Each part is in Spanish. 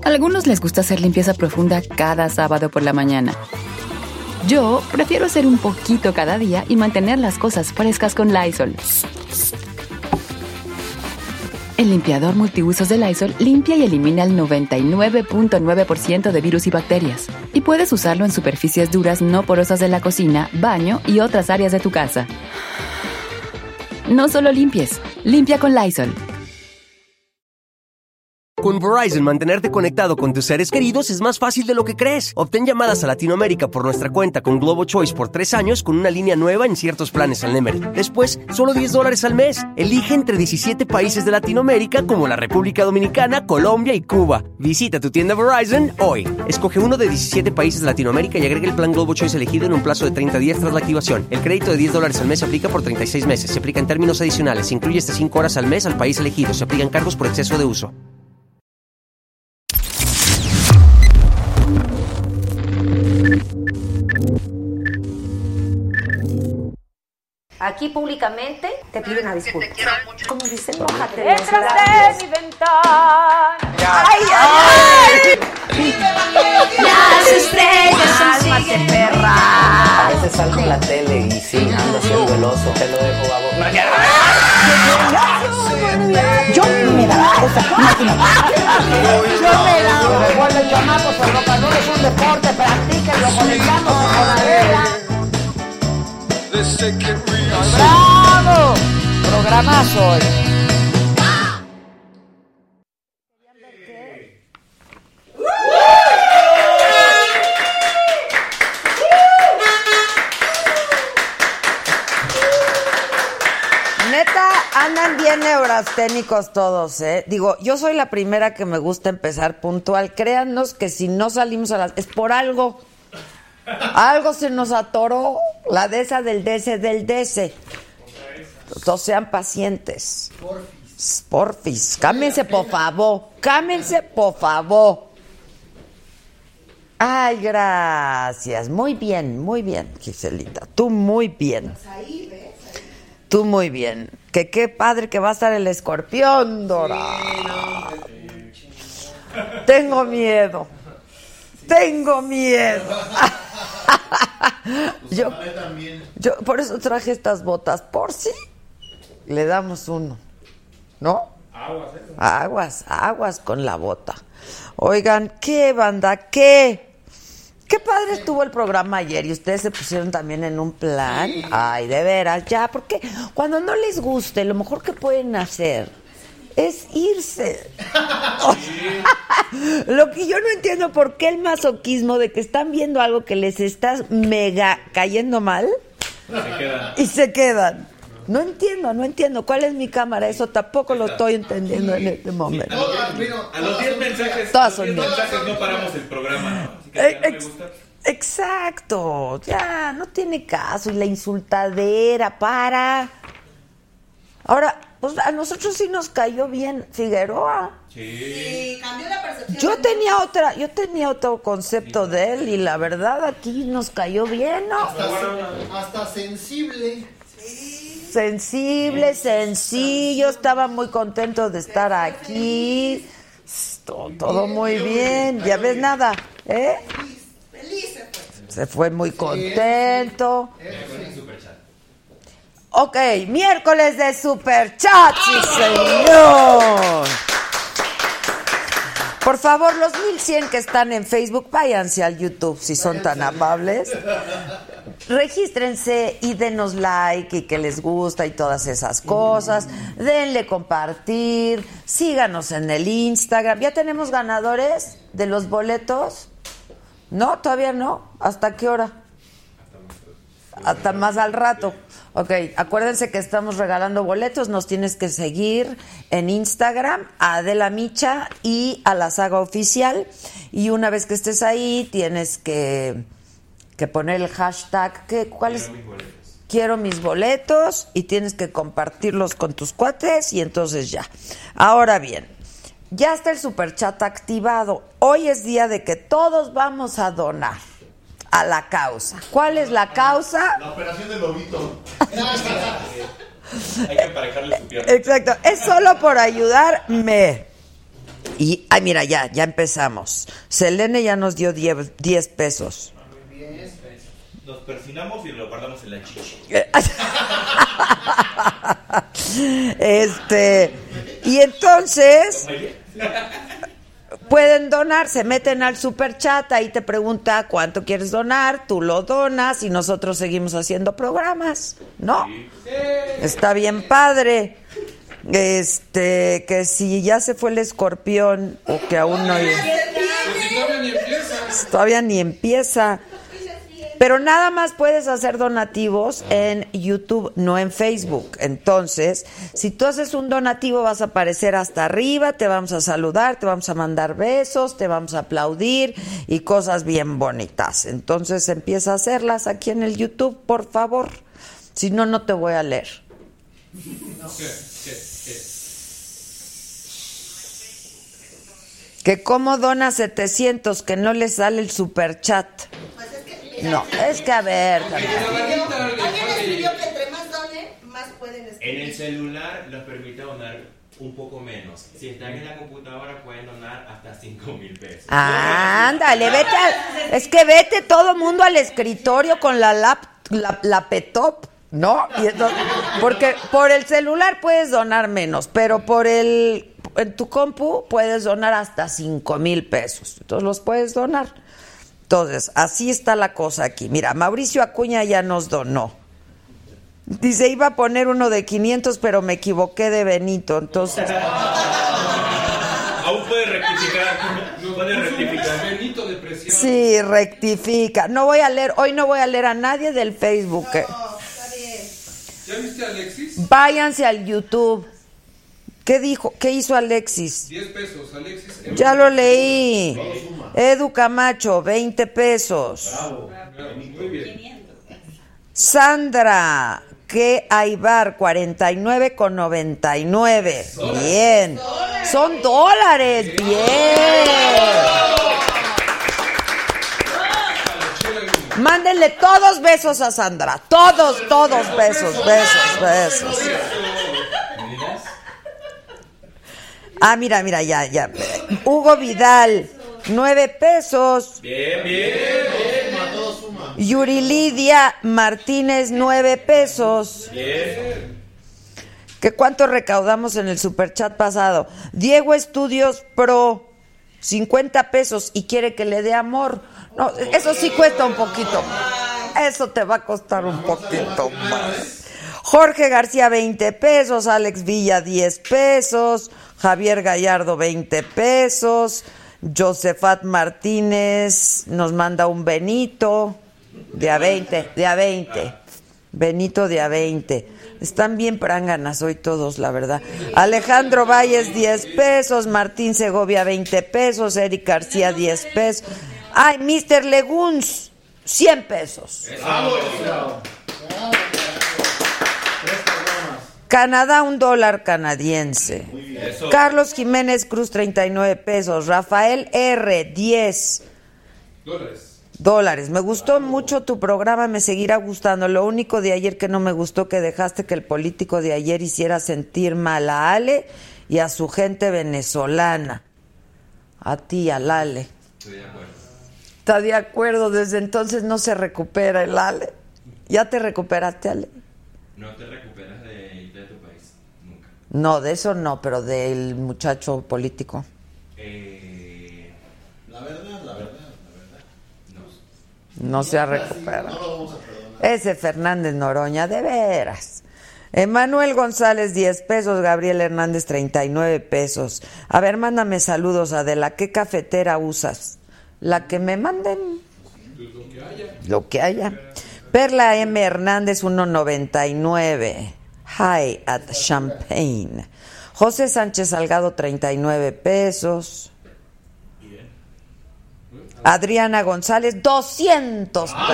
A algunos les gusta hacer limpieza profunda cada sábado por la mañana. Yo prefiero hacer un poquito cada día y mantener las cosas frescas con Lysol. El limpiador multiusos de Lysol limpia y elimina el 99.9% de virus y bacterias. Y puedes usarlo en superficies duras no porosas de la cocina, baño y otras áreas de tu casa. No solo limpies, limpia con Lysol. Con Verizon, mantenerte conectado con tus seres queridos es más fácil de lo que crees. Obtén llamadas a Latinoamérica por nuestra cuenta con Globo Choice por 3 años con una línea nueva en ciertos planes al Nemery. Después, solo $10 al mes. Elige entre 17 países de Latinoamérica como la República Dominicana, Colombia y Cuba. Visita tu tienda Verizon hoy. Escoge uno de 17 países de Latinoamérica y agrega el plan Globo Choice elegido en un plazo de 30 días tras la activación. El crédito de $10 al mes se aplica por 36 meses. Se aplica en términos adicionales. Se incluye hasta 5 horas al mes al país elegido. Se aplican cargos por exceso de uso. Aquí públicamente te pido una disculpa. Como dicen, mójate. Detrás de mi ventana. ¡Ay, ay, ay! Las estrellas son ¡Cálmate, perra! A veces salgo en la tele y sí, ando haciendo el oso. Te lo dejo, babo. Yo me la Cuando el chamaco se roca, no es un deporte, practíquenlo, conectamos con la regla. ¡Bravo! Programazo hoy. Neta, andan bien neurasténicos todos, ¿eh? Digo, yo soy la primera que me gusta empezar puntual. Créanos que si no salimos a las... es por algo. Algo se nos atoró, la de esa del DC. Todos sean pacientes. Porfis. Cámense, por favor. Ay, gracias. Muy bien, Giselita. Tú muy bien. Tú muy bien. Que qué padre que va a estar el escorpión, Dora. Tengo miedo. Yo por eso traje estas botas, por si le damos uno, ¿no? Aguas con la bota. Oigan, ¿qué banda? Qué padre estuvo el programa ayer y ustedes se pusieron también en un plan. Sí. Ay, de veras, ya, porque cuando no les guste, lo mejor que pueden hacer es irse. Lo que yo no entiendo, ¿por qué el masoquismo de que están viendo algo que les está mega cayendo mal y se quedan? No entiendo. ¿Cuál es mi cámara? Eso tampoco lo estoy entendiendo en este momento. A los 10 mensajes, no paramos el programa. Así que no me gusta. Exacto. Ya, no tiene caso. Y la insultadera, para. Ahora, pues a nosotros sí nos cayó bien Figueroa. Sí, cambió la percepción. Yo tenía otro concepto de él y la verdad aquí nos cayó bien, ¿no? Hasta sensible. Sensible, sencillo, estaba muy contento de estar aquí. Todo muy bien, ya ves nada, ¿eh? Feliz se fue muy contento. Ok, miércoles de Superchat, sí señor. Por favor, los 1100 que están en Facebook, váyanse al YouTube si son tan amables. Regístrense y denos like y que les gusta y todas esas cosas. Denle compartir, síganos en el Instagram. ¿Ya tenemos ganadores de los boletos? No, todavía no. ¿Hasta qué hora? Hasta más al rato. Ok, acuérdense que estamos regalando boletos. Nos tienes que seguir en Instagram a Adela Micha y a la Saga Oficial. Y una vez que estés ahí, tienes que poner el hashtag. ¿Cuál es? Quiero mis boletos. Y tienes que compartirlos con tus cuates. Y entonces ya. Ahora bien, ya está el superchat activado. Hoy es día de que todos vamos a donar a la causa. ¿Cuál es la causa? La operación del lobito. Hay que emparejarle su pierna. Exacto. Es solo por ayudarme. Y, ay, mira, ya empezamos. Selene ya nos dio 10 pesos. Nos persinamos y lo guardamos en la chichi. Y entonces pueden donar, se meten al superchat, ahí te pregunta cuánto quieres donar, tú lo donas y nosotros seguimos haciendo programas, ¿no? Sí. Está bien padre. Que si ya se fue el escorpión o que aún no... Todavía ni empieza. Pero nada más puedes hacer donativos en YouTube, no en Facebook. Entonces, si tú haces un donativo vas a aparecer hasta arriba, te vamos a saludar, te vamos a mandar besos, te vamos a aplaudir y cosas bien bonitas. Entonces empieza a hacerlas aquí en el YouTube, por favor. Si no, no te voy a leer. Que cómo dona 700, que no le sale el superchat. No, es que a ver. Alguien escribió que entre más donen, más pueden escribir. En el celular nos permite donar un poco menos. Si están en la computadora pueden donar hasta 5,000 pesos. Ándale, vete todo mundo al escritorio con la laptop, ¿no? Y entonces, porque por el celular puedes donar menos, pero en tu compu puedes donar hasta 5,000 pesos. Entonces los puedes donar. Entonces, así está la cosa aquí. Mira, Mauricio Acuña ya nos donó. Dice, iba a poner uno de 500, pero me equivoqué de Benito. Entonces... Aún puede rectificar. Puede rectificar. Benito de presión. Sí, rectifica. Hoy no voy a leer a nadie del Facebook. No, está bien. ¿Ya viste a Alexis? Váyanse al YouTube. ¿Qué dijo? ¿Qué hizo Alexis? 10 pesos, Alexis. Ya lo leí. Edu Camacho, 20 pesos. Bravo. Muy bien. Sandra, que Aybar, 49,99. Bien. Son dólares. Bien. Mándenle todos besos a Sandra. Todos besos. Ah, mira, ya. Hugo Vidal, 9 pesos. Bien. Yuri Lidia Martínez, 9 pesos. Bien. ¿Qué cuánto recaudamos en el superchat pasado? Diego Estudios Pro, 50 pesos y quiere que le dé amor. No, eso sí cuesta un poquito. Eso te va a costar un poquito más. Jorge García, 20 pesos. Alex Villa, 10 pesos. Javier Gallardo, 20 pesos. Josefat Martínez nos manda un Benito de a 20. Benito de a 20. Están bien pránganas hoy todos, la verdad. Alejandro Valles, 10 pesos. Martín Segovia, 20 pesos. Eric García, 10 pesos. Ay, Mr. Leguns, 100 pesos. Canadá, $1 canadiense. Carlos Jiménez Cruz, 39 pesos. Rafael R, 10 dólares. Me gustó mucho tu programa, me seguirá gustando. Lo único de ayer que no me gustó, que dejaste que el político de ayer hiciera sentir mal a Ale y a su gente venezolana. A ti, al Ale. Estoy de acuerdo. ¿Está de acuerdo? Desde entonces no se recupera el Ale. ¿Ya te recuperaste, Ale? No te recuperas de tu país, nunca. No, de eso no, pero del muchacho político. La verdad. No se ha recuperado. No lo vamos a perdonar. Ese Fernández Noroña, de veras. Emanuel González, 10 pesos. Gabriel Hernández, 39 pesos. A ver, mándame saludos, Adela. ¿Qué cafetera usas? La que me manden. Lo que haya. Perla M. Hernández, 1.99. Hi at Champagne. José Sánchez Salgado, 39 pesos. Adriana González, 200 pesos.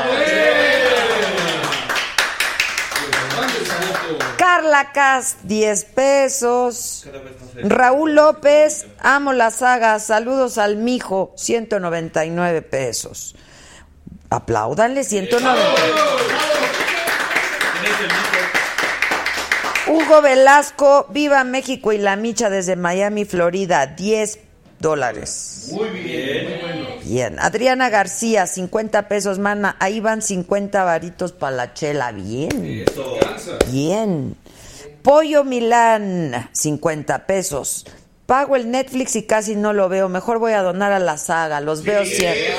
Carla Cas, 10 pesos. Raúl López, amo la saga, saludos al mijo, 199 pesos. Apláudanle, 199. Hugo Velasco, viva México y la micha desde Miami, Florida, 10 dólares. Muy bien. Muy bueno. Bien. Adriana García, 50 pesos, mana. Ahí van 50 varitos para la chela. Bien. Eso. Bien. Pollo Milán, 50 pesos. Pago el Netflix y casi no lo veo. Mejor voy a donar a la saga. Los veo siempre.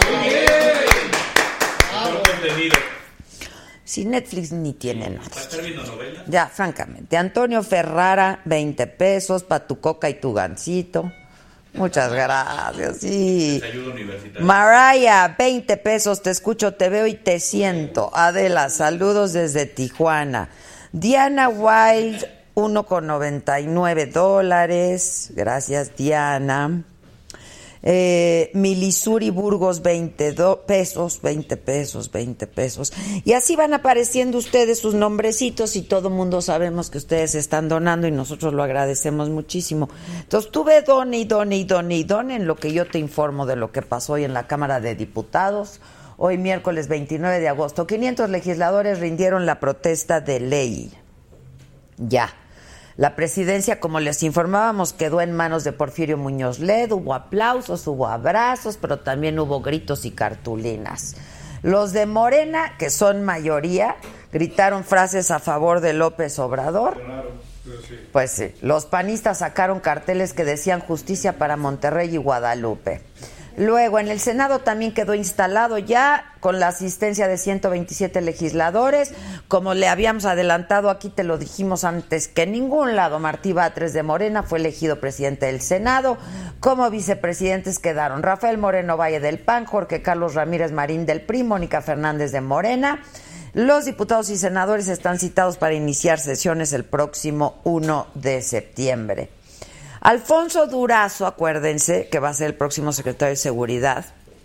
Si Netflix ni tiene nada. ¿Va a estar viendo novela? Ya, francamente. Antonio Ferrara, 20 pesos para tu coca y tu gansito. Muchas gracias. Sí. Desayuno universitario. Mariah, 20 pesos. Te escucho, te veo y te siento. Adela, saludos desde Tijuana. Diana Wild, $1.99. Gracias, Diana. Milisuri Burgos, 20 pesos. Y así van apareciendo ustedes sus nombrecitos y todo mundo sabemos que ustedes están donando y nosotros lo agradecemos muchísimo. Entonces tú ve done en lo que yo te informo de lo que pasó hoy en la Cámara de Diputados. Hoy miércoles 29 de agosto, 500 legisladores rindieron la protesta de ley. Ya. La presidencia, como les informábamos, quedó en manos de Porfirio Muñoz Ledo. Hubo aplausos, hubo abrazos, pero también hubo gritos y cartulinas. Los de Morena, que son mayoría, gritaron frases a favor de López Obrador. Claro, sí. Pues sí, los panistas sacaron carteles que decían justicia para Monterrey y Guadalupe. Luego, en el Senado también quedó instalado ya con la asistencia de 127 legisladores. Como le habíamos adelantado, aquí te lo dijimos antes que en ningún lado, Martí Batres de Morena fue elegido presidente del Senado. Como vicepresidentes quedaron Rafael Moreno Valle del PAN, Jorge Carlos Ramírez Marín del PRI, Mónica Fernández de Morena. Los diputados y senadores están citados para iniciar sesiones el próximo 1 de septiembre. Alfonso Durazo, acuérdense que va a ser el próximo secretario de Seguridad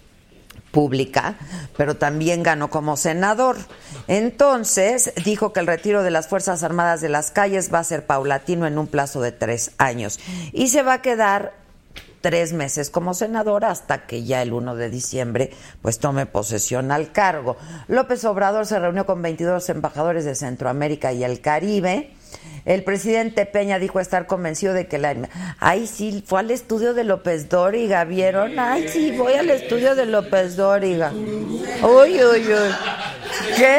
Pública, pero también ganó como senador. Entonces, dijo que el retiro de las Fuerzas Armadas de las calles va a ser paulatino en un plazo de 3 años. Y se va a quedar 3 meses como senador hasta que ya el 1 de diciembre pues tome posesión al cargo. López Obrador se reunió con 22 embajadores de Centroamérica y el Caribe. El presidente Peña dijo estar convencido de que Ay, sí, fue al estudio de López Dóriga, ¿vieron? Ay, sí, voy al estudio de López Dóriga. Uy. ¿Qué?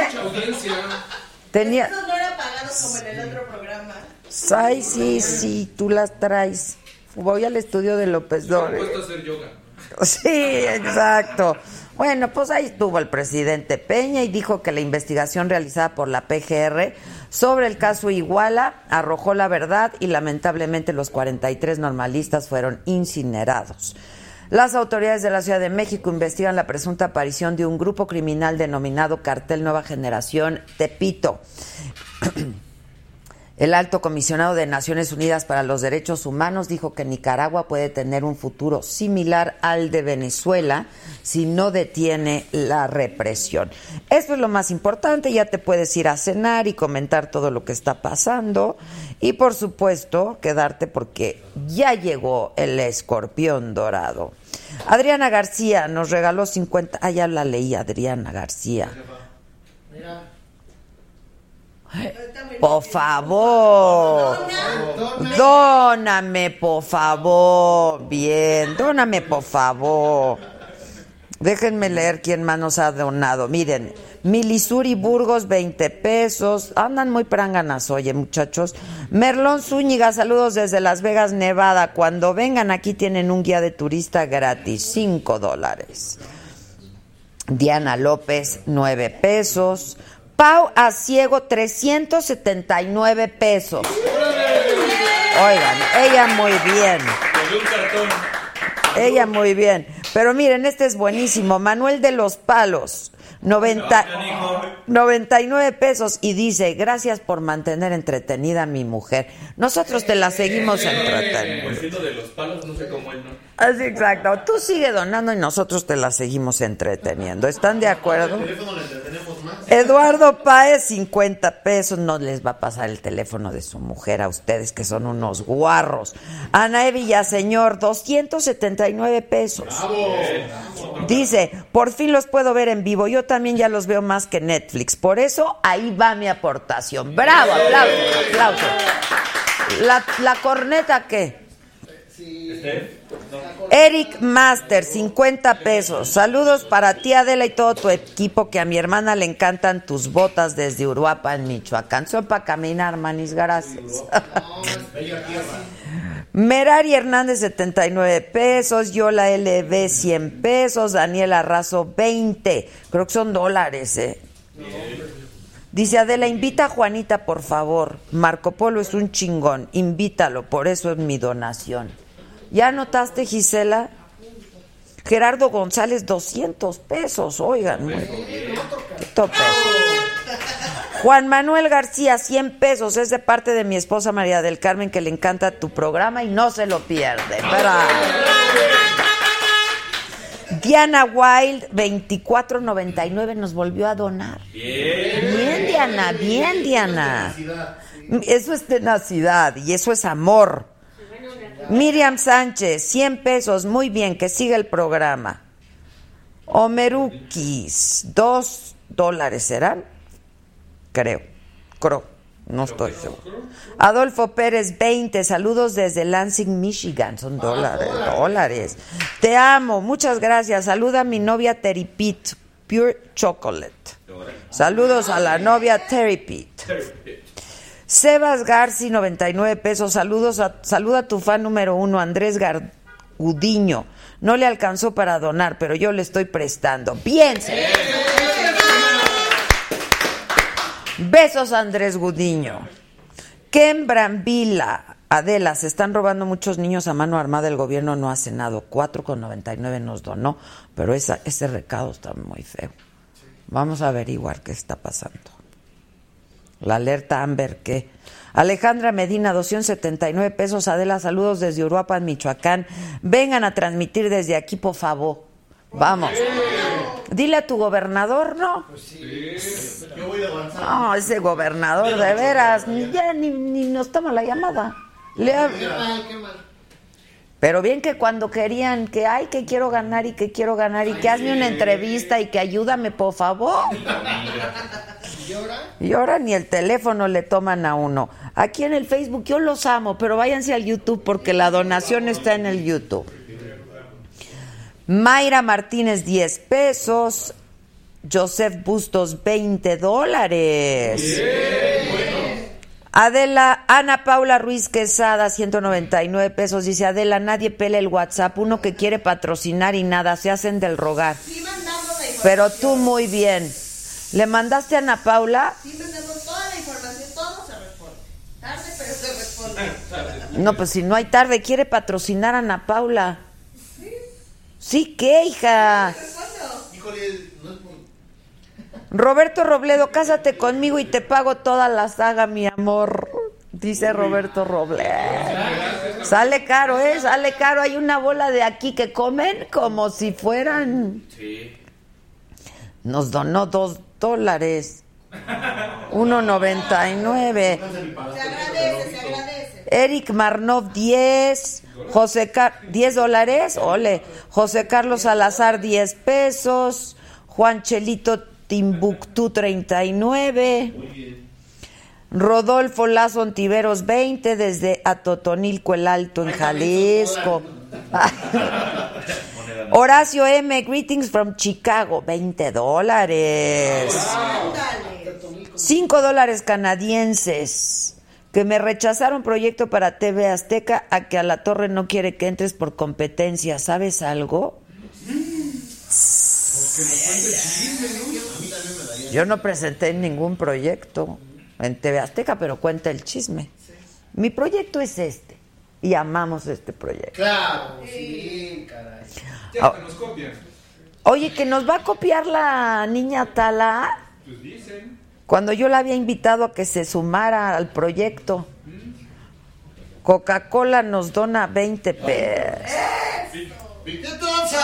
Tenía... Estos no eran pagados como en el otro programa. Ay, sí, tú las traes. Voy al estudio de López Dóriga. Me he puesto a hacer yoga. Sí, exacto. Bueno, pues ahí estuvo el presidente Peña y dijo que la investigación realizada por la PGR sobre el caso Iguala arrojó la verdad y lamentablemente los 43 normalistas fueron incinerados. Las autoridades de la Ciudad de México investigan la presunta aparición de un grupo criminal denominado Cartel Nueva Generación Tepito. El alto comisionado de Naciones Unidas para los Derechos Humanos dijo que Nicaragua puede tener un futuro similar al de Venezuela si no detiene la represión. Esto es lo más importante, ya te puedes ir a cenar y comentar todo lo que está pasando y por supuesto quedarte porque ya llegó el escorpión dorado. Adriana García nos regaló 50... Ah, ya la leí, Adriana García. Mira. Por favor, dóname, por favor. Bien, dóname, por favor. Déjenme leer quién más nos ha donado. Miren, Milisuri Burgos, 20 pesos. Andan muy pránganas, oye, muchachos. Merlón Zúñiga, saludos desde Las Vegas, Nevada. Cuando vengan aquí tienen un guía de turista gratis, $5. Diana López, 9 pesos. Pau Asiego, 379 pesos. Oigan, ella muy bien. Ella muy bien. Pero miren, este es buenísimo. Manuel de los Palos, 99 pesos. Y dice, gracias por mantener entretenida a mi mujer. Nosotros te la seguimos entreteniendo. Por cierto, de los palos, no sé cómo él, ¿no? Así, exacto. Tú sigue donando y nosotros te la seguimos entreteniendo. ¿Están de acuerdo? Eduardo Páez, 50 pesos. No les va a pasar el teléfono de su mujer a ustedes, que son unos guarros. Anae Villaseñor, 279 pesos. Dice, por fin los puedo ver en vivo. Yo también ya los veo más que Netflix. Por eso, ahí va mi aportación. ¡Bravo! ¡Aplausos! ¡Aplausos! ¿La corneta qué? Sí. Eric Master, 50 pesos. Saludos para ti, Adela, y todo tu equipo, que a mi hermana le encantan tus botas desde Uruapan, Michoacán. Son para caminar, manis, gracias. Merari Hernández, 79 pesos. Yola LB, 100 pesos. Daniela Razo, 20. Creo que son dólares, Dice Adela, invita a Juanita, por favor. Marco Polo es un chingón. Invítalo, por eso es mi donación. ¿Ya anotaste, Gisela? Gerardo González, 200 pesos. Oigan, muy bien. Juan Manuel García, 100 pesos. Es de parte de mi esposa María del Carmen, que le encanta tu programa y no se lo pierde. ¡Bravo! Diana Wild, 24.99, nos volvió a donar. Bien, Diana, bien, Diana. Eso es tenacidad y eso es amor. Miriam Sánchez, 100 pesos, muy bien, que siga el programa. Omerukis, $2 serán, creo, no estoy seguro. Adolfo Pérez, 20, saludos desde Lansing, Michigan, son dólares. Te amo, muchas gracias. Saluda a mi novia Terry Pitt, Pure Chocolate. Saludos a la novia Terry Pitt. Sebas Garci, 99 pesos. Saluda a tu fan número 1, Andrés Gudiño. No le alcanzó para donar, pero yo le estoy prestando. Bien, Sebas. Besos, Andrés Gudiño. Ken Brambila. Adela, se están robando muchos niños a mano armada. El gobierno no hace nada. 4.99 nos donó, pero ese recado está muy feo. Vamos a averiguar qué está pasando. La alerta Amber, ¿qué? Alejandra Medina, 279 pesos. Adela, saludos desde Uruapan, Michoacán. Vengan a transmitir desde aquí, por favor. Vamos. Dile a tu gobernador, ¿no? Pues sí. Yo voy de avanzar. No, ese gobernador, de veras, ni nos toma la llamada. Qué mal. Pero bien que cuando querían que quiero ganar y que hazme una entrevista y que ayúdame, por favor. Y ahora ni el teléfono le toman a uno. Aquí en el Facebook yo los amo, pero váyanse al YouTube porque la donación está en el YouTube. Mayra Martínez, 10 pesos. Joseph Bustos, $20. Adela, Ana Paula Ruiz Quesada, 199 pesos. Dice Adela, nadie pela el WhatsApp. Uno que quiere patrocinar y nada, se hacen del rogar. Pero tú muy bien. ¿Le mandaste a Ana Paula? Sí, mandamos toda la información, todo se responde. Tarde, pero se responde. No, pues si no hay tarde, quiere patrocinar a Ana Paula. Sí, ¿qué, hija? Híjole, no es muy... Roberto Robledo, cásate conmigo y te pago toda la saga, mi amor. Dice Roberto Robledo. Sale caro, sale caro. Hay una bola de aquí que comen como si fueran... Sí. Nos donó $2. 1.99. Se agradece. Eric Marnov, 10. $10. Ole. José Carlos Salazar, 10 pesos. Juan Chelito Timbuktu, 39. Rodolfo Lazo Ontiveros, 20, desde Atotonilco el Alto, en Jalisco. Horacio M, greetings from Chicago, $20. $5 canadienses. Que me rechazaron proyecto para TV Azteca, a que a la torre no quiere que entres por competencia. ¿Sabes algo? Yo no presenté ningún proyecto en TV Azteca, pero cuenta el chisme. Mi proyecto es este, y amamos este proyecto. Claro, sí, caray. Ya que nos copian. Oye, que nos va a copiar la niña Tala. Pues dicen. Cuando yo la había invitado a que se sumara al proyecto. Coca-Cola nos dona 20 pesos. ¿Qué tranza?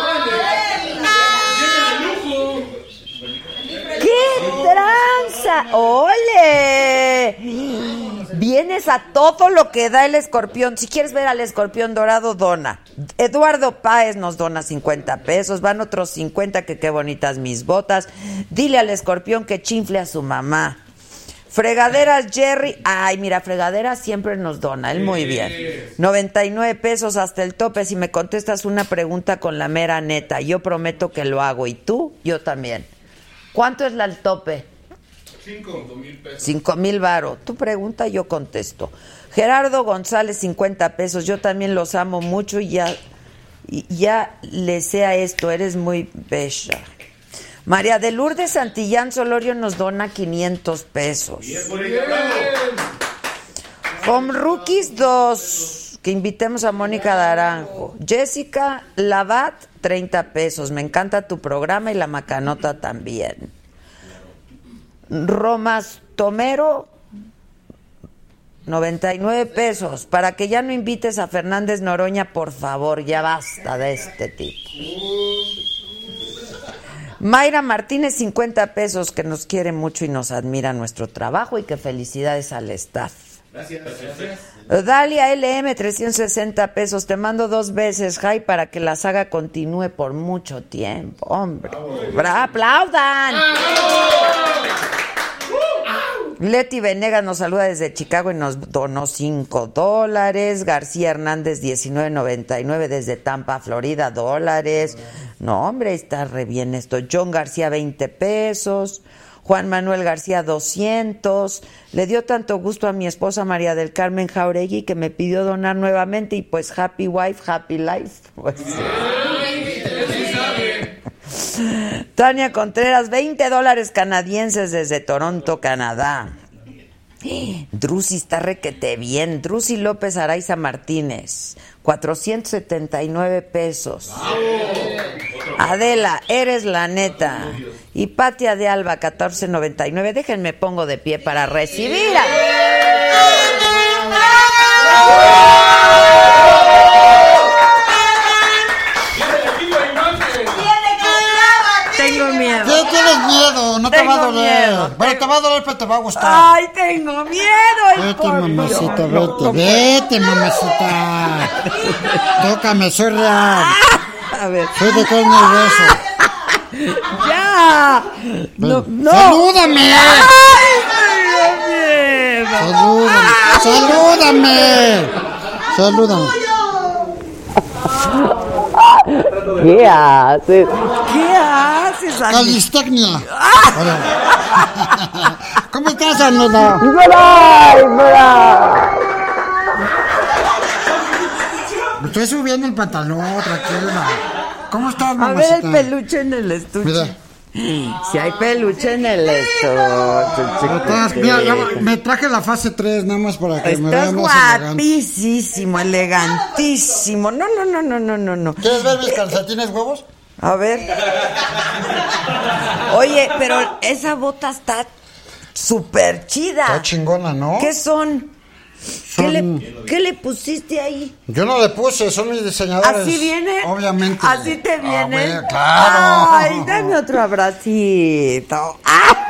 ¡Qué tranza! ¡Ole! Vienes a todo lo que da el escorpión. Si quieres ver al escorpión dorado, dona. Eduardo Páez nos dona 50 pesos. Van otros 50, que qué bonitas mis botas. Dile al escorpión que chinfle a su mamá. Fregaderas Jerry. Ay, mira, Fregaderas siempre nos dona. Él muy bien. 99 pesos hasta el tope. Si me contestas una pregunta con la mera neta, yo prometo que lo hago. ¿Y tú? Yo también. ¿Cuánto es el tope? 5,000 pesos. 5,000 varos. Tu pregunta, yo contesto. Gerardo González, 50 pesos. Yo también los amo mucho y ya le sé a esto. Eres muy bella. María de Lourdes Santillán Solorio nos dona 500 pesos. Home Rookies 2, que invitemos a Mónica Naranjo. Jessica Lavat, 30 pesos. Me encanta tu programa y la macanota también. Romas Tomero, 99 pesos. Para que ya no invites a Fernández Noroña, por favor, ya basta de este tipo. Mayra Martínez, 50 pesos, que nos quiere mucho y nos admira nuestro trabajo y que felicidades al staff. Gracias. Dalia LM, 360 pesos. Te mando 2 veces, Jai, para que la saga continúe por mucho tiempo. Hombre, ¡aplaudan! Leti Venegas nos saluda desde Chicago y nos donó $5. García Hernández, 19.99 desde Tampa, Florida, $. No, hombre, está re bien esto. John García, 20 pesos. Juan Manuel García, 200. Le dio tanto gusto a mi esposa María del Carmen Jauregui que me pidió donar nuevamente y pues happy wife, happy life. Pues, Tania Contreras, $20 canadienses desde Toronto, Canadá. Drusi está requete bien. Drusi López Araiza Martínez, 479 pesos. Adela, eres la neta. Y Patia de Alba, 14.99. Déjenme pongo de pie para recibir a... Tengo miedo. ¿Qué tienes miedo? No te va a doler. Bueno, te va a doler, pero te va a gustar. Ay, tengo miedo. Vete, mamacita, vete, mamacita. Tócame, soy real. A ver. Soy de carne y hueso. ¡Ya! No. ¡Salúdame! ¡Ay, tengo miedo! ¡Salúdame! ¿Qué haces? ¿Qué haces? Calistecnia. ¿Cómo estás, Anita? Me estoy subiendo el pantalón, tranquila. ¿Cómo estás, mamacita? A ver el peluche en el estuche. Mira. Si hay peluche en el estuche. Mira, me traje la fase 3 nada más para que me vean más elegante. Guapísimo, elegantísimo. No. ¿Quieres ver mis calcetines huevos? A ver. Oye, pero esa bota está súper chida. Está chingona, ¿no? ¿Qué son? ¿Qué le pusiste ahí? Yo no le puse, son mis diseñadores. ¿Así viene? Obviamente. ¿Así te viene? Bueno, claro. Ay, dame otro abracito.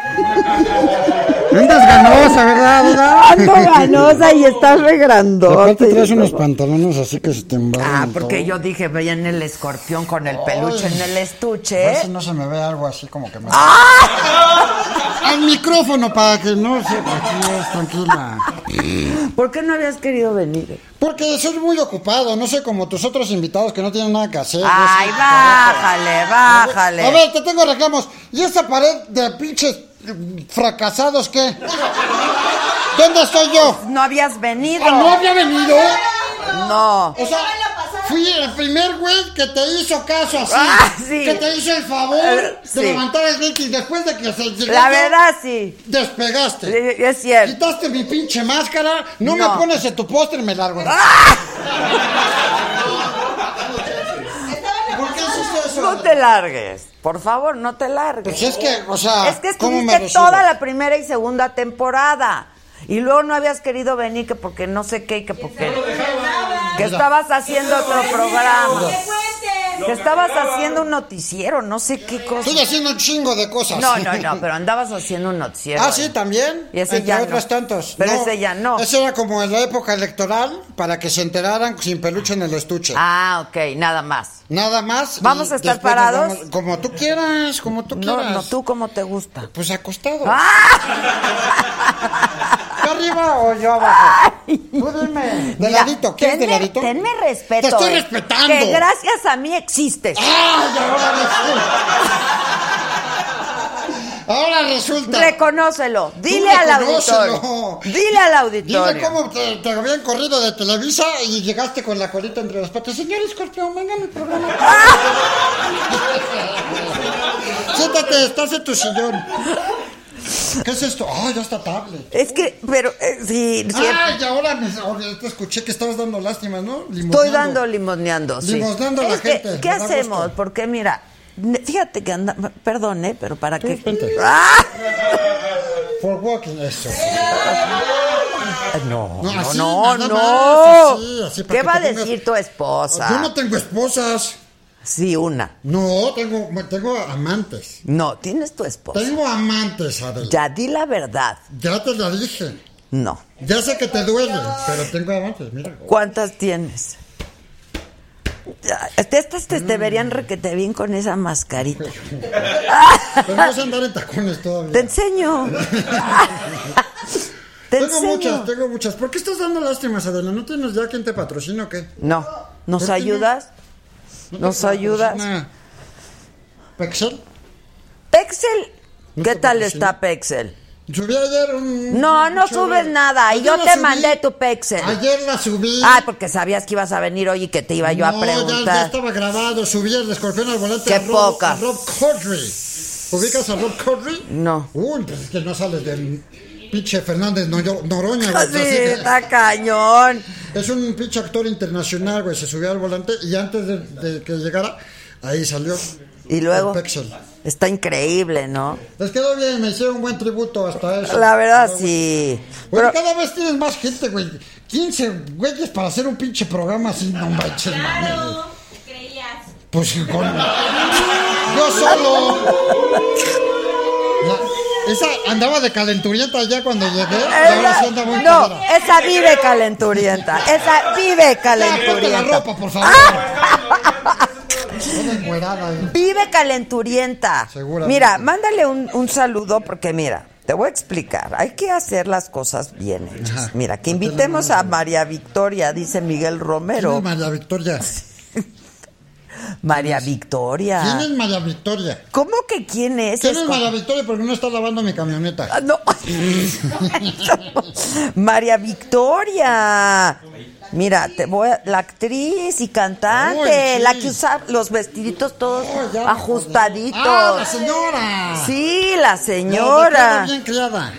Andas ganosa, ¿verdad? Ando ganosa y estás re grandote. Aparte traes unos pantalones así que se te embarran. Porque todo. yo dije, vean el escorpión con el peluche en el estuche. A ver si no se me ve algo así como que me... Al micrófono para que no se... Aquí es, tranquila. ¿Por qué no habías querido venir? Porque soy muy ocupado, no sé como tus otros invitados que no tienen nada que hacer. Ay, bájale. A ver, te tengo reclamos. ¿Y esa pared de pinches fracasados qué? ¿Dónde estoy yo? No habías venido. ¿Ah, no había venido? No. O sea, fui el primer güey que te hizo caso así. Sí. Que te hizo el favor Sí. de levantar el grito y después de que se llegó. La verdad, sí. Despegaste. Es cierto. Quitaste mi pinche máscara. No me pones en tu póster, me largo. ¿Por qué hiciste eso? No te largues. Por favor, no te largues. Pues es que, o sea, es que ¿cómo me estuviste recibes? toda la primera y segunda temporada. Y luego no habías querido venir que porque no sé qué y que porque... Que estabas haciendo otro programa. ¡Que cuentes! Que estabas haciendo un noticiero, no sé qué cosa. Estoy haciendo un chingo de cosas. No, pero andabas haciendo un noticiero. Ah, sí, también. Y ese entre ya otros no. tantos. Pero ese ya no. Ese era como en la época electoral, para que se enteraran sin peluche en el estuche. Ah, ok, nada más. Nada más. ¿Vamos y a estar después parados? como tú quieras, como tú quieras. No, tú como te gusta. Pues acostado. ¡Ah! ¿Yo arriba o yo abajo? Tú dime. ¿De Mira, ladito? ¿Quieres de ladito? Tenme respeto. Te estoy respetando. Que gracias a mí existes. ¡Ay, ahora resulta! Ahora resulta. Reconócelo. Dile al auditorio. Dile al auditorio. Dile cómo te habían corrido de Televisa y llegaste con la colita entre las patas. Señor Escorpión, venga a mi programa. Siéntate, estás en tu sillón. ¿Qué es esto? Ah, ya está tablet. Es que, pero, sí. Ay, ahora te escuché que estabas dando lástima, ¿no? Estoy dando limoneando, sí. Limosneando a la gente. ¿Qué hacemos? Porque mira, fíjate que perdón, pero para qué. ¡Ah! For walking, eso. No. Así, ¿Qué va a decir tu esposa? Yo no tengo esposas. Sí, una. No, tengo amantes. No, tienes tu esposa. Tengo amantes, Adela. Ya di la verdad. Ya te la dije. No. Ya sé que te duele, pero tengo amantes, mira. ¿Cuántas tienes? Estas te deberían requete bien con esa mascarita. Pero no sé andar en tacones todavía. Te enseño. Tengo muchas. ¿Por qué estás dando lástimas, Adela? ¿No tienes ya quien te patrocina o qué? No. ¿Nos ayudas? ¿Nos ayudas? ¿Pexel? ¿Pexel? ¿Qué tal está Pexel? Subí ayer un... No subes nada. Y yo te mandé tu Pexel. Ayer la subí. Ay, porque sabías que ibas a venir hoy y que te iba yo a preguntar. Ya estaba grabado. Subí el Escorpión al volante. Qué poca. A Rob Corddry. ¿Ubicas a Rob Corddry? No. Uy, pues es que no sales del pinche Fernández Noroña, güey. Sí, está cañón. Es un pinche actor internacional, güey. Se subió al volante y antes de que llegara, ahí salió. Y luego. El Pexel. Está increíble, ¿no? Les quedó bien, me hicieron un buen tributo hasta eso. La verdad, sí. Güey, pero cada vez tienes más gente, güey. 15 güeyes para hacer un pinche programa así, no manches, mami. ¿Qué creías? Pues con... Yo solo. Esa andaba de calenturienta ya cuando llegué. Esa vive calenturienta. Esa vive calenturienta. Ya, ponte la ropa, por favor. Vive calenturienta. Mira, mándale un saludo porque mira, te voy a explicar. Hay que hacer las cosas bien hechas. Ajá. Mira, que invitemos a María Victoria, dice Miguel Romero. ¿Quién es María Victoria? María Victoria. ¿Quién es María Victoria? ¿Cómo que quién es? ¿Quién es María Victoria? Porque no está lavando mi camioneta. No. María Victoria. Mira, la actriz y cantante, sí. La que usa los vestiditos todos ajustaditos. ¡Ah, la señora! Sí, la señora. Bien criada.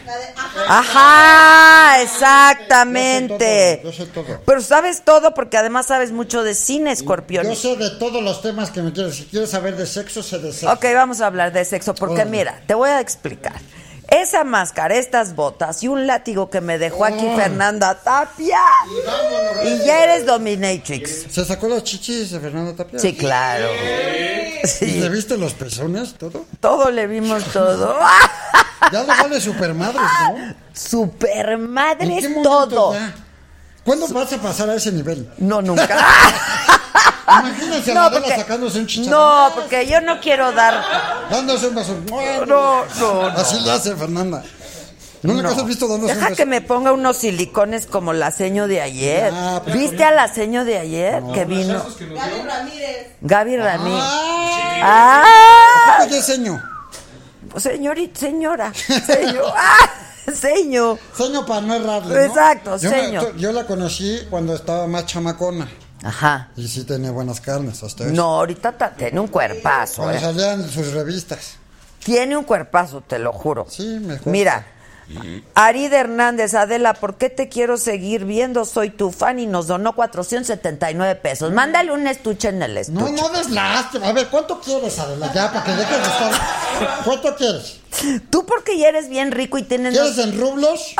Ajá, exactamente. Yo sé todo. Pero sabes todo porque además sabes mucho de cine, Escorpión. Yo sé de todos los temas que me quieres. Si quieres saber de sexo, sé de sexo. Ok, vamos a hablar de sexo porque mira, te voy a explicar. Esa máscara, estas botas y un látigo que me dejó aquí Fernanda Tapia. Y ya eres dominatrix. ¿Se sacó las chichis de Fernanda Tapia? Sí, claro. Sí. ¿Y le viste los pezones, todo? Todo le vimos todo. Ya le vale supermadres, ¿no? Supermadres todo. Ya? ¿Cuándo vas a pasar a ese nivel? No, nunca. Imagínense a Adela sacándose un chicharrón. No, porque yo no quiero dar. Dándose un beso. No. Así le hace Fernanda. ¿Nunca has visto dándose un beso? Deja que me ponga unos silicones como la seño de ayer. ¿Viste a la seño de ayer que vino? Gaby Ramírez. ¿Qué seño? Señorita, señora. Seño para no errarle, ¿no? Exacto, seño. Yo la conocí cuando estaba más chamacona. Ajá. Y sí tenía buenas carnes hasta eso. No, ahorita tiene un cuerpazo. Cuando salían sus revistas. Tiene un cuerpazo, te lo juro. Sí, mejor. Mira, Arida Hernández, Adela, ¿por qué te quiero seguir viendo? Soy tu fan y nos donó 479 pesos. Mándale un estuche en el estuche. No deslaste. A ver, ¿cuánto quieres, Adela? Ya, para que dejes de estar. ¿Cuánto quieres? Tú porque ya eres bien rico y tienes... ¿Quieres en rublos?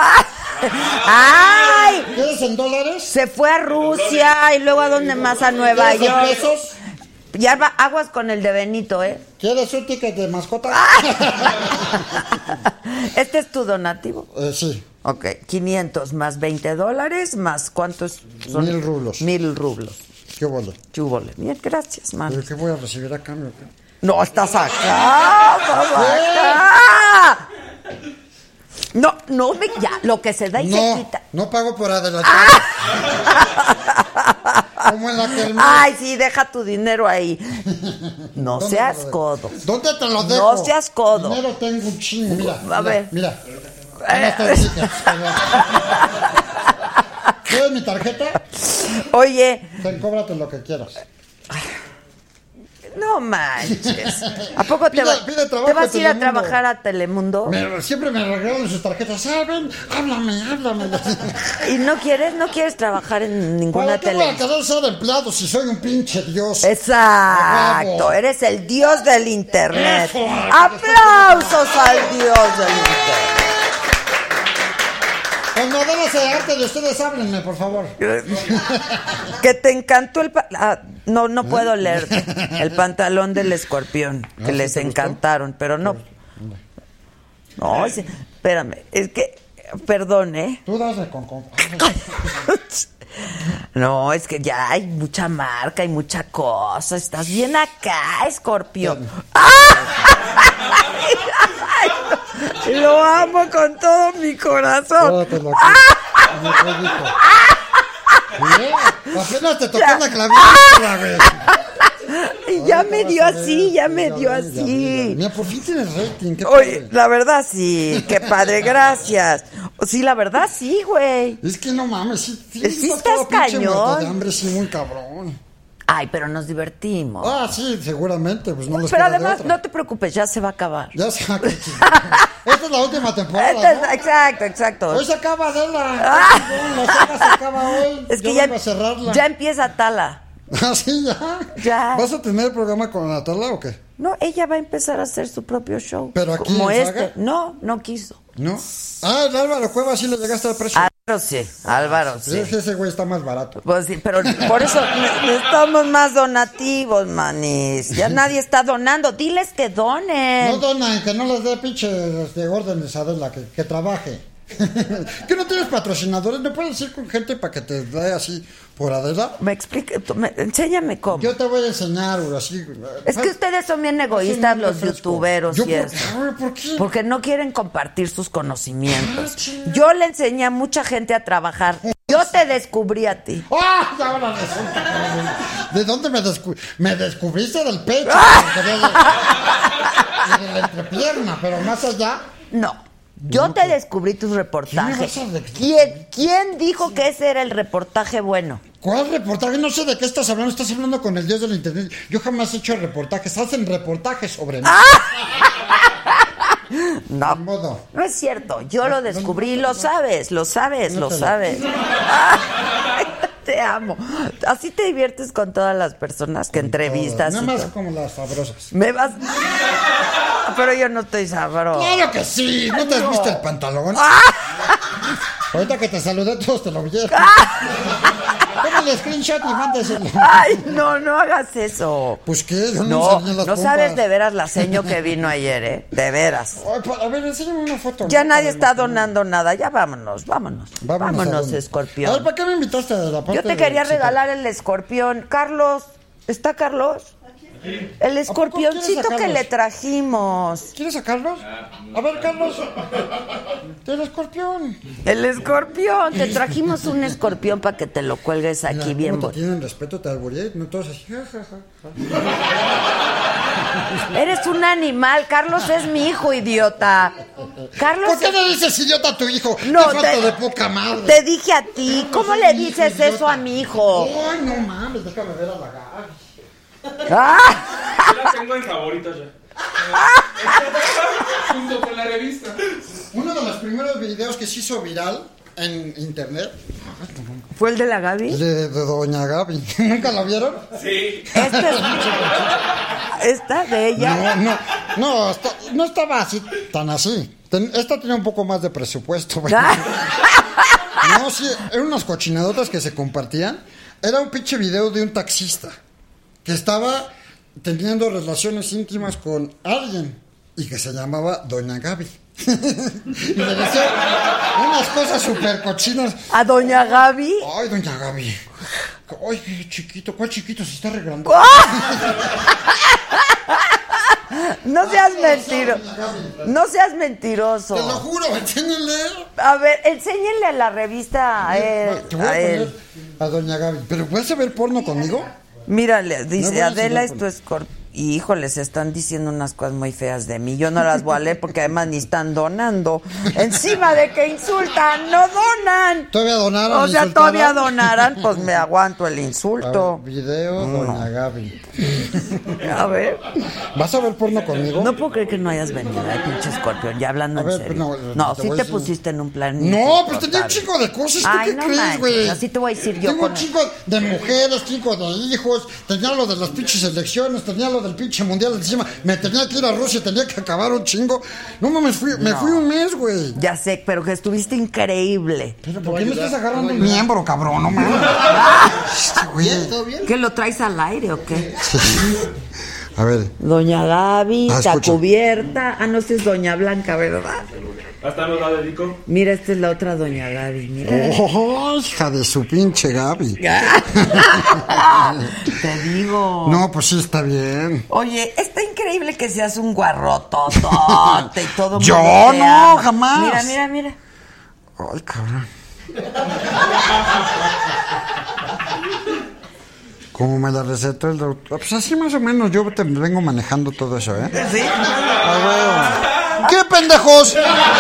¡Ay! ¿Quieres en dólares? Se fue a Rusia y luego ¿a dónde más? A Nueva York. ¿En pesos? Ya va, aguas con el de Benito, ¿eh? ¿Quieres un ticket de mascota? ¿Este es tu donativo? Sí. Ok, 500 más $20, más ¿cuántos son? 1,000 rublos. 1,000 rublos. ¿Qué vole? Chúbole. Bien, gracias, man. ¿Pero qué voy a recibir a cambio? ¿Qué? No, estás acá, acá. No, ya, lo que se da y se quita. No pago por adelantado. Como en la que Ay, sí, deja tu dinero ahí. No seas codo. ¿Dónde te lo dejo? No seas codo. Dinero tengo un chingo, mira. A ver. Mira. ¿Quieres mi tarjeta? Oye. Cóbrate lo que quieras. No manches. ¿A poco te vas a ir a trabajar a Telemundo? Siempre me regalan sus tarjetas. Ven, háblame. ¿Y no quieres trabajar en ninguna tele? ¿Para qué voy a querer ser empleado si soy un pinche dios? Exacto, eres el dios del internet. ¡Aplausos al dios del internet! Cuando debes de arte de ustedes, háblenme, por favor. Que te encantó no puedo leer el pantalón del escorpión, que les encantaron, pero no. No, sí, espérame, es que, perdón, ¿eh? Tú dale con... No, es que ya hay mucha marca, hay mucha cosa. Estás bien acá, escorpión. Lo amo con todo mi corazón. Apenas te tocó la clavícula, güey. Y ya me dio así. Mira, por fin tienes rating. Oye, la verdad sí, qué padre, gracias. Sí, la verdad sí, güey. Es que no mames, sí estás cañón. De hambre, sí, muy cabrón. Ay, pero nos divertimos. Ah, sí, seguramente, pues no les Pero queda además, de otra. no te preocupes, ya se va a acabar. Ya se va a acabar. Esta es la última temporada, ¿no? Exacto. Hoy se acaba Adela. La saga se acaba hoy. Es que ya vengo a cerrarla. Ya empieza Tala. ¿Ah, sí, ya? ¿Vas a tener programa con Natalia o qué? No, ella va a empezar a hacer su propio show. ¿Pero aquí como en este? Saga? No quiso. ¿No? Ah, el Álvaro Cuevas sí le llegaste al precio. Álvaro sí. Es que ese güey está más barato. Pues sí, pero por eso necesitamos más donativos, manis. Ya nadie está donando. Diles que donen. No donan, que no les dé pinche órdenes a Adela, que trabaje. ¿Que no tienes patrocinadores? ¿No puedes ir con gente para que te dé así por Adela? Me explique, enséñame cómo. Yo te voy a enseñar, güey, así. Es que ustedes son bien egoístas, los youtuberos y eso. ¿Por qué? Porque no quieren compartir sus conocimientos. Yo le enseñé a mucha gente a trabajar. Yo te descubrí a ti. ¡Ah! Ahora resulta. ¿De dónde me descubriste? Me descubriste del pecho. De la entrepierna, pero más allá. No. Yo te descubrí tus reportajes. ¿Quién dijo que ese era el reportaje bueno? ¿Cuál reportaje? No sé de qué estás hablando. Estás hablando con el dios del internet. Yo jamás he hecho reportajes. Hacen reportajes sobre mí. No, no es cierto. Yo lo descubrí. Lo sabes. Te amo. Así te diviertes con todas las personas que entrevistas. Nada más como las sabrosas. Me vas... Pero yo no estoy sabroso. Claro que sí. ¿No te has visto el pantalón? Ahorita que te saludé todos te lo vieron. Tómale screenshot y mándeselo. Ay, no hagas eso. Pues qué, yo no sabes de veras la seño que vino ayer, ¿eh? De veras. A ver, enséñame una foto. Ya nadie está donando nada. Ya vámonos, escorpión. A ver, ¿para qué me invitaste de la parte? Yo te quería regalar el escorpión. Carlos, ¿está Carlos? El escorpioncito que le trajimos. ¿Quieres a Carlos? A ver, Carlos. El escorpión. El escorpión. Te trajimos un escorpión para que te lo cuelgues aquí. Mira, bien bonito. Te tienen respeto, te albureé. No todos así. Eres un animal. Carlos es mi hijo, idiota. Carlos. ¿Por qué no dices idiota a tu hijo? No, falta de poca madre. Te dije a ti. ¿Cómo le dices eso a mi hijo? Ay, no mames, déjame ver a la Gaby. Yo la tengo en favoritos ya. Junto con la revista. Uno de los primeros videos que se hizo viral en internet ¿fue el de la Gaby? De doña Gaby. ¿Nunca la vieron? Sí. ¿Esta de ella? No estaba así, tan así. Esta tenía un poco más de presupuesto. No, sí, eran unas cochinadotas que se compartían. Era un pinche video de un taxista que estaba teniendo relaciones íntimas con alguien y que se llamaba Doña Gaby. Y le decía unas cosas súper cochinas. ¿A Doña Gaby? Ay, Doña Gaby. Ay, chiquito, ¿cuál chiquito? Se está arreglando. No seas mentiroso. No seas mentiroso. Te lo juro, enséñenle. A ver, enséñenle la revista a él. Te voy a poner a Doña Gaby. ¿Pero puedes ver porno conmigo? Mírale, dice No, Adela, sí, esto es y híjole, se están diciendo unas cosas muy feas de mí. Yo no las voy a leer porque además ni están donando. Encima de que insultan, no donan. Todavía donaron. O sea, insultaron. todavía donaran, pues me aguanto el insulto. A ver, video, Doña Gaby. A ver. ¿Vas a ver porno conmigo? No puedo creer que no hayas venido, pinche Escorpión, ya hablando A ver, en serio. pues No, te sí voy te a decir- pusiste en un plan. No, pues tenía un chico de cosas. ¿Tú Ay, qué no crees, manches, güey? así te voy a decir yo Tengo con un chico de mujeres, chico de hijos, tenía lo de las pinches elecciones, tenía lo del pinche mundial encima, me tenía que ir a Rusia, tenía que acabar un chingo. No mames, me fui un mes, güey. Ya sé, pero que estuviste increíble. Pero ¿por qué me estás agarrando el miembro, cabrón? No mames. Güey. ¿Qué lo traes al aire o qué? A ver. Doña Gaby, está escucha. cubierta. Ah, no, esta es Doña Blanca, ¿verdad? Hasta no la dedico. Mira, esta es la otra Doña Gaby, mira. Oh, hija de su pinche Gaby. Te digo. No, pues sí, está bien. Oye, está increíble que seas un guarrototote y todo. Yo mundo te no, ama. jamás. Mira. Ay, cabrón. Como me la recetó el doctor. Pues así más o menos yo te vengo manejando todo eso, ¿eh? ¿Sí? Ah, bueno. ¿Qué pendejos?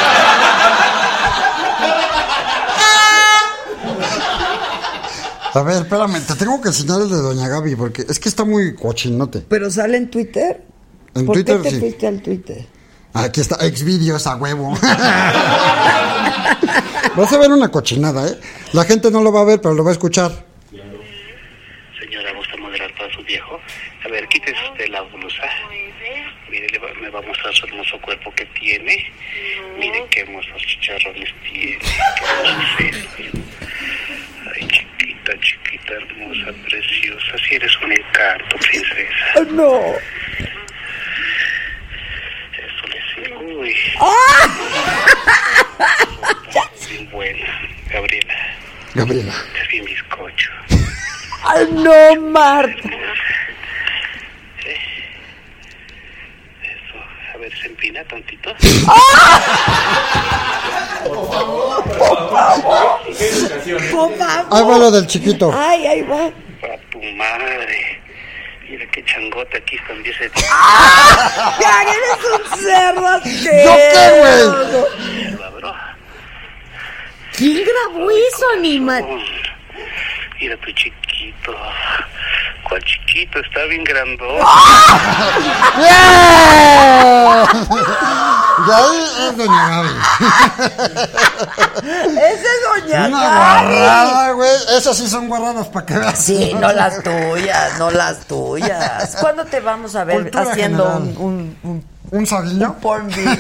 A ver, espérame, te tengo que enseñar el de Doña Gaby porque es que está muy cochinote. ¿Pero sale en Twitter? En ¿Por Twitter, qué te sí. fuiste al Twitter? Aquí está, Xvideos a huevo. Vas a ver una cochinada, ¿eh? La gente no lo va a ver, pero lo va a escuchar. Señora, ¿gusta moderar para su viejo? A ver, quítese usted la blusa. Mire, me va a mostrar su hermoso cuerpo que tiene. Mire qué hermosos chicharrones tiene. Qué hermoso es. Ay, chiquita, hermosa, preciosa. Si eres un encanto, princesa. No. Eso le sigo. Uy. Bien buena, Gabriela. Es bien bizcocho. ¡Ay, no, Marta! Eso, a ver, se empina tantito. Por favor. Ahí va lo del chiquito. Ay, ahí va. A tu madre. Mira qué changote aquí también se... ¡Ya eres un cerdo asqueroso! ¿Yo qué, güey? ¿Quién grabó eso, animal? Mira tu chiquito. ¿Cuál chiquito? Está bien grandote. Y ahí es Doña Gaby. Esa es Doña Una Gaby. guarrada, güey. Esas sí son guarradas para que veas. Sí, no las tuyas. ¿Cuándo te vamos a ver Cultura haciendo general. ¿Un saguiño? porn video?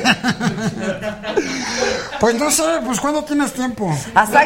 Pues no sé, pues ¿cuándo tienes tiempo? Hasta...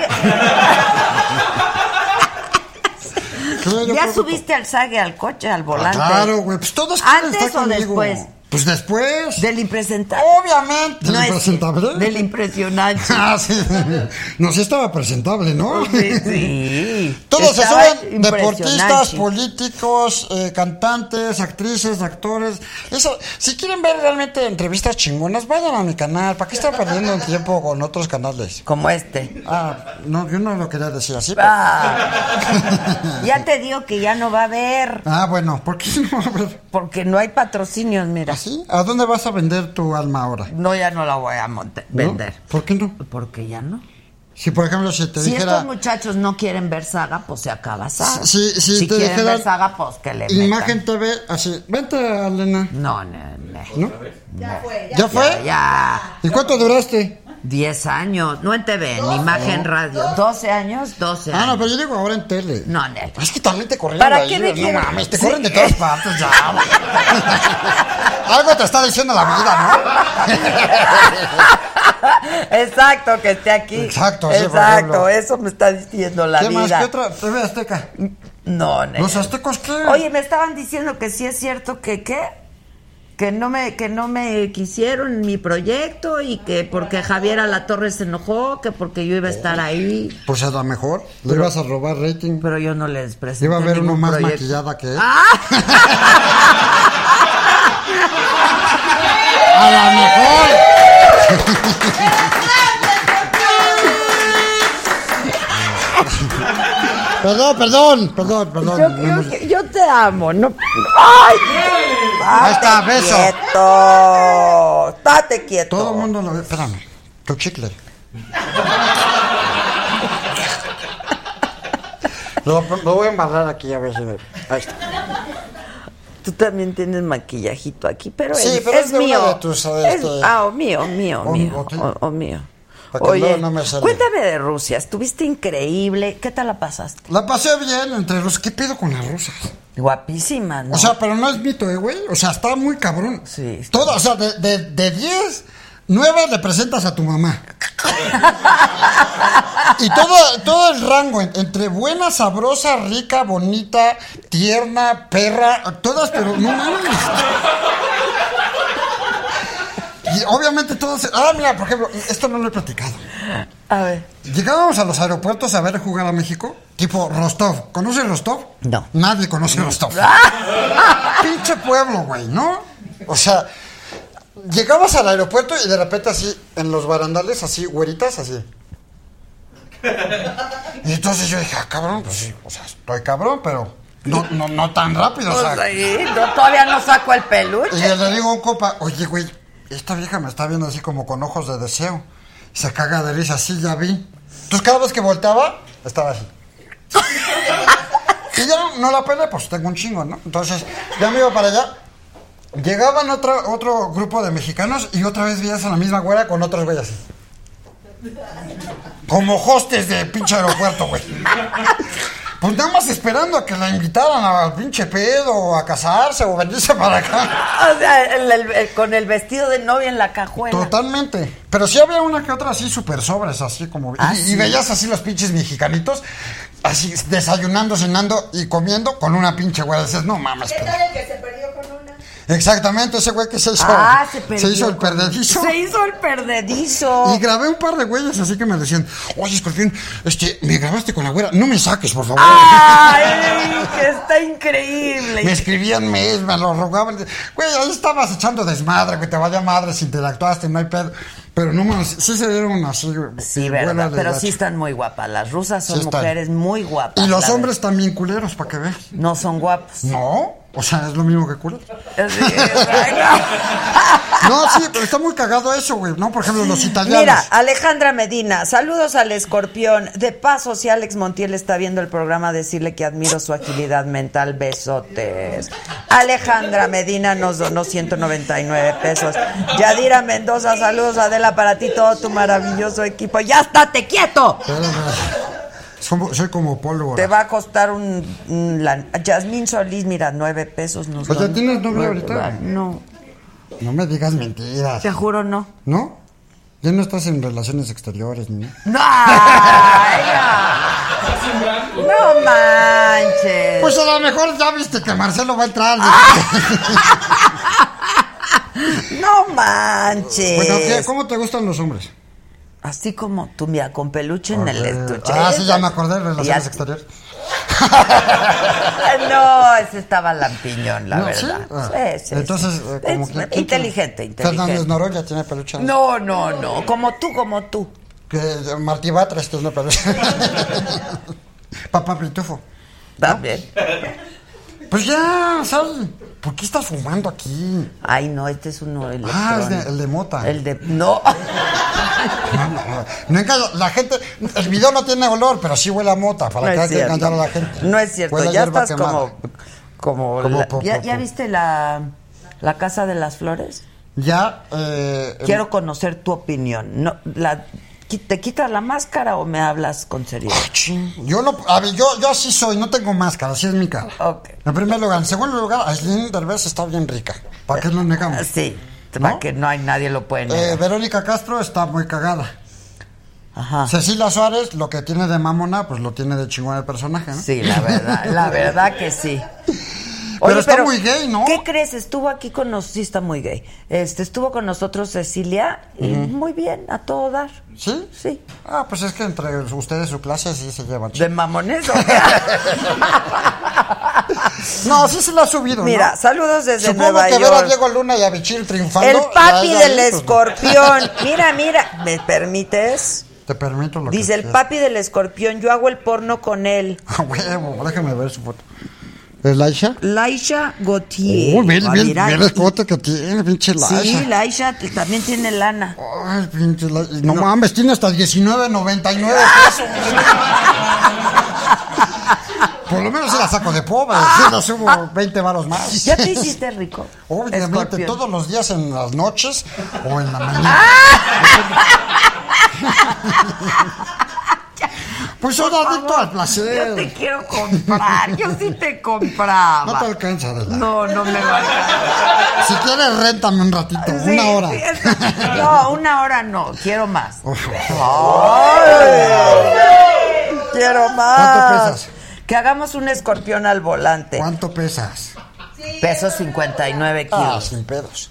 Yo ¿Ya creo que- subiste al sague al coche, al volante? Claro, güey, pues todos quieren ¿Antes estar o conmigo. después? Pues después. Del impresentable. Obviamente. No ¿Del es- presentable? Del impresionante. Ah, sí. No, sí estaba presentable, ¿no? Sí. Todos se Estaba suben, deportistas, impresionante. políticos, cantantes, actrices, actores. Eso, si quieren ver realmente entrevistas chingonas, vayan a mi canal. ¿Para qué están perdiendo tiempo con otros canales? Como este. Ah, no, yo no lo quería decir así. Ya te digo que ya no va a haber. Ah, bueno, ¿por qué no va a haber? Porque no hay patrocinios, mira. ¿Sí? ¿A dónde vas a vender tu alma ahora? No, ya no la voy a vender. ¿Por qué no? Porque ya no. Si, por ejemplo, si te Si dijera... estos muchachos no quieren ver Saga, pues se acaba Saga. Si si te quieren dijeran ver Saga, pues que le Imagen metan. TV, así, vente, Elena. No. ¿No? Ya fue. ¿Ya fue? Ya. ¿Y cuánto duraste? 10 años. No en TV, en Imagen Radio. 12 años, 12 años. Ah, no, pero yo digo ahora en tele. No, Nel. Es que también te corren ¿Para de qué ahí, me no quieren? mames, te Sí. corren de todas partes ya. Algo te está diciendo la vida, Exacto, que esté aquí. Exacto, sí, exacto, eso me está diciendo la ¿Qué vida. más? ¿Qué otra? TV Azteca. No, ¿Los aztecos qué? Oye, me estaban diciendo que sí es cierto que no me quisieron en mi proyecto y que porque Javier Alatorre se enojó, que porque yo iba a estar ahí. Pues a lo mejor le ibas a robar rating. Pero yo no les presenté. Iba a haber uno más proyecto. maquillada que él. ¡Ah! A lo mejor. Perdón. Yo te amo, no. ¡Ay! Ahí está, beso. Quieto. Estate quieto. Todo el mundo lo ve. Espérame, tu chicle. Lo voy a embarrar aquí a ver si me... Ahí está. Tú también tienes maquillajito aquí, pero sí, es, pero es de mío. Uno de tus, mío. Para que Oye, no me salga. cuéntame de Rusia. Estuviste increíble. ¿Qué tal la pasaste? La pasé bien entre los... ¿Qué pedo con las rusas? Guapísima, ¿no? O sea, pero no es mito, güey. O sea, está muy cabrón. Sí. Todo, o sea, de 10, 9 le presentas a tu mamá. Y todo el rango, entre buena, sabrosa, rica, bonita, tierna, perra, todas, pero no mames. Y obviamente todos... mira, por ejemplo, esto no lo he platicado. A ver. Llegábamos a los aeropuertos a ver jugar a México, tipo Rostov. ¿Conoces Rostov? No. Nadie conoce Rostov. Pinche pueblo, güey, ¿no? O sea, llegabas al aeropuerto y de repente así, en los barandales, así, güeritas, así. Y entonces yo dije, cabrón, pues sí, o sea, estoy cabrón, pero no tan rápido, o sea. Pues sí, todavía no saco el peluche. Y le digo a un compa, oye, güey, esta vieja me está viendo así como con ojos de deseo. Y se caga de risa, sí, ya vi. Entonces cada vez que volteaba, estaba así. Y ya no la pelé, pues tengo un chingo, ¿no? Entonces, ya me iba para allá. Llegaban otro grupo de mexicanos y otra vez veías a la misma güera con otros güeyes así. Como hostes de pinche aeropuerto, güey. Pues nada más esperando a que la invitaran al pinche pedo, o a casarse, o venirse para acá. O sea, con el vestido de novia en la cajuela. Totalmente. Pero sí había una que otra así súper sobres, así como... ¿Sí? Y veías así los pinches mexicanitos, así desayunando, cenando y comiendo con una pinche güera. Dices, no mames. ¿Qué tal el que se perdió con una? Exactamente, ese güey que se hizo... se hizo el perdedizo. Se hizo el perdedizo. Y grabé un par de güeyes así que me decían, oye, Escorpión, me grabaste con la güera, no me saques, por favor. ¡Ay! Que está increíble. Me escribían mails, me lo rogaban. Güey, ahí estabas echando desmadre, que te vaya madre si interactuaste, no hay pedo. Pero no más, sí se dieron así. Sí, verdad, pero sí están muy guapas. Las rusas son mujeres muy guapas. Y los hombres también culeros, para que veas. No son guapos. No, o sea, es lo mismo que culeros. No, sí, pero está muy cagado eso, güey, ¿no? Por ejemplo, los italianos. Mira, Alejandra Medina, saludos al Escorpión. De paso, si Alex Montiel está viendo el programa, decirle que admiro su agilidad mental. Besotes. Alejandra Medina nos donó 199 pesos. Yadira Mendoza, saludos, Adela, para ti, todo tu maravilloso equipo. ¡Ya estate quieto! Soy como pólvora. Te va a costar Yasmín Solís, mira, 9 pesos nos Pues ya tienes novio ahorita. No. No me digas mentiras. Te juro, no. ¿No? Ya no estás en relaciones exteriores, ¿no? ¡No! ¡No manches! Pues a lo mejor ya viste que Marcelo va a entrar. ¡No manches! Bueno, ¿cómo te gustan los hombres? Así como tú, mira, con peluche en el estuche. Sí, ya me acordé, relaciones exteriores. No, ese estaba lampiñón, la verdad. ¿Sí? Sí. Entonces, como que... Inteligente. Fernández Noroña tiene peluche. No. Como tú. Que Martí Batres tiene peluche. Papá Pitufo. También. Pues ya, sal. ¿Por qué estás fumando aquí? Ay, no, este es uno es el de mota. No. No engaño, la gente, el video no tiene olor, pero sí huele a mota, para que hay que engañar a la gente. No es cierto, huele ya estás como ¿Ya viste la Casa de las Flores? Ya. Quiero conocer tu opinión. No, ¿te quitas la máscara o me hablas con seriedad? Yo así soy, no tengo máscara, así es mi cara. Okay. En primer lugar. En segundo lugar, Aislinn Derbez está bien rica. ¿Para qué lo negamos? Sí. Para que nadie lo puede negar. Verónica Castro está muy cagada. Ajá. Cecilia Suárez, lo que tiene de mamona, pues lo tiene de chingón el personaje, ¿no? Sí, la verdad que sí. Pero está muy gay, ¿no? ¿Qué crees? Estuvo aquí con nosotros, sí está muy gay. Estuvo con nosotros Cecilia y muy bien, a todo dar. ¿Sí? Sí. Ah, pues es que entre ustedes su clase sí se llevan. ¿De mamones o No, sí se la ha subido, Mira, ¿no? saludos desde Supongo Nueva que York. ver a Diego Luna y a Bichir triunfando. El papi ya, del pues, escorpión. Mira, ¿me permites? Te permito lo Dice que el quieras. papi del escorpión, yo hago el porno con él. Ah, huevo, déjame ver su foto. ¿Es Laisha? Laisha Gautier. Bien Mira, el escote que tiene, pinche Laisha. sí, Laisha también tiene lana. Ay, pinche Laisha. No mames, tiene hasta $19.99 pesos. Por lo menos se la saco de pobre. Sí, la subo 20 varos más. ¿Ya te hiciste rico? Obviamente, Escorpión. todos los días en las noches o en la mañana. Pues soy adicto al placer. Yo te quiero comprar. Yo sí te compraba. No te alcanza, Adela. No me va a alcanzar. Si quieres, réntame un ratito, Sí, una hora. sí, no, una hora no. Quiero más. Uf. Quiero más. ¿Cuánto pesas? Que hagamos un escorpión al volante. ¿Cuánto pesas? Peso 59 Ah, kilos. sin pedos.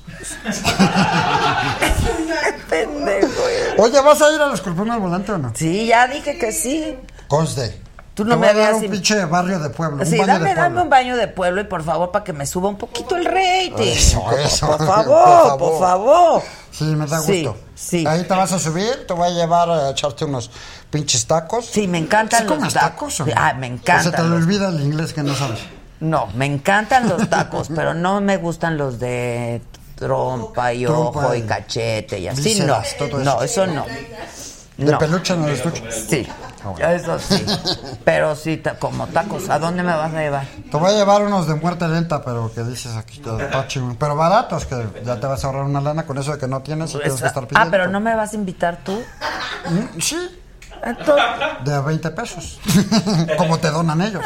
Pendejo. Oye, ¿vas a ir al escorpión al volante o no? Sí, ya dije que sí. Conste. Tú no Te me voy a dar habías un pinche barrio de pueblo. Sí, un baño de dame pueblo. un baño de pueblo y por favor para que me suba un poquito el rating. Eso. Por favor. Sí, me da Sí, gusto. sí. Ahí te vas a subir, te voy a llevar a echarte unos pinches tacos. Sí, me encantan ¿Sí los comes tacos. o no? Ah, me encantan. O se te los- olvida el inglés que no sabes. No, me encantan los tacos, pero no me gustan los de trompa y ojo y cachete y así. Vísceras, todo eso. No, eso no. ¿De No. peluche no lo escucho? Sí, eso sí. Pero sí, como tacos. ¿A dónde me vas a llevar? Te voy a llevar unos de muerte lenta, pero que dices aquí, está chingón. Pero baratos, que ya te vas a ahorrar una lana con eso de que no tienes y tienes que estar pidiendo. Pero no me vas a invitar tú. Sí, Entonces, de 20 pesos. Como te donan ellos.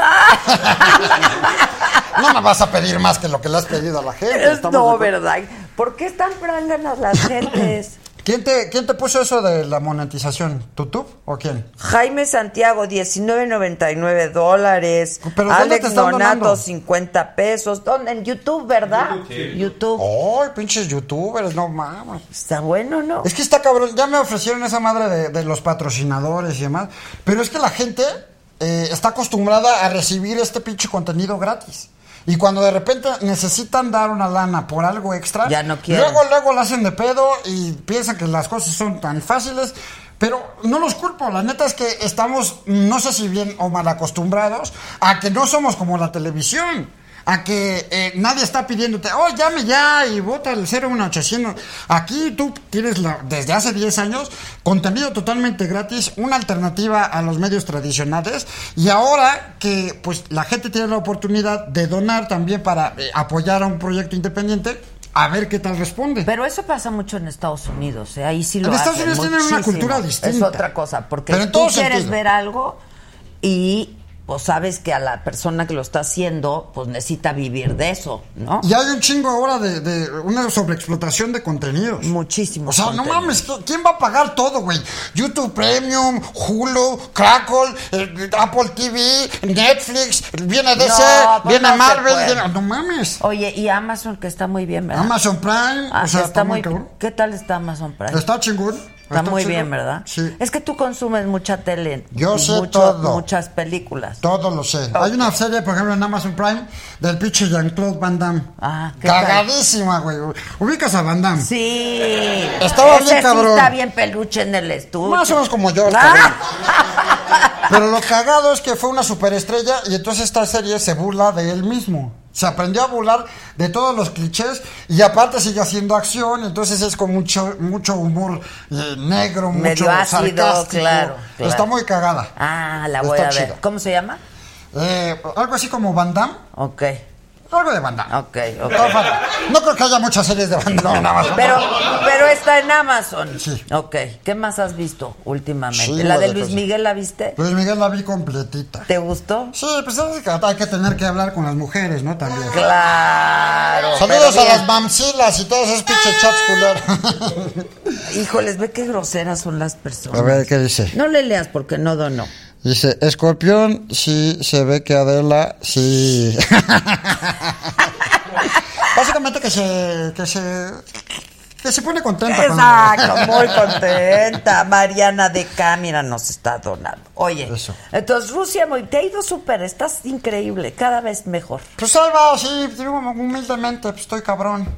No me vas a pedir más que lo que le has pedido a la gente. estamos de no, acuerdo. ¿verdad? ¿Por qué están pránganas las gentes? ¿Quién te puso eso de la monetización? ¿YouTube o quién? Jaime Santiago, $19.99. ¿Pero dónde Alex te están Donato, donando? 50 pesos. ¿Dónde? En YouTube, ¿verdad? YouTube. ¡Ay, pinches youtubers! No mames. Está bueno, ¿no? Es que está cabrón. Ya me ofrecieron esa madre de los patrocinadores y demás. Pero es que la gente está acostumbrada a recibir este pinche contenido gratis. Y cuando de repente necesitan dar una lana por algo extra, Ya no quieren. luego la hacen de pedo y piensan que las cosas son tan fáciles. Pero no los culpo, la neta es que estamos, no sé si bien o mal acostumbrados, a que no somos como la televisión. A que nadie está pidiéndote, llame ya y vota el 01800. Aquí tú tienes desde hace 10 años contenido totalmente gratis, una alternativa a los medios tradicionales. Y ahora que pues la gente tiene la oportunidad de donar también para apoyar a un proyecto independiente, a ver qué tal responde. Pero eso pasa mucho en Estados Unidos, Ahí sí lo En Estados hacen Unidos tienen una muchísimo. cultura distinta. Es otra cosa, porque Pero en tú todo quieres sentido. ver algo y pues sabes que a la persona que lo está haciendo pues necesita vivir de eso, ¿no? Y hay un chingo ahora de una sobreexplotación de contenidos. Muchísimo. O sea, no mames, ¿quién va a pagar todo, güey? YouTube Premium, Hulu, Crackle, Apple TV, Netflix, viene DC, No, pues viene no se Marvel, puede. no mames. Oye, y Amazon que está muy bien, ¿verdad? Amazon Prime, o sea, está muy cabrón. ¿Qué tal está Amazon Prime? Está chingón. Está muy chido. bien, ¿verdad? Sí. Es que tú consumes mucha tele. Yo y sé todo. Muchas películas. Todo lo sé. Hay una serie, por ejemplo, en Amazon Prime del pinche Jean-Claude Van Damme. ¿qué tal? Cagadísima, güey. ¿Ubicas a Van Damme? Sí. Estaba Ese bien cabrón. Sí está bien peluche en el estudio. Más o menos como yo, cabrón. Pero lo cagado es que fue una superestrella y entonces esta serie se burla de él mismo. Se aprendió a burlar de todos los clichés y aparte sigue haciendo acción, entonces es con mucho humor negro, Medio mucho ácido, sarcástico. claro. Está muy cagada. La voy Está a ver. chida. ¿Cómo se llama? Algo así como Van Damme. Ok. Algo de Van Damme. Ok. No creo que haya muchas series de Van Damme. Nada más. Pero está en Amazon. Sí. Ok. ¿Qué más has visto últimamente? Sí, ¿La de lo de Luis cosas. Miguel la viste? Luis Miguel la vi completita. ¿Te gustó? Sí, pues es que hay que tener que hablar con las mujeres, ¿no? También. Claro. Saludos pero a bien. las mamsilas y todos esos pinches chats culeros. Híjoles, ve qué groseras son las personas. A ver, ¿qué dice? No le leas porque no donó. Dice, Escorpión, sí, se ve que Adela, sí. Básicamente que se pone contenta. Exacto, muy contenta. Mariana de Cámara nos está donando. Oye, Eso. entonces Rusia, te ha ido súper, estás increíble, cada vez mejor. Pues ahí va, sí, digo, humildemente, pues estoy cabrón.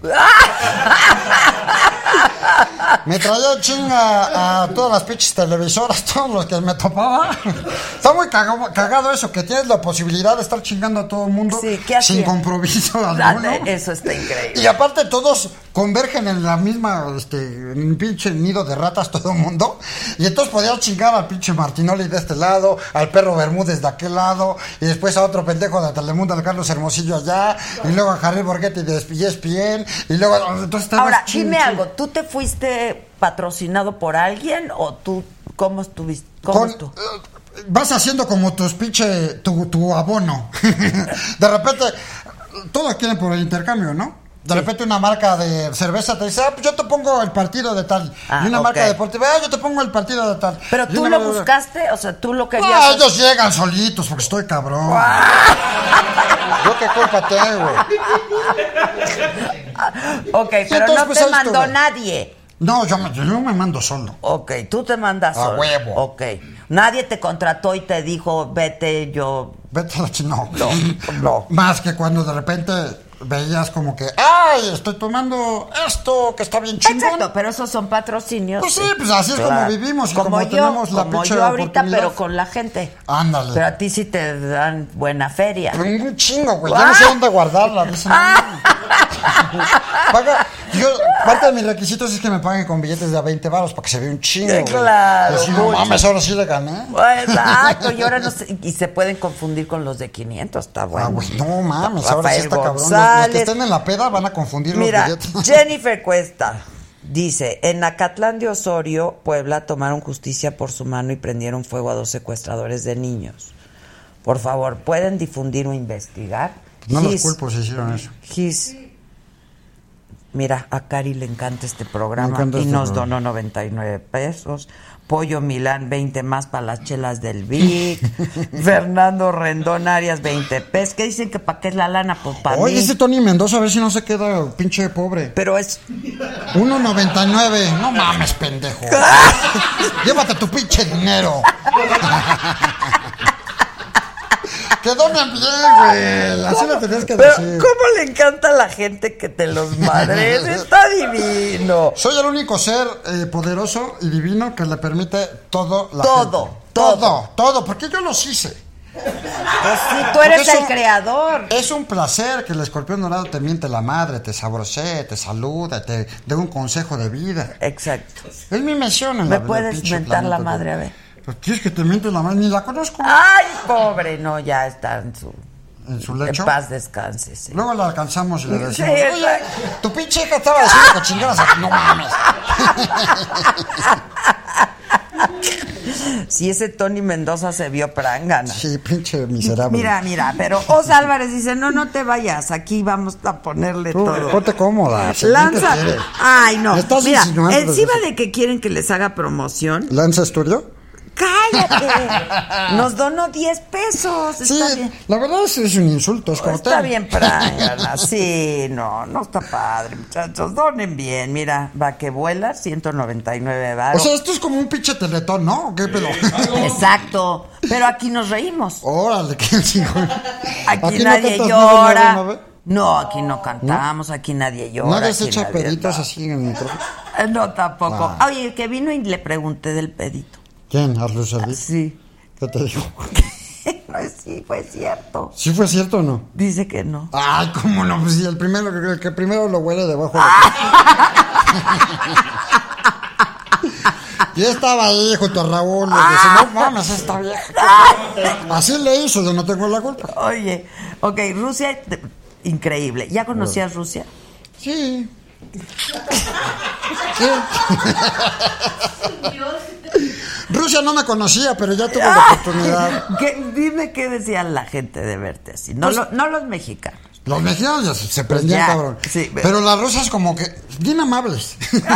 Me traía chinga a todas las pinches televisoras, todos los que me topaba. Está muy cagado eso, que tienes la posibilidad de estar chingando a todo el mundo Sí, ¿qué hacía? sin compromiso alguno. Eso está increíble. Y aparte todos convergen en la misma, en un pinche nido de ratas todo el mundo. Y entonces podías chingar al pinche Martinoli de este lado, al perro Bermúdez de aquel lado, y después a otro pendejo de Telemundo, al Carlos Hermosillo allá, y luego a Javier Borghetti de ESPN, y luego entonces Ahora, chin, dime chin. algo, ¿tú te fuiste patrocinado por alguien o tú, cómo estuviste? ¿Cómo estuvo? Vas haciendo como tus pinche, tu abono. De repente, todos quieren por el intercambio, ¿no? De repente una marca de cerveza te dice, pues yo te pongo el partido de tal. Y una marca deportiva, yo te pongo el partido de tal. Pero Y tú una- lo buscaste, o sea, tú lo querías. No, ellos llegan solitos porque estoy cabrón. Yo qué culpa tengo. Ok, pero entonces, no pues, te ahí mandó estuve. nadie. No, yo me mando solo. Ok, tú te mandas A solo. huevo. Ok. Nadie te contrató y te dijo, vete, yo... Vete a la chino. No. Más que cuando de repente veías como que, ay, estoy tomando esto que está bien chingón. Exacto, pero esos son patrocinios. Pues sí, pues así es como vivimos y como tenemos la como pinche yo ahorita, oportunidad. pero con la gente. Ándale. Pero a ti sí te dan buena feria. Un chingo, güey. Ya no sé dónde guardarla. Dice, no. Parte de mis requisitos es que me paguen con billetes de a 20 varos para que se vea un chingo, güey. Claro, Pues, no mucho. mames, ahora sí le gané. Exacto, y ahora no sé, y se pueden confundir con los de 500, está bueno. Ah, güey, no mames, ahora sí Rafael está cabrón. Los González. que estén en la peda van a confundir Mira, los billetes. Jennifer Cuesta dice, en Acatlán de Osorio, Puebla, tomaron justicia por su mano y prendieron fuego a 2 secuestradores de niños. Por favor, ¿pueden difundir o investigar? No los culpo si hicieron eso. Mira, a Cari le encanta este programa encanta y este nos programa. donó 99 pesos. Pollo Milán, 20 más para las chelas del Vic. Fernando Rendón Arias, 20 pesos. ¿Qué dicen que para qué es la lana? Pues para Oye, mí. ese Tony Mendoza, a ver si no se queda pinche pobre. Pero es... 1.99. No mames, pendejo. Llévate tu pinche dinero. Que donen bien, güey. Así lo tenías que Pero, decir. ¿cómo le encanta a la gente que te los madres? Está divino. Soy el único ser poderoso y divino que le permite todo la Todo, gente. todo. Todo, porque yo los hice. Pues sí, tú eres Porque el creador. Es un placer que el escorpión dorado te miente la madre, te sabrosee, te saluda, te dé un consejo de vida. Exacto. Es mi misión en ¿Me la puedes pinche mentar la planeta, madre? güey. A ver. Pues quieres que te miente la madre, ni la conozco. Ay, pobre, no, ya está en su lecho. En paz descanse, sí. Luego la alcanzamos y le decimos, Sí, oye, exacto. tu pinche hija estaba diciendo que chingaras a... No mames. Si ese Tony Mendoza se vio prangana. Sí, pinche miserable. Mira, pero Os Álvarez dice, no te vayas, aquí vamos a ponerle Tú, todo. ponte cómoda. si Lanza. bien te quiere. Ay, no. Me estás Mira, insinuando encima desde- de que quieren que les haga promoción, ¿Lanza Estudio? ¡cállate! Nos donó 10 pesos. Sí, Está bien. la verdad es un insulto. Es como Está ten. bien prangana, sí, no está padre, muchachos, donen bien. Mira, va que vuela, 199 O baros. sea, esto es como un pinche teletón, ¿no? ¿Qué pedo? Exacto, pero aquí nos reímos. Órale, qué chingón. Aquí no nadie cantas llora. nada, ¿no? No, aquí no cantamos, aquí nadie llora. ¿Nadie se aquí echa nadie peditos está. así en el micrófono? No, tampoco. Ah. Oye, el que vino y le pregunté del pedito. ¿Quién? ¿A Luz Serví? Sí. ¿Qué te dijo? No, sí, fue cierto. ¿Sí fue cierto o no? Dice que no. Ay, ¿cómo no? Pues si el que primero lo huele debajo de... Yo estaba ahí junto a Raúl, le dije, no mames, esta vieja. Así le hizo, yo no tengo la culpa. Oye, ok, Rusia, Increíble. ¿Ya conocías Rusia? Sí. ¿Qué? Rusia no me conocía, pero ya tuve la oportunidad. Dime qué decía la gente de verte así. No, Pues, no los mexicanos. Los mexicanos ya se prendían, cabrón. Sí, pero las rusas como que bien amables.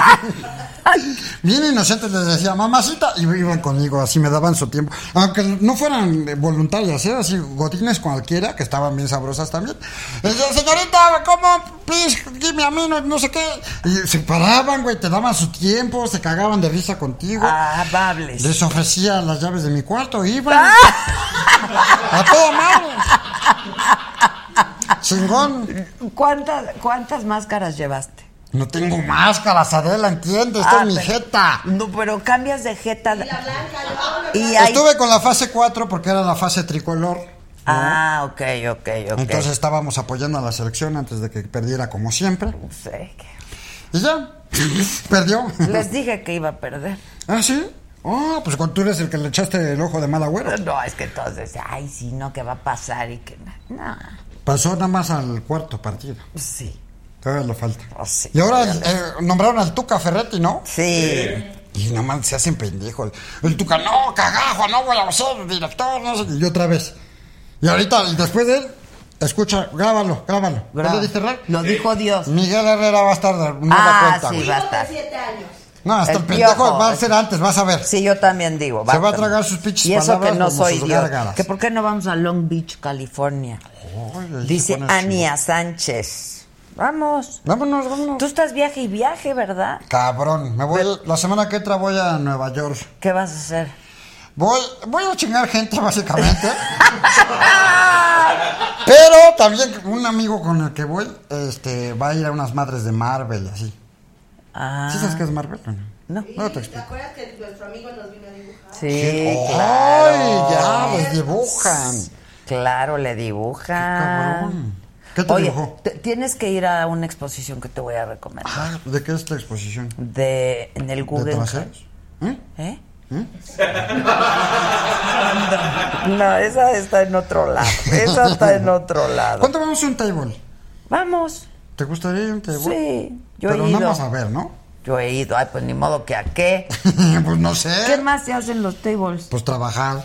Bien inocentes, les decía, mamacita, y iban conmigo, así me daban su tiempo. Aunque no fueran voluntarias, así godines cualquiera, que estaban bien sabrosas también. Y yo, señorita, ¿cómo? Please, give me a minute, no sé qué. Y se paraban, güey, te daban su tiempo, se cagaban de risa contigo. Amables. Les ofrecía las llaves de mi cuarto, iban. A toda madre. Chingón. ¿Cuántas máscaras llevaste? No tengo máscaras, Adela, entiende, esta es mi jeta. No, pero cambias de jeta. Estuve con la fase 4 porque era la fase tricolor. Ah, ok. Entonces estábamos apoyando a la selección antes de que perdiera como siempre. Sí. Y ya, perdió. Les dije que iba a perder. ¿Ah, sí? Oh, pues cuando tú eres el que le echaste el ojo de mal agüero. No, es que entonces, ay, sí, no, ¿qué va a pasar? Y que no. Pasó nada más al cuarto partido. Sí. Todavía le falta. Oh, sí. Y ahora nombraron al Tuca Ferretti, ¿no? Sí. Y nada más se hacen pendejos. El Tuca, no, cagajo, no voy a ser director, no sé. Y otra vez. Y ahorita, después de él, escucha, grábalo. ¿No le diste raro? Lo dijo Dios. Miguel Herrera va a estar de nueva cuenta. Sí, güey. va a estar. 7 años. No, hasta el Piojo. pendejo va a ser antes, vas a ver. Sí, yo también digo. Se va a tragar sus pinches y eso palabras que no como soy sus Dios. gárgaras. ¿Que por qué no vamos a Long Beach, California? Ay, Dice se pone Ania Sánchez. Vámonos. Vámonos. Tú estás viaje y viaje, ¿verdad? Cabrón, me voy, la semana que entra voy a Nueva York. ¿Qué vas a hacer? Voy a chingar gente, básicamente. Pero también un amigo con el que voy, va a ir a unas madres de Marvel, así. ¿Sí sabes qué es Marvel? No. No te ¿Te explico. acuerdas que nuestro amigo nos vino a dibujar? Sí, ¡Ay, claro. ya! Les dibujan. Claro, le dibujan. Cabrón. ¿Qué te Oye, dibujó? tienes que ir a una exposición que te voy a recomendar. Ah, ¿de qué es esta exposición? En el ¿De Guggenheim. traseros? ¿Eh? No, esa está en otro lado. Esa está en otro lado. ¿Cuánto vamos a un table? Vamos. ¿Te gustaría ir a un table? Sí, yo Pero he ido. nada más a ver, ¿no? Yo he ido. Ay, pues ni modo que a qué. Pues no sé. ¿Qué más se hacen los tables? Pues trabajar.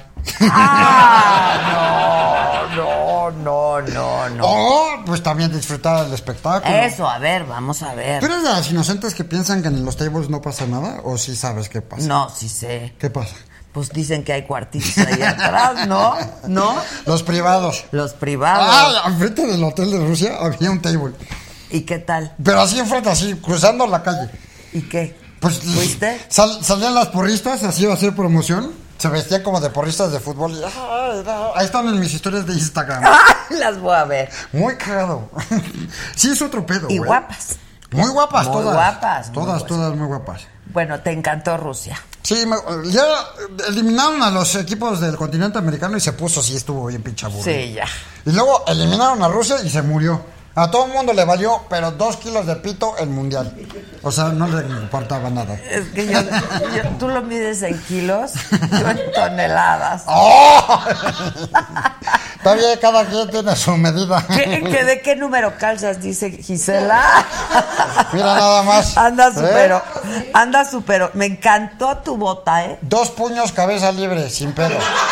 No. Oh, pues también disfrutar del espectáculo. Eso, a ver, vamos a ver. ¿Tú eres de las inocentes que piensan que en los tables no pasa nada? ¿O sí sabes qué pasa? No, sí sé. ¿Qué pasa? Pues dicen que hay cuartitos ahí atrás, ¿no? ¿No? Los privados. Los privados. Ah, enfrente del hotel de Rusia había un table. ¿Y qué tal? Pero así enfrente, así, cruzando la calle. ¿Y qué? Pues ¿Fuiste? Salían las porristas, así iba a hacer promoción. Se vestían como de porristas de fútbol. Y, ahí están en mis historias de Instagram. Las voy a ver. Muy cagado. Sí, es otro pedo, Y güey. guapas. Muy guapas, Muy todas. guapas, muy Todas, guapas. todas muy guapas. Bueno, te encantó Rusia. Sí, ya eliminaron a los equipos del continente americano y se puso, sí, estuvo bien pinche aburrido. Sí, ya. Y luego eliminaron a Rusia y se murió. A todo el mundo le valió, pero 2 kilos de pito el mundial. O sea, no le importaba nada. Es que tú lo mides en kilos, yo en toneladas. ¡Oh! Está bien, cada quien tiene su medida. ¿De qué número calzas? Dice Gisela. Mira nada más. Anda súper. Me encantó tu bota, ¿eh? 2 puños, cabeza libre, sin pedo.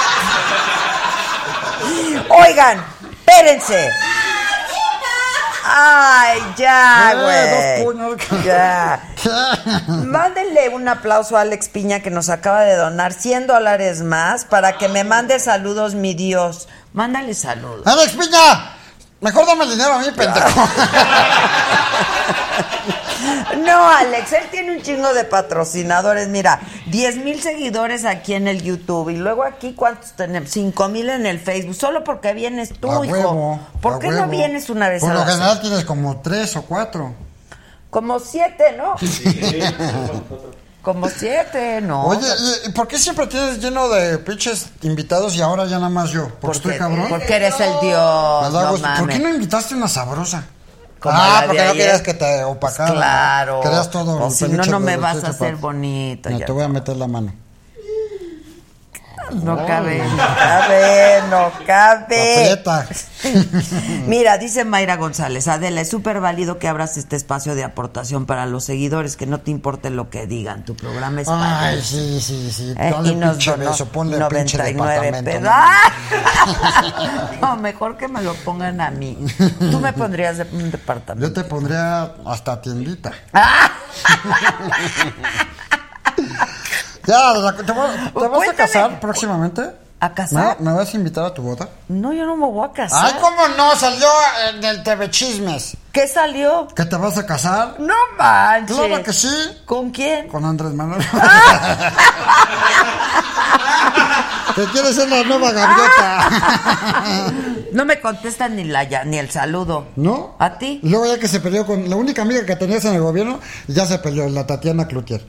Oigan, espérense. Ay, ya, güey. 2 puños. Ya. Mándenle un aplauso a Alex Piña que nos acaba de donar $100 más para que me mande saludos, mi Dios. Mándale saludos. ¡Alex Piña! Mejor dame el dinero a mí, pendejo. No, Alex, él tiene un chingo de patrocinadores. Mira, 10,000 seguidores aquí en el YouTube. Y luego aquí, ¿cuántos tenemos? 5,000 en el Facebook. Solo porque vienes tú, A hijo. huevo, ¿Por a qué huevo. no vienes una vez Por a lo la general semana? tienes como 3 o 4. Como 7, ¿no? Como 7, ¿no? Oye, ¿y por qué siempre tienes lleno de pinches invitados y ahora ya nada más yo? ¿Porque estoy cabrón? Porque eres el Dios. Me da No gusto. ¿Por mames. qué no invitaste una sabrosa? Como la de porque no ayer. querías que te opacara. Pues claro. Querías todo. O si no, pinche no me de vas a leche hacer para- bonito. No, ya. te voy a meter la mano. No cabe. Aprieta. Mira, dice Mayra González, Adela, es súper válido que abras este espacio de aportación para los seguidores, que no te importe lo que digan, tu programa es Ay, padre. sí. Y nos pinche donó beso, ponle 99 pinche pesos. departamento. No, mejor que me lo pongan a mí. Tú me pondrías de un departamento. Yo te pondría hasta tiendita. Ya, ¿te vas a casar próximamente? ¿A casar? ¿Me vas a invitar a tu boda? No, yo no me voy a casar. Ay, ¿cómo no? Salió en el TV Chismes. ¿Qué salió? ¿Que te vas a casar? No manches. Claro que sí. ¿Con quién? Con Andrés Manuel. ¿Te quieres ser la nueva gaviota? No me contestan ni el saludo. ¿No? ¿A ti? Luego ya que se peleó con la única amiga que tenías en el gobierno, ya se peleó, la Tatiana Cloutier.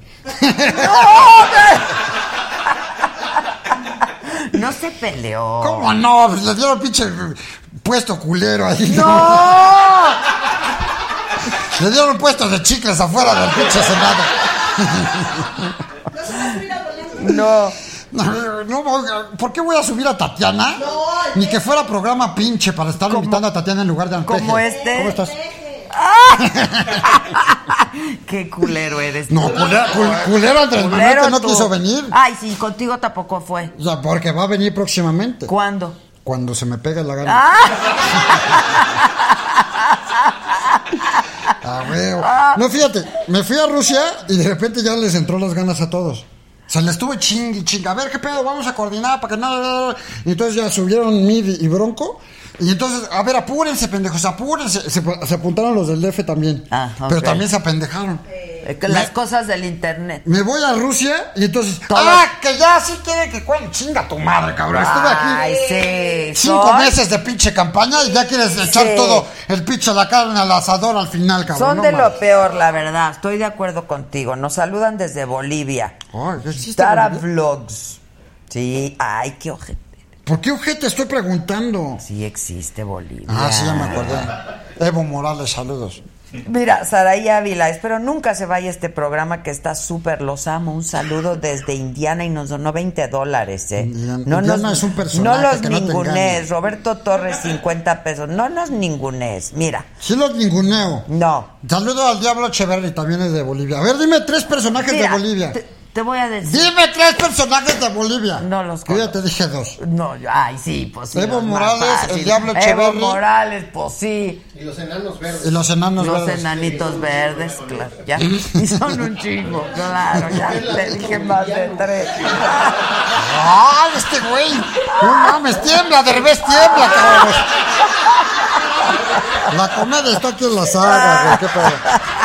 No se peleó. ¿Cómo no? Pues le dieron pinche puesto culero ahí. ¡No! Le dieron puestos de chicles afuera del pinche Senado. No. No, ¿por qué voy a subir a Tatiana? No, ni que fuera programa pinche para estar invitando a Tatiana en lugar de Anteje. ¿Cómo este? ¿Cómo estás? Qué culero eres. No, culero Andrés Manuel que no quiso venir. Ay, sí, contigo tampoco fue. O sea, porque va a venir próximamente. ¿Cuándo? Cuando se me pegue la gana. No, fíjate, me fui a Rusia y de repente ya les entró las ganas a todos. O sea, le estuve chingue. A ver, ¿qué pedo? Vamos a coordinar para que nada. Y entonces ya subieron Mid y Bronco. Y entonces, a ver, apúrense, pendejos, apúrense. Se apuntaron los del DF también. Okay. Pero también se apendejaron. Las cosas del internet. Me voy a Rusia y entonces. Todos. Que ya sí quiere que cuente. Chinga tu madre, cabrón. Estuve aquí. Sí. 5 meses de pinche campaña y ya quieres echar todo el pinche la carne al asador al final, cabrón. Son de lo peor, la verdad. Estoy de acuerdo contigo. Nos saludan desde Bolivia. Ay, ¿qué existe Tara Bolivia? Vlogs. Sí, ay, qué ojete. ¿Por qué ojete estoy preguntando? Sí existe Bolivia. Sí, ya me acordé. Evo Morales, saludos. Mira, Saraí Ávila, espero nunca se vaya este programa que está súper, los amo. Un saludo desde Indiana y nos donó $20, Indiana es un personaje no los que no te ningunés. engaña. Roberto Torres, 50 pesos. No los ningunés, mira. Sí los ninguneo. No. Saludo al Diablo Echeverri, también es de Bolivia. A ver, dime 3 personajes de Bolivia. Te voy a decir. Dime 3 personajes de Bolivia. No los conozco. Yo ya te dije 2. No, ay, sí, pues sí. Evo Morales, el Diablo Echeverri. Evo Morales, pues sí. Y los enanos verdes. Y los enanos verdes. Los enanitos verdes, claro. Ya. Y son un chingo, claro. Ya te dije más de 3. ¡Ay, este güey! No mames, tiembla, Derbez, tiembla, cabrón. La comedia está aquí en la saga, güey. ¿Qué pedo?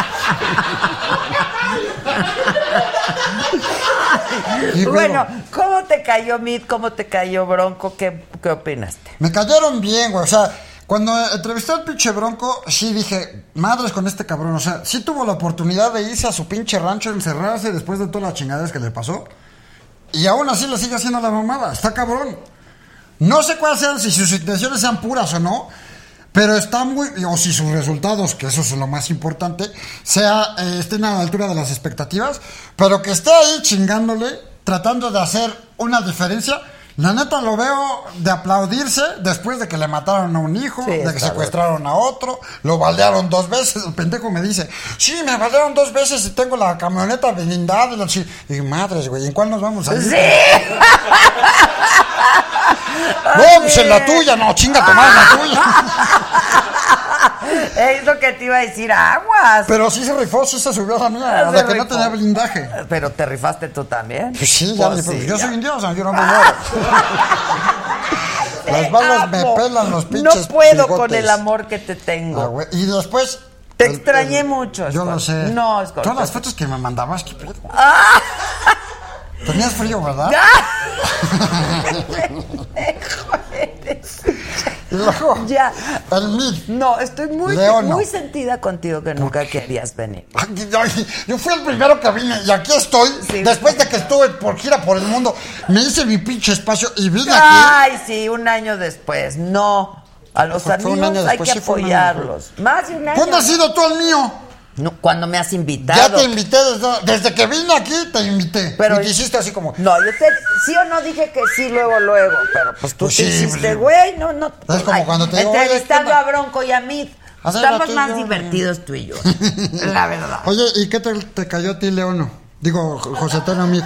Bueno, ¿cómo te cayó Mid? ¿Cómo te cayó Bronco? ¿Qué opinaste? Me cayeron bien, güey. O sea, cuando entrevisté al pinche Bronco, sí dije, madres con este cabrón. O sea, sí tuvo la oportunidad de irse a su pinche rancho, encerrarse después de todas las chingaderas que le pasó. Y aún así le sigue haciendo la mamada. Está cabrón. No sé cuáles sean, si sus intenciones sean puras o no. Pero está muy... O si sus resultados, que eso es lo más importante, estén a la altura de las expectativas. Pero que esté ahí chingándole, tratando de hacer una diferencia. La neta lo veo de aplaudirse después de que le mataron a un hijo, sí, de que secuestraron a otro, lo balearon 2 veces. El pendejo me dice, sí, me balearon 2 veces y tengo la camioneta blindada. Y madres, güey, ¿en cuál nos vamos a ir? ¡Sí! No, pues en la tuya, no, chinga tu madre, la tuya. Es lo que te iba a decir, aguas. Pero sí se rifó, sí se subió a la mía, a la que no tenía blindaje. Pero te rifaste tú también. Pues sí, ya, pues sí, yo ya. soy indiosa, yo no me muero. Las balas me pelan los pinches. No puedo bigotes. con el amor que te tengo. Y después... Te extrañé mucho. Yo lo sé. No, Scott. Todas las fotos que me mandabas, ¿qué pedo? Tenías frío, ¿verdad? Y luego, ya. El Mid. No, estoy muy sentida contigo que nunca querías venir. Yo fui el primero que vine y aquí estoy. Sí. Después de que estuve por gira por el mundo, me hice mi pinche espacio y vine aquí. Ay, sí, un año después. No. A los amigos hay que apoyarlos. Más de un año. ¿Cuándo has sido tú el mío? No, cuando me has invitado. Ya te invité desde que vine aquí, te invité. Pero y te hiciste así como... No, yo sí o no dije que sí, luego, pero pues tú Pues te sí, hiciste, pues, güey, no. Es como cuando te digo, oye, entrevistando ¿qué a Bronco y a mí. Estamos más divertidos tú y yo, la verdad. Oye, ¿y qué te cayó a ti, Leono? Digo, José Antonio Mit.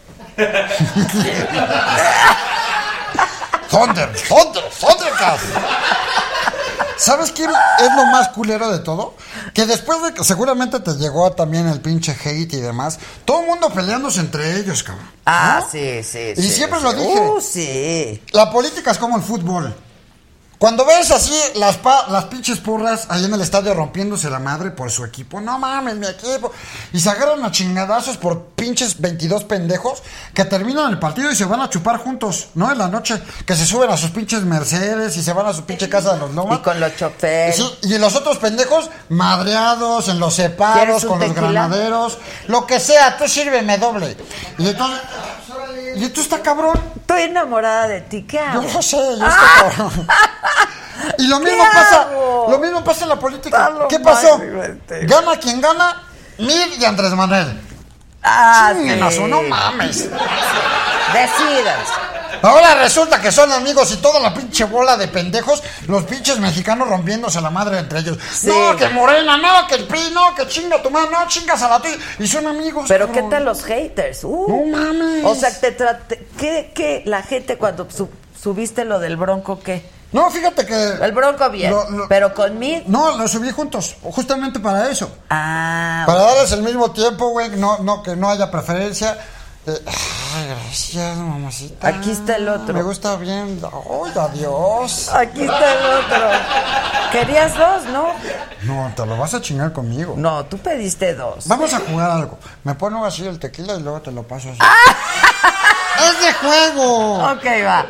Thundercats. ¿Sabes quién es lo más culero de todo? Que después de que seguramente te llegó también el pinche hate y demás, todo el mundo peleándose entre ellos, cabrón. Ah, ¿no? sí. Y siempre lo dije. Sí. La política es como el fútbol. Cuando ves así las pinches porras ahí en el estadio rompiéndose la madre por su equipo, no mames, mi equipo, y se agarran a chingadazos por pinches 22 pendejos que terminan el partido y se van a chupar juntos, ¿no? En la noche, que se suben a sus pinches Mercedes y se van a su pinche casa de los Lomas. Y con los choferes. Sí, y los otros pendejos madreados, en los separos, con los granaderos, lo que sea, tú sírveme doble. Y entonces... Y esto está cabrón. Estoy enamorada de ti, ¿qué hago? Yo no sé, yo estoy cabrón. Y lo mismo pasa en la política. ¿Qué pasó? Gana quien gana, Mir y Andrés Manuel. Sí. No mames. Decidas. Ahora resulta que son amigos y toda la pinche bola de pendejos, los pinches mexicanos rompiéndose la madre entre ellos. Sí. No, que Morena, no, que el PRI, no, que chinga tu madre, no, chingas a la tuya. Y son amigos. Pero ¿qué tal los haters? No mames. O sea, ¿qué la gente cuando subiste lo del Bronco, qué? No, fíjate que... El Bronco bien, pero con mí... No, lo subí juntos, justamente para eso. Para darles el mismo tiempo, güey, no, que no haya preferencia. Ay, gracias, mamacita. Aquí está el otro. Me gusta bien. Ay, adiós. Aquí está el otro. ¿Querías dos, no? No, te lo vas a chingar conmigo. No, tú pediste dos. Vamos a jugar algo. Me pongo así el tequila y luego te lo paso así. ¡Es de juego! Ok, va.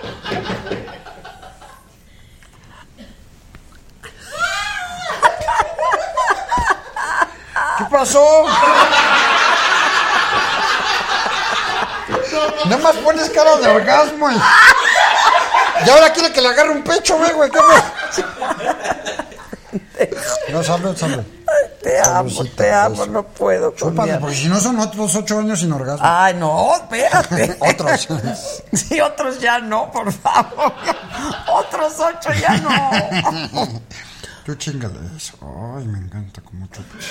¿Qué pasó? Nada más pones cara de orgasmo y ahora quiere que le agarre un pecho, güey. ¿Qué no, salud. Te amo, no puedo. Chúpale, porque si no son otros 8 años sin orgasmo. Ay, no, espérate. Otros. Sí, otros ya no, por favor. Otros 8 ya no. Tú chingale eso. Ay, me encanta como chupas.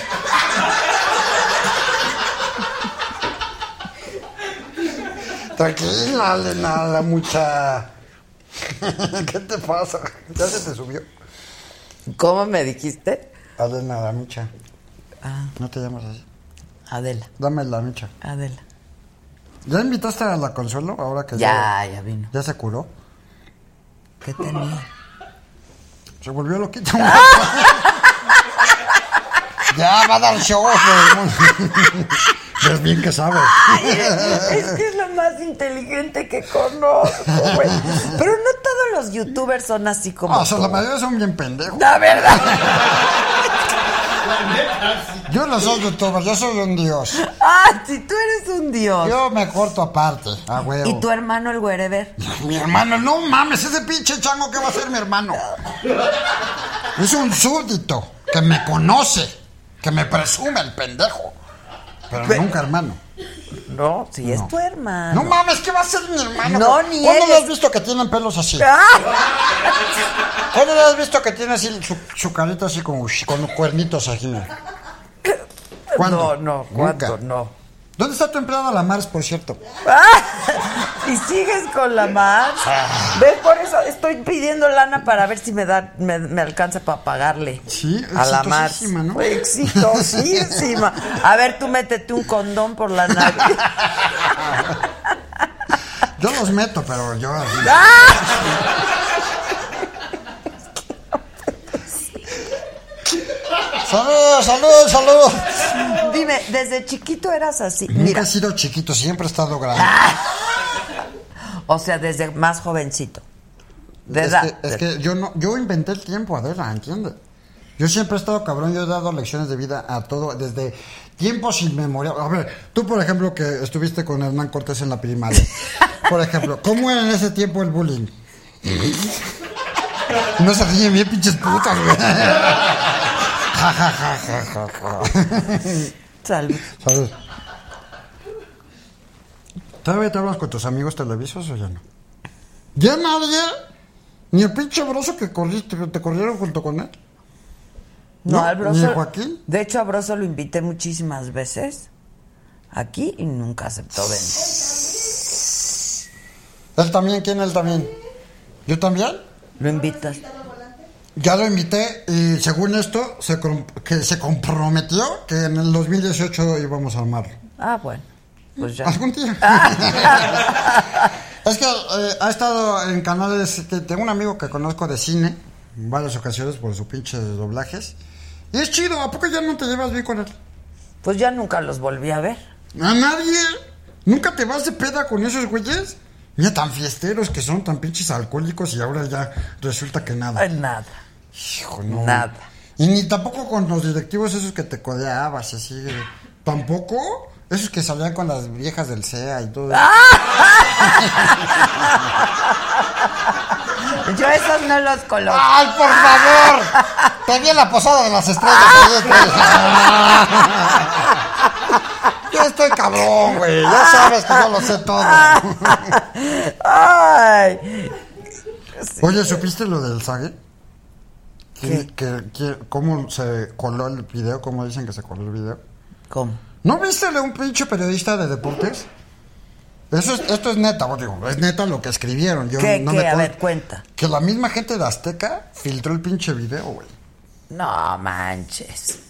Tranquila, Elena, la mucha. ¿Qué te pasa? ¿Ya se te subió? ¿Cómo me dijiste? Elena, la micha. ¿No te llamas así? Adela. Dame la micha. Adela. ¿Ya invitaste a la Consuelo ahora que ya vino? ¿Ya se curó? ¿Qué tenía? Se volvió loquita. Ya va a dar show. Es bien que sabe. Ay, es que es lo más inteligente que conozco, güey. Pero no todos los youtubers son así como... O sea, la mayoría son bien pendejos. La verdad. Yo no soy youtuber, yo soy un dios. Ah, si tú eres un dios. Yo me corto aparte, a huevo. ¿Y tu hermano el Wherever? Mi hermano, no mames, ese pinche chango, ¿qué va a ser mi hermano? Es un súbdito que me conoce, que me presume el pendejo. Pero nunca hermano. No, si es tu hermano. No mames, ¿qué va a ser mi hermano? No, ni ¿Cuándo eres... le has visto que tienen pelos así? ¿Cuándo le has visto que tiene así su carita así como con cuernitos aquí? ¿Cuándo? No, ¿cuándo? No. ¿Dónde está tu empleada la Mars, por cierto? ¿Y sigues con la Mars? ¿Ves? Por eso estoy pidiendo lana para ver si me alcanza para pagarle. Sí, a la Mars. ¿no? Exitosísima. A ver, tú métete un condón por la nariz. Yo los meto, pero yo así. ¡Salud! Dime, ¿desde chiquito eras así? Nunca he sido chiquito, siempre he estado grande. O sea, desde más jovencito. De edad. Es que yo inventé el tiempo, Adela, ¿entiendes? Yo siempre he estado cabrón, yo he dado lecciones de vida a todo, desde tiempos inmemoriales. A ver, tú, por ejemplo, que estuviste con Hernán Cortés en la primaria. Por ejemplo, ¿cómo era en ese tiempo el bullying? No se ríen bien, pinches putas, güey. Salud. Salud. ¿Todavía te hablas con tus amigos televisos o ya no? ¿Ya nadie? ¿Ni el pinche Broso que te corrieron junto con él? No, al Broso. ¿Ni el Joaquín? De hecho, a Broso lo invité muchísimas veces aquí y nunca aceptó venir. ¿Él también? ¿Quién él también? ¿Yo también? ¿Lo invitas? Ya lo invité y según esto se comprometió que en el 2018 íbamos a armarlo. Ah, bueno. Pues ya. ¿Algún día? Es que ha estado en canales que tengo un amigo que conozco de cine en varias ocasiones por su pinche doblajes. Y es chido, ¿a poco ya no te llevas bien con él? Pues ya nunca los volví a ver. ¿A nadie? ¿Nunca te vas de peda con esos güeyes? Mira, tan fiesteros que son, tan pinches alcohólicos y ahora ya resulta que nada. Nada. Hijo, no. Nada. Y ni tampoco con los directivos esos que te codeabas así. ¿Tampoco? Esos que salían con las viejas del CEA y todo. Yo esos no los coloco. ¡Ay, por favor! Te vi en la posada de las estrellas. Yo estoy cabrón, güey. Ya sabes que yo lo sé todo. Ay. Oye, ¿supiste lo del Sague? ¿Cómo se coló el video? ¿Cómo dicen que se coló el video? ¿Cómo? ¿No viste de un pinche periodista de deportes? Esto es neta, digo, es neta lo que escribieron. Yo ¿Qué? no ¿Qué? me A ver, cuenta. Que la misma gente de Azteca filtró el pinche video, güey. No manches.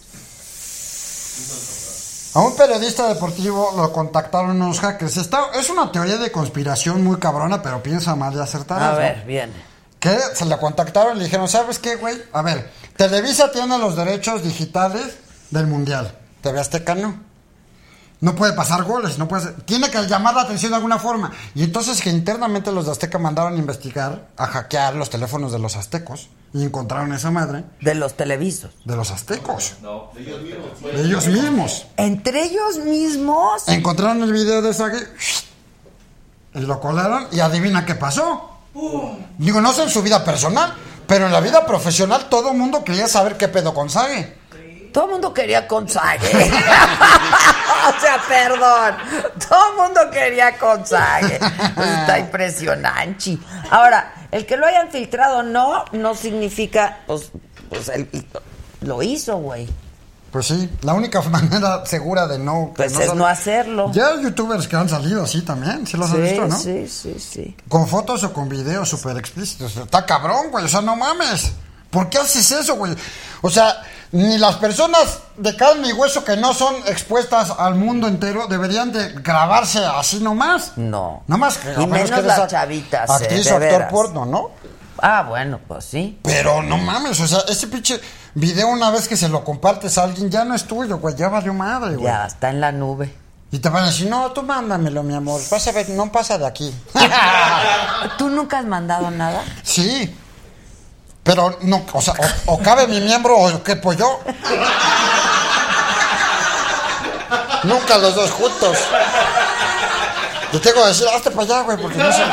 A un periodista deportivo lo contactaron unos hackers. Es una teoría de conspiración muy cabrona, pero piensa mal y acertada. A ver, viene. Que se le contactaron y le dijeron, ¿sabes qué, güey? A ver, Televisa tiene los derechos digitales del Mundial. TV Azteca no. No puede pasar goles, no puede tiene que llamar la atención de alguna forma. Y entonces que internamente los de Azteca mandaron a investigar, a hackear los teléfonos de los aztecos y encontraron esa madre. De los televisos. De los aztecos. No, de ellos mismos. De ellos mismos. ¿Entre ellos mismos? Encontraron el video de Sague y lo colaron y adivina qué pasó. Digo, no sé en su vida personal, pero en la vida profesional todo el mundo quería saber qué pedo con Sague. Todo el mundo quería con Sague. O sea, perdón. Todo el mundo quería con Sague. Pues está impresionante. Ahora, el que lo hayan filtrado no significa, pues él lo hizo, güey. Pues sí, la única manera segura de no... Pues no es no hacerlo. Ya hay youtubers que han salido así también, ¿sí los has visto, no? Sí. Con fotos o con videos súper explícitos. Está cabrón, güey, o sea, no mames. ¿Por qué haces eso, güey? O sea, ni las personas de carne y hueso que no son expuestas al mundo entero deberían de grabarse así nomás. No. Nomás que... Y menos que las chavitas, actriz de o actor veras. porno, ¿no? Ah, bueno, pues sí. Pero no mames, o sea, ese pinche video una vez que se lo compartes a alguien ya no es tuyo, güey, ya valió madre, güey. Ya, está en la nube. Y te van a decir, no, tú mándamelo, mi amor, vas a ver, no pasa de aquí. ¿Tú nunca has mandado nada? Sí, pero no, o sea, o cabe mi miembro o qué pollo. Nunca los dos juntos. Yo tengo que decir, hazte para allá, güey, porque no sé.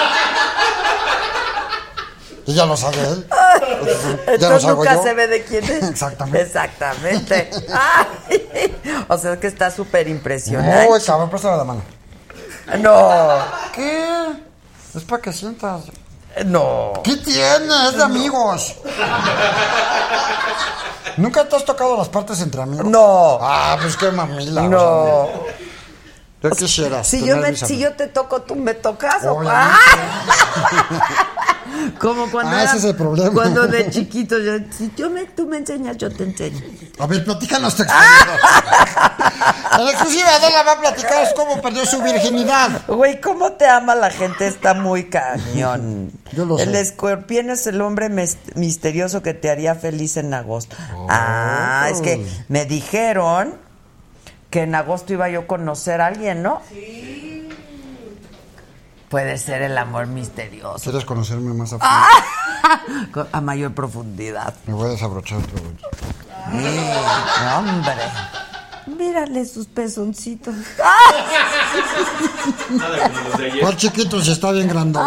Y ya lo sabe él. Entonces nunca se ve de quién es. Exactamente. Exactamente. Ay, o sea, que está súper impresionante. Uy, cabrón, préstame la mano. No. ¿Qué? Es para que sientas. No. ¿Qué tiene? Es de amigos. ¿Nunca te has tocado las partes entre amigos? No. Ah, pues qué mamila. No. O sea, yo quisiera. Si yo te toco, tú me tocas. Obviamente. Como cuando ese es el problema. Cuando de chiquito, si tú me enseñas, yo te enseño. A ver, platícanos tu experiencia. En exclusiva, Adela va a platicar cómo perdió su virginidad. Güey, cómo te ama la gente, está muy cañón. Yo lo sé. El escorpión es el hombre misterioso que te haría feliz en agosto. Oh. Es que me dijeron que en agosto iba yo a conocer a alguien, ¿no? Sí. Puede ser el amor misterioso. ¿Quieres conocerme más a fondo? A mayor profundidad. Me voy a desabrochar otro. Hombre. Mírale sus pezoncitos. Nada como los de ayer. ¿Cuál chiquito si está bien grandón?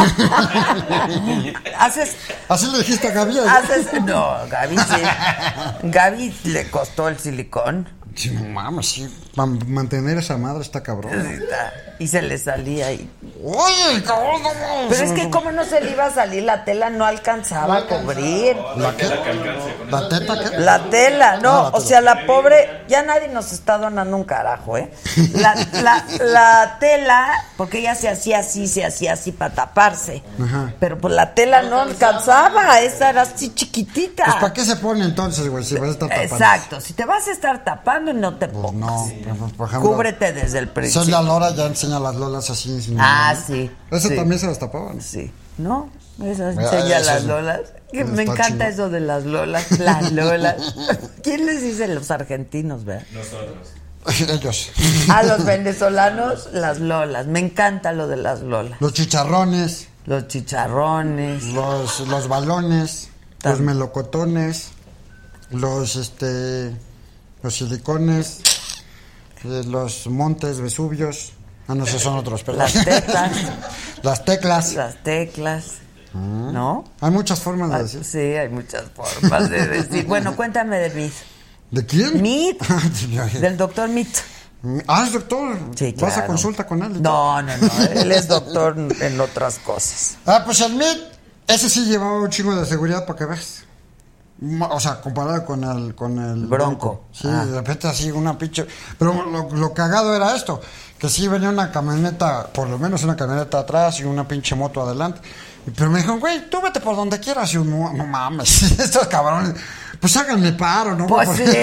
Haces... Así le dijiste a Gaby. No, Gaby sí. Gaby le costó el silicón. Sí, no mames, sí. Para mantener esa madre está cabrón. Y se le salía ahí. ¡Oye, cabrón! No. Pero es que cómo no se le iba a salir, la tela no alcanzaba a cubrir. ¿La qué? ¿La teta qué? La tela, no, la o sea, la pobre, ya nadie nos está donando un carajo, ¿eh? La tela, porque ella se hacía así para taparse. Ajá. Pero pues la tela no alcanzaba, esa era así chiquitita. Pues ¿para qué se pone entonces, güey? Si vas a estar tapando. Exacto, si te vas a estar tapando, no te pongas. No, por ejemplo, cúbrete desde el principio. Celia Lora ya enseña las lolas así. Sin Sí. Ese sí. también se las tapaban. Sí. ¿No? Esas enseña las lolas. Que me encanta chingón. eso de las lolas. Las lolas. ¿Quién les dice? Los argentinos, ¿verdad? Nosotros. Ellos. A los venezolanos, las lolas. Me encanta lo de las lolas. Los chicharrones. Los chicharrones. Los balones. Los melocotones. Los silicones. Los montes Vesuvios. No, esos son otros, pero... Las teclas. Las teclas. Las teclas. ¿No? Hay muchas formas de decir. Sí, hay muchas formas de decir. Bueno, cuéntame de Mead. ¿De quién? Mead. Del doctor Mead. ¿Es doctor? Sí, claro. ¿Vas a consulta con él? No. Él es doctor en otras cosas. Pues el Mead, ese sí llevaba un chingo de seguridad para que veas. O sea, comparado con el Bronco. Sí, de repente así una pinche... Pero lo cagado era esto, que sí venía una camioneta, por lo menos una camioneta atrás y una pinche moto adelante. Pero me dijeron, güey, tú vete por donde quieras. Y yo, no mames, estos cabrones, pues háganme paro, ¿no? Pues sí.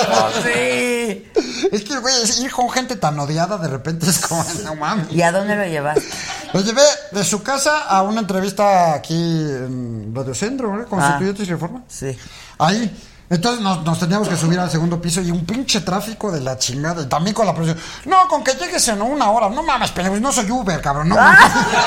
Es que, güey, ir con gente tan odiada de repente es como, no mames. ¿Y a dónde lo llevaste? Lo llevé de su casa a una entrevista aquí en Radio Centro, ¿no? Constituyentes y Reforma. Sí. Ahí. Entonces nos teníamos que subir al segundo piso y un pinche tráfico de la chingada. Y también con la presión. No, con que llegues en una hora. No mames, pero no soy Uber, cabrón. No mames.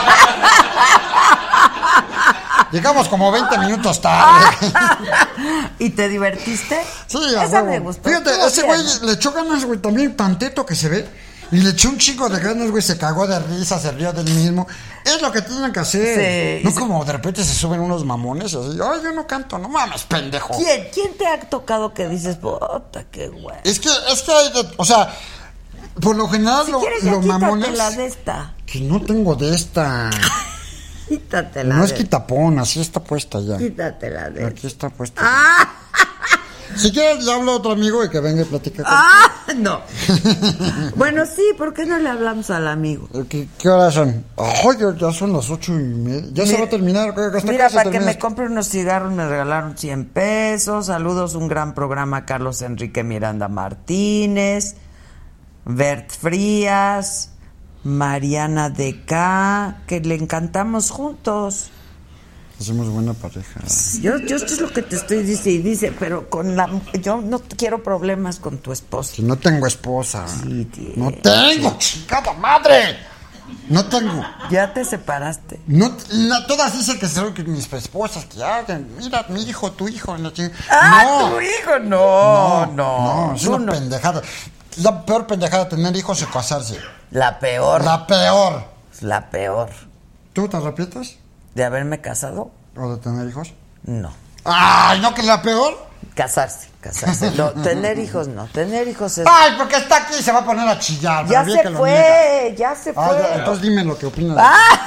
Llegamos como 20 minutos tarde. ¿Y te divertiste? Sí, esa me gustó. Fíjate, ese güey le echó ganas, güey, también tan teto que se ve. Y le echó un chico de ganas, güey, se cagó de risa, se rió del mismo. Es lo que tienen que hacer. Sí, no como de repente se suben unos mamones así. Ay, yo no canto, no mames, pendejo. ¿Quién te ha tocado que dices, puta, qué güey? Es que hay de, o sea, por lo general Si lo, quieres, ya los mamones. quítatela de esta. Que no tengo de esta. Quítatela. No es quitapón, así está puesta ya. Quítatela de Aquí está puesta. Si quieres, le hablo a otro amigo y que venga y platique con no. Bueno, sí, ¿por qué no le hablamos al amigo? ¿Qué horas son? Ya son las 8:30. Ya se va a terminar. Mira, para que me compre unos cigarros me regalaron 100 pesos. Saludos, un gran programa a Carlos Enrique Miranda Martínez, Bert Frías, Mariana D.K., que le encantamos juntos. Hacemos buena pareja. Yo esto es lo que te estoy dice, pero yo no quiero problemas con tu esposa. Si no tengo esposa. Sí, tío. No tengo, chingada madre. No tengo. Ya te separaste. Todas dicen que son mis esposas, que mira, mi hijo, tu hijo. No. Tu hijo, no. Es una pendejada. La peor pendejada de tener hijos es casarse. La peor. La peor. ¿Tú te arrepientes? ¿De haberme casado? ¿O de tener hijos? No. ¡Ay, no, que es la peor! Casarse. No, tener hijos no. Tener hijos es... ¡Ay, porque está aquí y se va a poner a chillar! Ya se fue. Ya, entonces dime lo que opinas.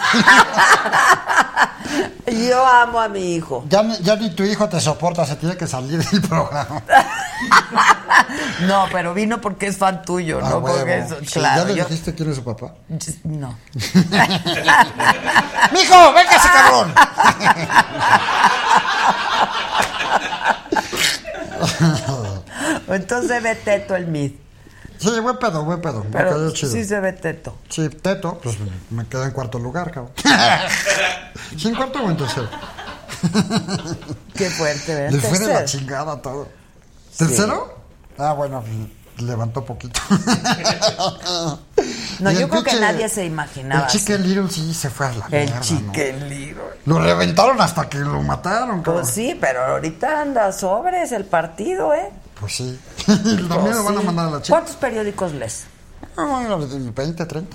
Yo amo a mi hijo. Ya ni tu hijo te soporta, se tiene que salir del programa. No, pero vino porque es fan tuyo, ¿no? Porque eso, sí, claro. ¿Ya le dijiste quién es su papá? No. ¡Mijo, véngase, cabrón! Entonces ve teto el Mead. Sí, buen pedo. Pero sí se ve teto. Sí, teto, pues me quedo en cuarto lugar, cabrón. ¿Sí, en cuarto o en tercero? Qué fuerte, ¿verdad? Le fue de la chingada todo. ¿Tercero? Sí. Bueno, levantó poquito. No, yo creo que nadie se imaginaba. El Chicken Little sí se fue a la mierda. El Chicken Little. Lo reventaron hasta que lo mataron, cabrón. Pues sí, pero ahorita anda sobres el partido, ¿eh? Pues sí. También lo van a mandar a la chica. ¿Cuántos periódicos lees? 20, 30.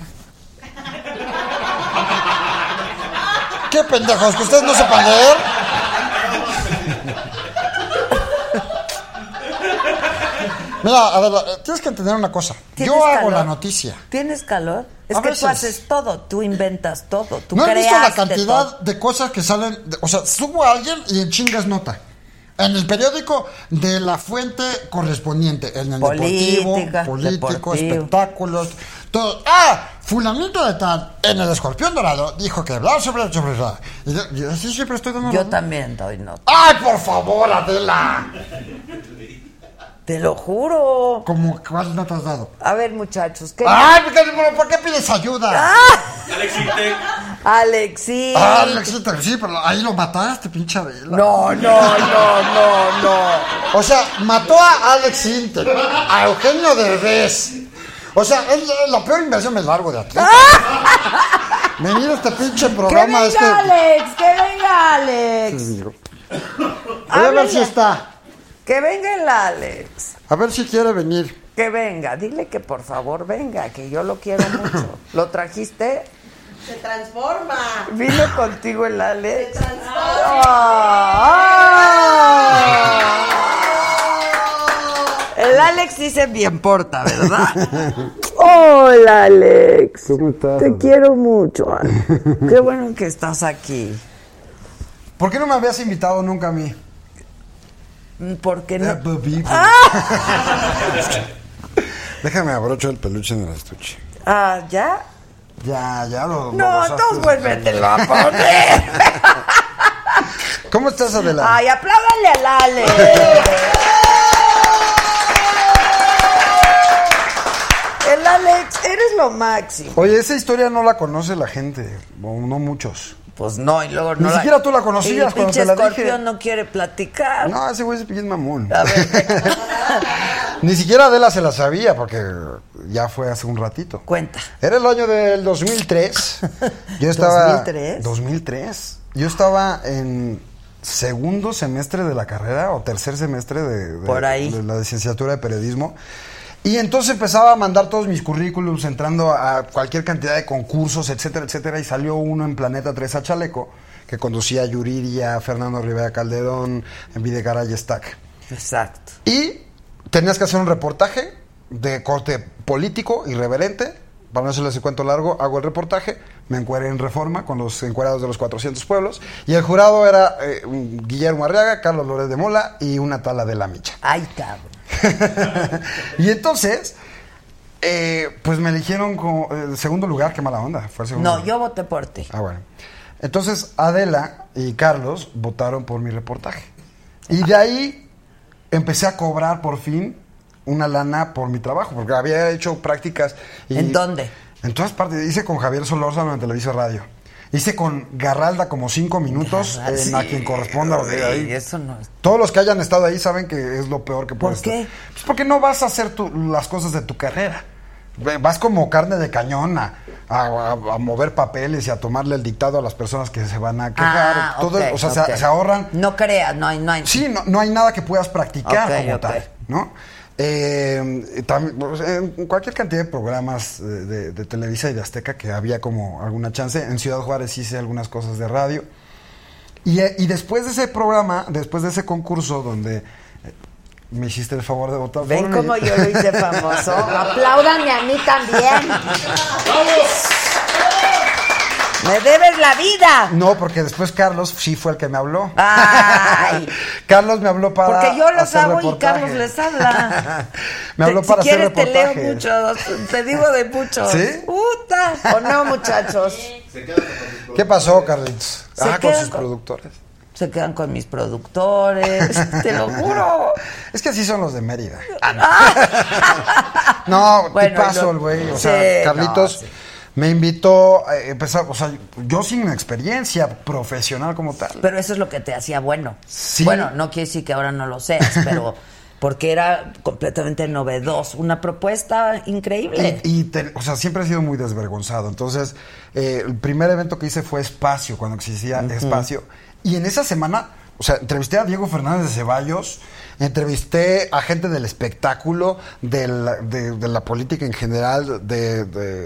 ¿Qué pendejos? ¿Que ustedes no sepan leer? Mira, a ver, tienes que entender una cosa. Yo hago la noticia. ¿Tienes calor? Es A que veces. tú haces todo, tú inventas todo, tú ¿No has creas visto la cantidad de cosas que salen? O sea, subo a alguien y en chingas nota. En el periódico de la fuente correspondiente. En el Política, político, deportivo. espectáculos, todo. ¡Ah! Fulanito de tal, en el Escorpión Dorado, dijo que hablar sobre y yo así siempre estoy dando Yo nota. también doy nota. ¡Ay, por favor, Adela! Te lo juro. ¿Cómo cuál nota has dado? A ver, muchachos, ¿qué? ¡Ay, ¿por qué pides ayuda? Alexis. Alexita, sí, pero ahí lo mataste, pinche Adela. No. O sea, mató a Alex Inter, a Eugenio Derbez. O sea, es la peor inversión, me largo de aquí. Me mira este pinche programa. Que venga Alex, que venga Alex. Voy a ver si está. Que venga el Alex. A ver si quiere venir. Que venga, dile que por favor venga, que yo lo quiero mucho. ¿Lo trajiste? Se transforma. ¿Vino contigo el Alex? Se transforma. El Alex sí se bien porta, ¿verdad? Hola, Alex. ¿Cómo estás? Te quiero mucho, Alex. Qué bueno que estás aquí. ¿Por qué no me habías invitado nunca a mí? ¿Por qué no? Déjame abrocho el peluche en el estuche. Ah, ¿ya? Ya lo No, gozaste. entonces vuélvetelo a poner. ¿Cómo estás, Adela? Ay, apláudale al Alex. El Alex, eres lo máximo. Oye, esa historia no la conoce la gente, o no muchos. Pues no, y luego no. Ni siquiera tú la conocías el cuando pinche te la dije. Escorpión no quiere platicar. No, ese güey es bien mamón. A ver, Ni siquiera Adela se la sabía porque ya fue hace un ratito. cuenta. Era el año del 2003. Yo estaba... ¿2003? 2003. Yo estaba en segundo semestre de la carrera o tercer semestre Por ahí. de la licenciatura de periodismo. Y entonces empezaba a mandar todos mis currículums entrando a cualquier cantidad de concursos, etcétera, etcétera. Y salió uno en Planeta 3 a Chaleco, que conducía Yuridia, Fernando Rivera Calderón, Videgaray y Stack. Exacto. Y tenías que hacer un reportaje de corte político, irreverente. Para no hacerles el cuento largo, hago el reportaje, me encueré en Reforma con los encuerados de los 400 pueblos. Y el jurado era Guillermo Arriaga, Carlos Lórez de Mola y una tal Adela Micha. Ay, cabrón. Y entonces, pues me eligieron como segundo lugar. Qué mala onda. Fue el segundo No, lugar. yo voté por ti. Ah, bueno. Entonces Adela y Carlos votaron por mi reportaje. Y de ahí empecé a cobrar por fin una lana por mi trabajo, porque había hecho prácticas. Y ¿En dónde? En todas partes. Hice con Javier Solórzano en Televisa Radio. Hice con Garralda como 5 minutos en A Quien Corresponda. Sí, ahí. eso no es... Todos los que hayan estado ahí saben que es lo peor que puedes ¿Por qué? estar. Pues porque no vas a hacer las cosas de tu carrera. Vas como carne de cañón a mover papeles y a tomarle el dictado a las personas que se van a quejar. Todo, ok, o sea, ok. se ahorran. No creas, no hay. Sí, no hay nada que puedas practicar Ok, como ok. tal, ¿no? También, pues, en cualquier cantidad de programas de Televisa y de Azteca que había como alguna chance. En Ciudad Juárez hice algunas cosas de radio. Y después de ese programa, después de ese concurso donde me hiciste el favor de votar ¿Ven por mí. cómo yo lo hice famoso? Apláudanme a mí también. ¡Me debes la vida! No, porque después Carlos sí fue el que me habló. ¡Ay! Carlos me habló para Porque yo los hacer hago y reportaje. Carlos les habla. Me habló para si hacer quieres te leo reportajes. muchos, te digo de muchos. ¿Sí? ¡Puta! ¿O no, muchachos? ¿Qué pasó, Carlitos? Se Con quedan sus con- productores. Se quedan con mis productores, te lo juro. Es que así son los de Mérida. No, Bueno, tipazo y el güey. O sí, sea, Carlitos no, sí. me invitó a empezar, o sea, yo sin experiencia profesional como tal. Pero eso es lo que te hacía bueno. Sí. Bueno, no quiere decir que ahora no lo seas, pero porque era completamente novedoso, una propuesta increíble. O sea, siempre he sido muy desvergonzado. Entonces, el primer evento que hice fue Espacio, cuando existía Espacio. Y en esa semana, O sea, entrevisté a Diego Fernández de Ceballos, entrevisté a gente del espectáculo, de la política en general, de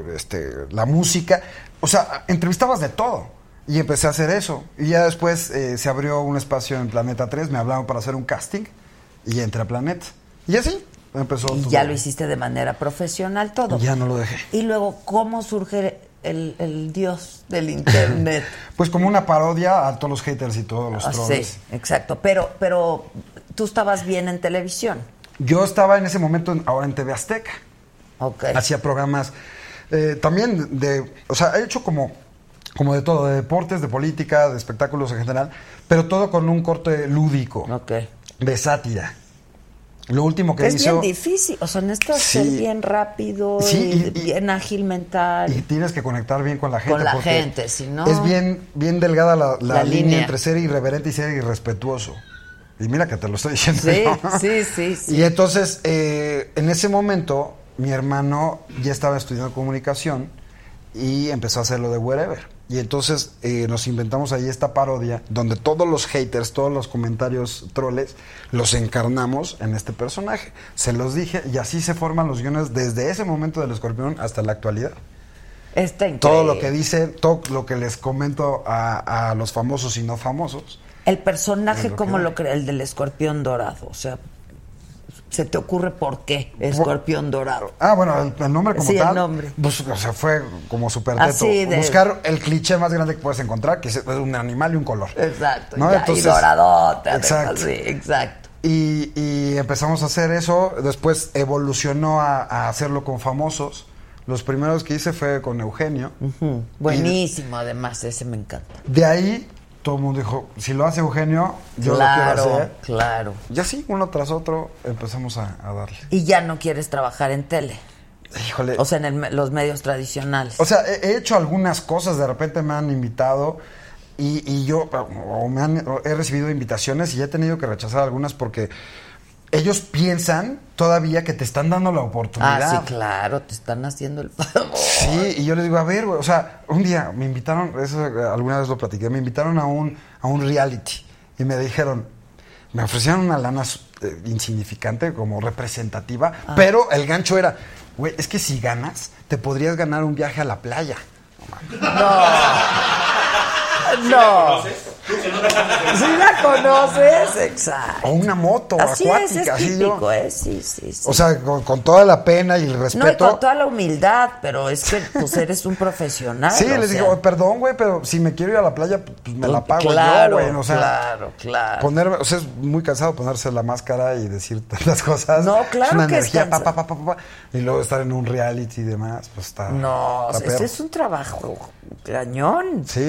la música. O sea, entrevistabas de todo. Y empecé a hacer eso. Y ya después se abrió un espacio en Planeta 3, me hablaron para hacer un casting y entré a Planeta. Y así empezó todo. Y ya lo hiciste de manera profesional todo. Ya no lo dejé. Y luego, ¿cómo surge el dios del internet? Pues como una parodia a todos los haters y todos los trolls. Sí, exacto. Pero tú estabas bien en televisión. Yo estaba en ese momento ahora en TV Azteca. Ok. Hacía programas también o sea, he hecho como de todo, de deportes, de política, de espectáculos en general, pero todo con un corte lúdico, de sátira. Lo último que es hizo... bien difícil, o sea, necesitas ser bien rápido, y bien ágil mental. Y tienes que conectar bien con la gente. Con la gente, si no... Es bien delgada la línea entre ser irreverente y ser irrespetuoso. Y mira que te lo estoy diciendo. Sí, ¿no? sí. Y entonces, en ese momento, mi hermano ya estaba estudiando comunicación y empezó a hacer lo de Wherever. Y entonces nos inventamos ahí esta parodia donde todos los haters, todos los comentarios troles, los encarnamos en este personaje. Se los dije y así se forman los guiones desde ese momento del Escorpión hasta la actualidad. Está increíble. Todo lo que dice, todo lo que les comento a los famosos y no famosos. El personaje, ¿cómo lo crea? El del Escorpión Dorado, o sea... ¿Se te ocurre por qué Escorpión Dorado? Bueno, el nombre como tal. Sí, el nombre. Pues, o sea, fue como súper teto. Buscar el cliché más grande que puedes encontrar, que es un animal y un color. Exacto. ¿no? Entonces, y doradote. Exacto. Sí, exacto. Y empezamos a hacer eso. Después evolucionó a hacerlo con famosos. Los primeros que hice fue con Eugenio. Buenísimo, además, ese me encanta. De ahí... Todo el mundo dijo, si lo hace Eugenio, yo lo quiero hacer. Claro. Y así, uno tras otro, empezamos a darle. ¿Y ya no quieres trabajar en tele? Híjole. O sea, en los medios tradicionales. O sea, he hecho algunas cosas, de repente me han invitado y yo he recibido invitaciones y he tenido que rechazar algunas porque ellos piensan todavía que te están dando la oportunidad. Sí, claro, te están haciendo el favor. Sí, y yo les digo, a ver, güey, o sea, un día me invitaron, eso alguna vez lo platiqué, me invitaron a un reality y me dijeron, me ofrecieron una lana insignificante, como representativa, pero el gancho era, güey, es que si ganas, te podrías ganar un viaje a la playa. No. ¿Sí la conoces? Exacto. O una moto así acuática. Es típico, sí. O sea, con toda la pena y el respeto. No, y con toda la humildad, pero es que pues eres un profesional. Sí, les digo, perdón, güey, pero si me quiero ir a la playa, pues me la pago yo, güey. O sea, claro. O sea, es muy cansado ponerse la máscara y decir tantas cosas. No, claro, es una que energía, es y luego estar en un reality y demás, pues está. No, está es un trabajo cañón. Sí,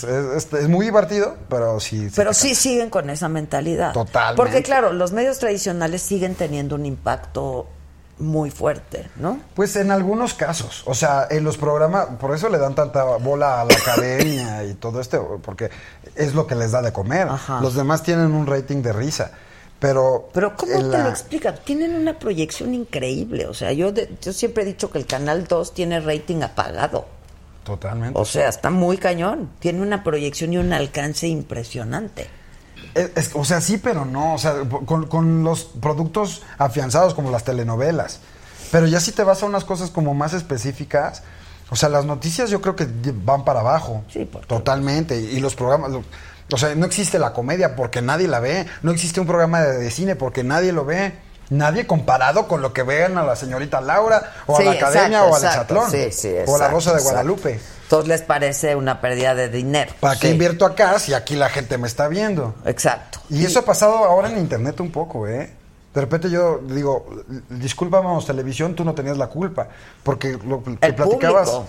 es muy divertido, pero sí. Pero sí siguen con esa mentalidad. Totalmente. Porque claro, los medios tradicionales siguen teniendo un impacto muy fuerte, ¿no? Pues en algunos casos, o sea, en los programas, por eso le dan tanta bola a la academia y todo esto, porque es lo que les da de comer. Ajá. Los demás tienen un rating de risa. Pero ¿cómo te lo explican? Tienen una proyección increíble. O sea, yo siempre he dicho que el Canal 2 tiene rating apagado. Totalmente. O sea, está muy cañón. Tiene una proyección y un alcance impresionante. O sea, sí, pero no. O sea, con los productos afianzados como las telenovelas. Pero ya si te vas a unas cosas como más específicas, o sea, las noticias yo creo que van para abajo. Sí, totalmente. Y los programas... O sea, no existe la comedia porque nadie la ve. No existe un programa de cine porque nadie lo ve. Nadie comparado con lo que vean a la señorita Laura o a la Academia o al Exatlón o a la Rosa de Guadalupe. Entonces les parece una pérdida de dinero. ¿Para qué invierto acá si aquí la gente me está viendo? Exacto. Y eso ha pasado ahora en internet un poco, ¿eh? De repente yo digo, discúlpanos televisión, tú no tenías la culpa. Porque lo que platicabas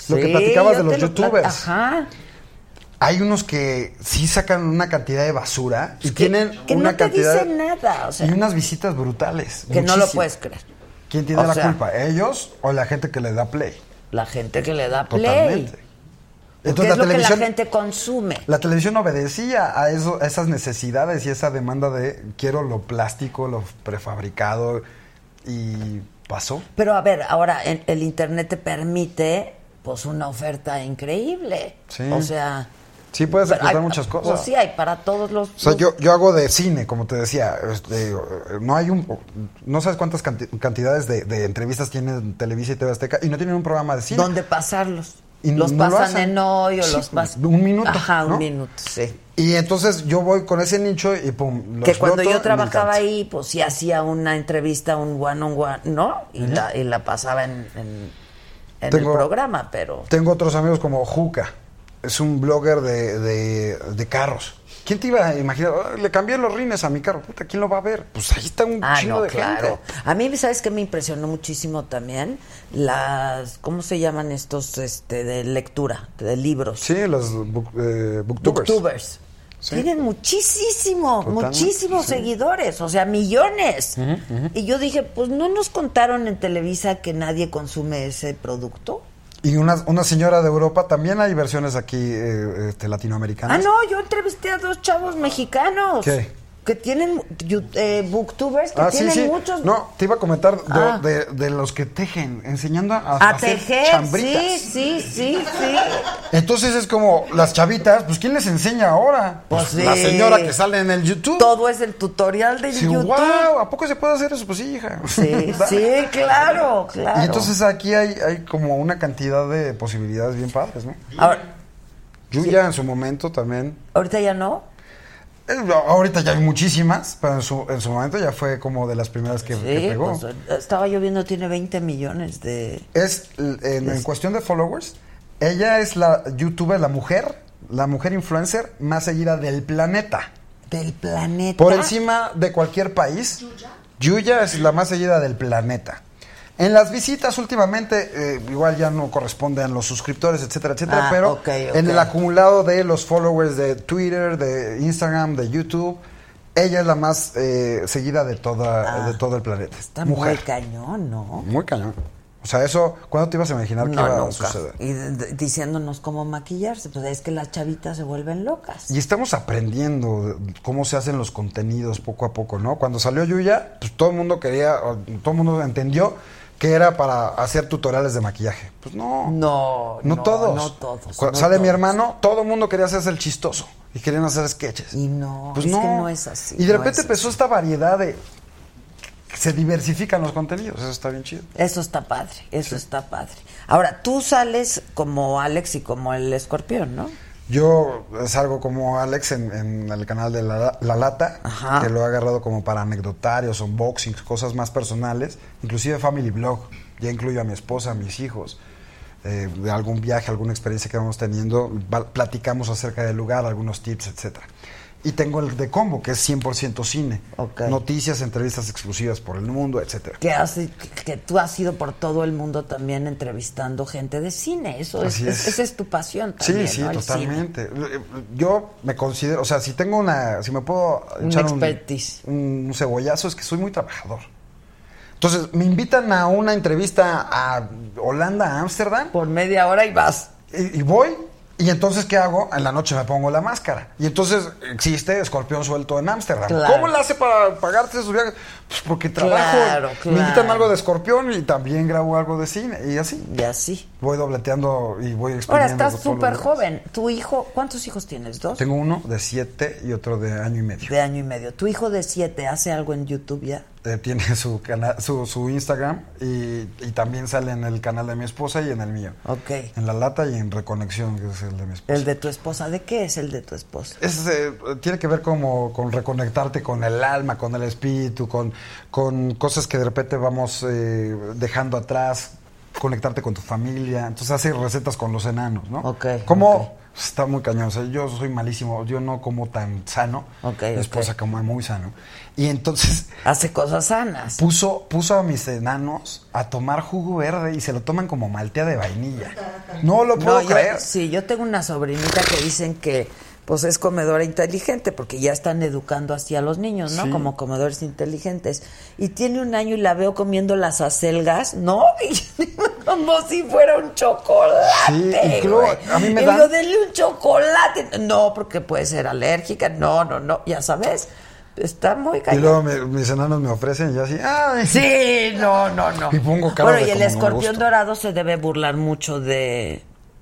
de los youtubers. Ajá. Hay unos que sí sacan una cantidad de basura y tienen que una no te cantidad dicen nada, o sea, y unas visitas brutales. Que no lo puedes creer. ¿Quién tiene la culpa? ¿Ellos o la gente que le da play? La gente que le da play. Totalmente. Entonces, es lo que la gente consume. La televisión obedecía a esas necesidades y esa demanda de quiero lo plástico, lo prefabricado, y pasó. Pero a ver, ahora el internet te permite pues una oferta increíble. Sí. O sea, Sí, puedes ejecutar Hay- muchas cosas. Pues sí, hay para todos los... O sea, yo hago de cine, como te decía. No sabes cuántas cantidades de entrevistas tienen Televisa y TV Azteca y no tienen un programa de cine. ¿Dónde pasarlos? Y los no lo pasan hacen. en hoy o Sí, los pasan... un minuto, Ajá, ¿no? un minuto, sí. Y entonces yo voy con ese nicho y pum. Los Que cuando veo todo yo y me trabajaba encanta. ahí, pues sí hacía una entrevista, un one-on-one, ¿no? Y, la pasaba en el programa, pero... Tengo otros amigos como Juca. Es un blogger de carros. ¿Quién te iba a imaginar? "Ah, le cambié los rines a mi carro. Puta, ¿quién lo va a ver? Pues ahí está un chingo no, de claro. gente. A mí, ¿sabes qué me impresionó muchísimo también? ¿Cómo se llaman estos de lectura, de libros? Sí, los booktubers. Booktubers. Sí. Tienen muchísimos Totalmente, sí. seguidores, o sea, millones. Y yo dije, pues, ¿no nos contaron en Televisa que nadie consume ese producto? Y una señora de Europa, también hay versiones aquí latinoamericanas. Ah, no, yo entrevisté a 2 chavos mexicanos. ¿Qué? Que tienen booktubers, que Sí, tienen sí. muchos... No, te iba a comentar Ah. de los que tejen, enseñando a hacer tejer, chambritas. sí. Entonces es como las chavitas, pues ¿quién les enseña ahora? Pues sí. La señora que sale en el YouTube. Todo es el tutorial de Sí, YouTube. wow, ¿a poco se puede hacer eso? Pues sí, hija. Sí, Dale. sí, claro. Y entonces aquí hay como una cantidad de posibilidades bien padres, ¿no? Ahora, Yuya en su momento también. ¿ahorita ya no? Ahorita ya hay muchísimas, pero en su momento ya fue como de las primeras que pegó. Pues, estaba yo viendo, tiene 20 millones de... En cuestión de followers, ella es la youtuber, la mujer influencer más seguida del planeta. ¿Del planeta? Por encima de cualquier país. Yuya es la más seguida del planeta. En las visitas últimamente, igual ya no corresponden los suscriptores, etcétera, etcétera, pero en el acumulado de los followers de Twitter, de Instagram, de YouTube, ella es la más seguida de todo el planeta. Está mujer. muy cañón, ¿no? Muy cañón. O sea, eso, ¿cuándo te ibas a imaginar que iba nunca. a suceder? Y diciéndonos cómo maquillarse, pues es que las chavitas se vuelven locas. Y estamos aprendiendo cómo se hacen los contenidos poco a poco, ¿no? Cuando salió Yuya, pues todo el mundo entendió que era para hacer tutoriales de maquillaje. Pues no todos. No todos. Cuando no sale mi todos. hermano, todo el mundo quería hacerse el chistoso y querían hacer sketches. Y no, pues es no. que no es así. Y de no repente es empezó esta variedad de... Se diversifican los contenidos, eso está bien chido. Eso está padre, está padre. Ahora, tú sales como Alex y como el Escorpión, ¿no? Yo salgo como Alex en el canal de La Lata, que lo he agarrado como para anecdotarios, unboxings, cosas más personales, inclusive family blog. Ya incluyo a mi esposa, a mis hijos, de algún viaje, alguna experiencia que vamos teniendo, platicamos acerca del lugar, algunos tips, etcétera. Y tengo el de combo, que es 100% cine. Noticias, entrevistas exclusivas por el mundo, etcétera. Que tú has ido por todo el mundo también entrevistando gente de cine. Eso esa es tu pasión también, Sí, ¿no? El totalmente. Yo me considero, o sea, si me puedo echar un cebollazo, es que soy muy trabajador. Entonces, me invitan a una entrevista a Holanda, a Ámsterdam. Por media hora y vas. Y voy. Y entonces, ¿qué hago? En la noche me pongo la máscara. Y entonces existe Escorpión Suelto en Ámsterdam. Claro. ¿Cómo le hace para pagarte esos viajes? Pues porque trabajo. Claro. Me invitan algo de Escorpión y también grabo algo de cine. Y así. Y así. Voy dobleteando y voy Ahora exprimiendo. estás súper joven. ¿Tu hijo, cuántos hijos tienes? ¿2? Tengo uno de 7 y otro de año y medio. De año y medio. ¿Tu hijo de 7 hace algo en YouTube ya? Tiene su canal, su Instagram y también sale en el canal de mi esposa y en el mío. Ok. En La Lata y en Reconexión, que es el de mi esposa. ¿El de tu esposa? ¿De qué es el de tu esposa? Tiene que ver como con reconectarte con el alma, con el espíritu, con cosas que de repente vamos dejando atrás, conectarte con tu familia. Entonces hace recetas con los enanos, ¿no? Está muy cañón. O sea, yo soy malísimo. Yo no como tan sano. Mi esposa come muy sano. Y entonces... Hace cosas sanas. Puso a mis enanos a tomar jugo verde y se lo toman como maltea de vainilla. No lo puedo creer. Yo tengo una sobrinita que dicen que pues es comedora inteligente porque ya están educando así a los niños, ¿no? Sí. Como comedores inteligentes. Y tiene 1 año y la veo comiendo las acelgas, ¿no? Y como si fuera un chocolate. Sí, y luego, a mí me y dan... digo, denle un chocolate. No, porque puede ser alérgica. No, ya sabes. Está muy Y cañón. luego mis enanos me ofrecen y yo así... ¡ay! Sí, no. Y pongo cara Bueno, de y el como no me escorpión gusta. dorado se debe burlar mucho de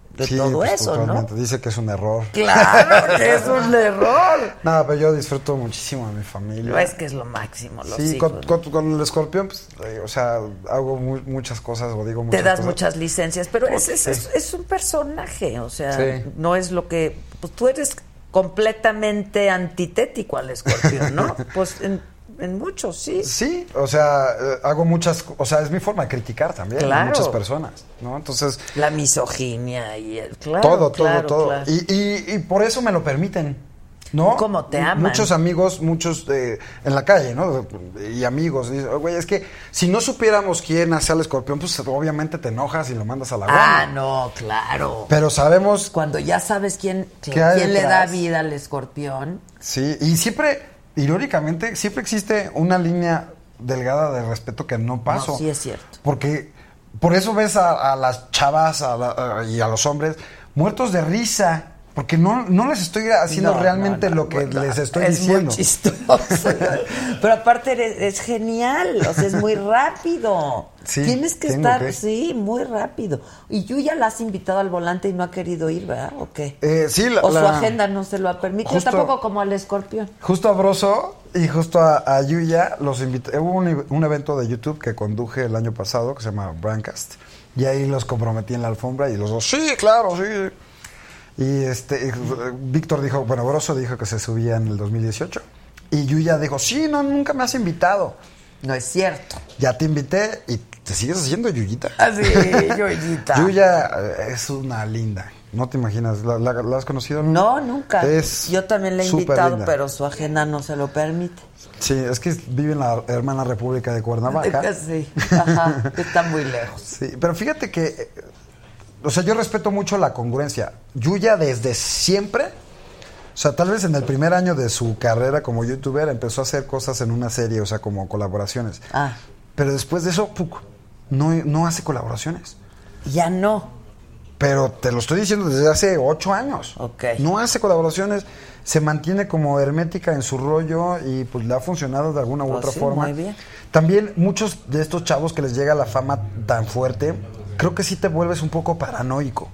de Sí, todo pues, eso, totalmente. ¿no? Dice que es un error. Claro que es un error. No, pero yo disfruto muchísimo de mi familia. No, es que es lo máximo, los Sí, hijos. con el escorpión, pues, o sea, hago muchas cosas o digo muchas Te das cosas. muchas licencias, pero es un personaje, o sea, Sí. no es lo que... Pues tú eres completamente antitético al escorpión, ¿no? Pues en muchos, sí. Sí, o sea, hago muchas... O sea, es mi forma de criticar también Claro. a muchas personas, ¿no? Entonces... La misoginia y el... Claro, todo. claro. Y por eso me lo permiten, ¿no? ¿Cómo te aman? Muchos amigos, en la calle, ¿no? Y amigos, dicen, güey, es que si no supiéramos quién hace al escorpión, pues obviamente te enojas y lo mandas a la goma. Ah, no, claro. Pero sabemos... Cuando ya sabes quién hay le da detrás? vida al escorpión. Sí, y siempre, irónicamente, siempre existe una línea delgada de respeto que no paso. No, sí es cierto. Porque por eso ves a las chavas y a los hombres muertos de risa. Porque no les estoy haciendo realmente lo que les estoy diciendo. Es muy chistoso. Pero aparte es genial, o sea, es muy rápido. Sí, tienes que tengo estar, que. sí, muy rápido. Y tú ya la has invitado al volante y no ha querido ir, ¿verdad? ¿O qué? Sí, o su agenda no se lo ha permitido, Justo- tampoco como al escorpión. Justo a Broso y justo a Yuya los invité. Hubo un evento de YouTube que conduje el año pasado que se llama Brandcast. Y ahí los comprometí en la alfombra y los dos, sí, claro, sí. Y Víctor dijo, bueno, Broso dijo que se subía en el 2018. Y Yuya dijo, sí, no, nunca me has invitado. No es cierto. Ya te invité y te sigues haciendo Yuyita. Ah, sí, Yuyita. Yuya es una linda. No te imaginas, ¿la has conocido? No, nunca. Yo también le he súper invitado, linda. pero su agenda no se lo permite. Sí, es que vive en la hermana República de Cuernavaca. Sí, ajá, está muy lejos. Sí, pero fíjate que, o sea, yo respeto mucho la congruencia. Yuya desde siempre, o sea, tal vez en el primer año de su carrera como youtuber empezó a hacer cosas en una serie, o sea, como colaboraciones. Ah. Pero después de eso, no hace colaboraciones. Ya no. Pero te lo estoy diciendo desde hace 8 años. Ok. No hace colaboraciones, se mantiene como hermética en su rollo y pues le ha funcionado de alguna u otra sí, forma. muy bien. También muchos de estos chavos que les llega la fama tan fuerte, creo que sí te vuelves un poco paranoico.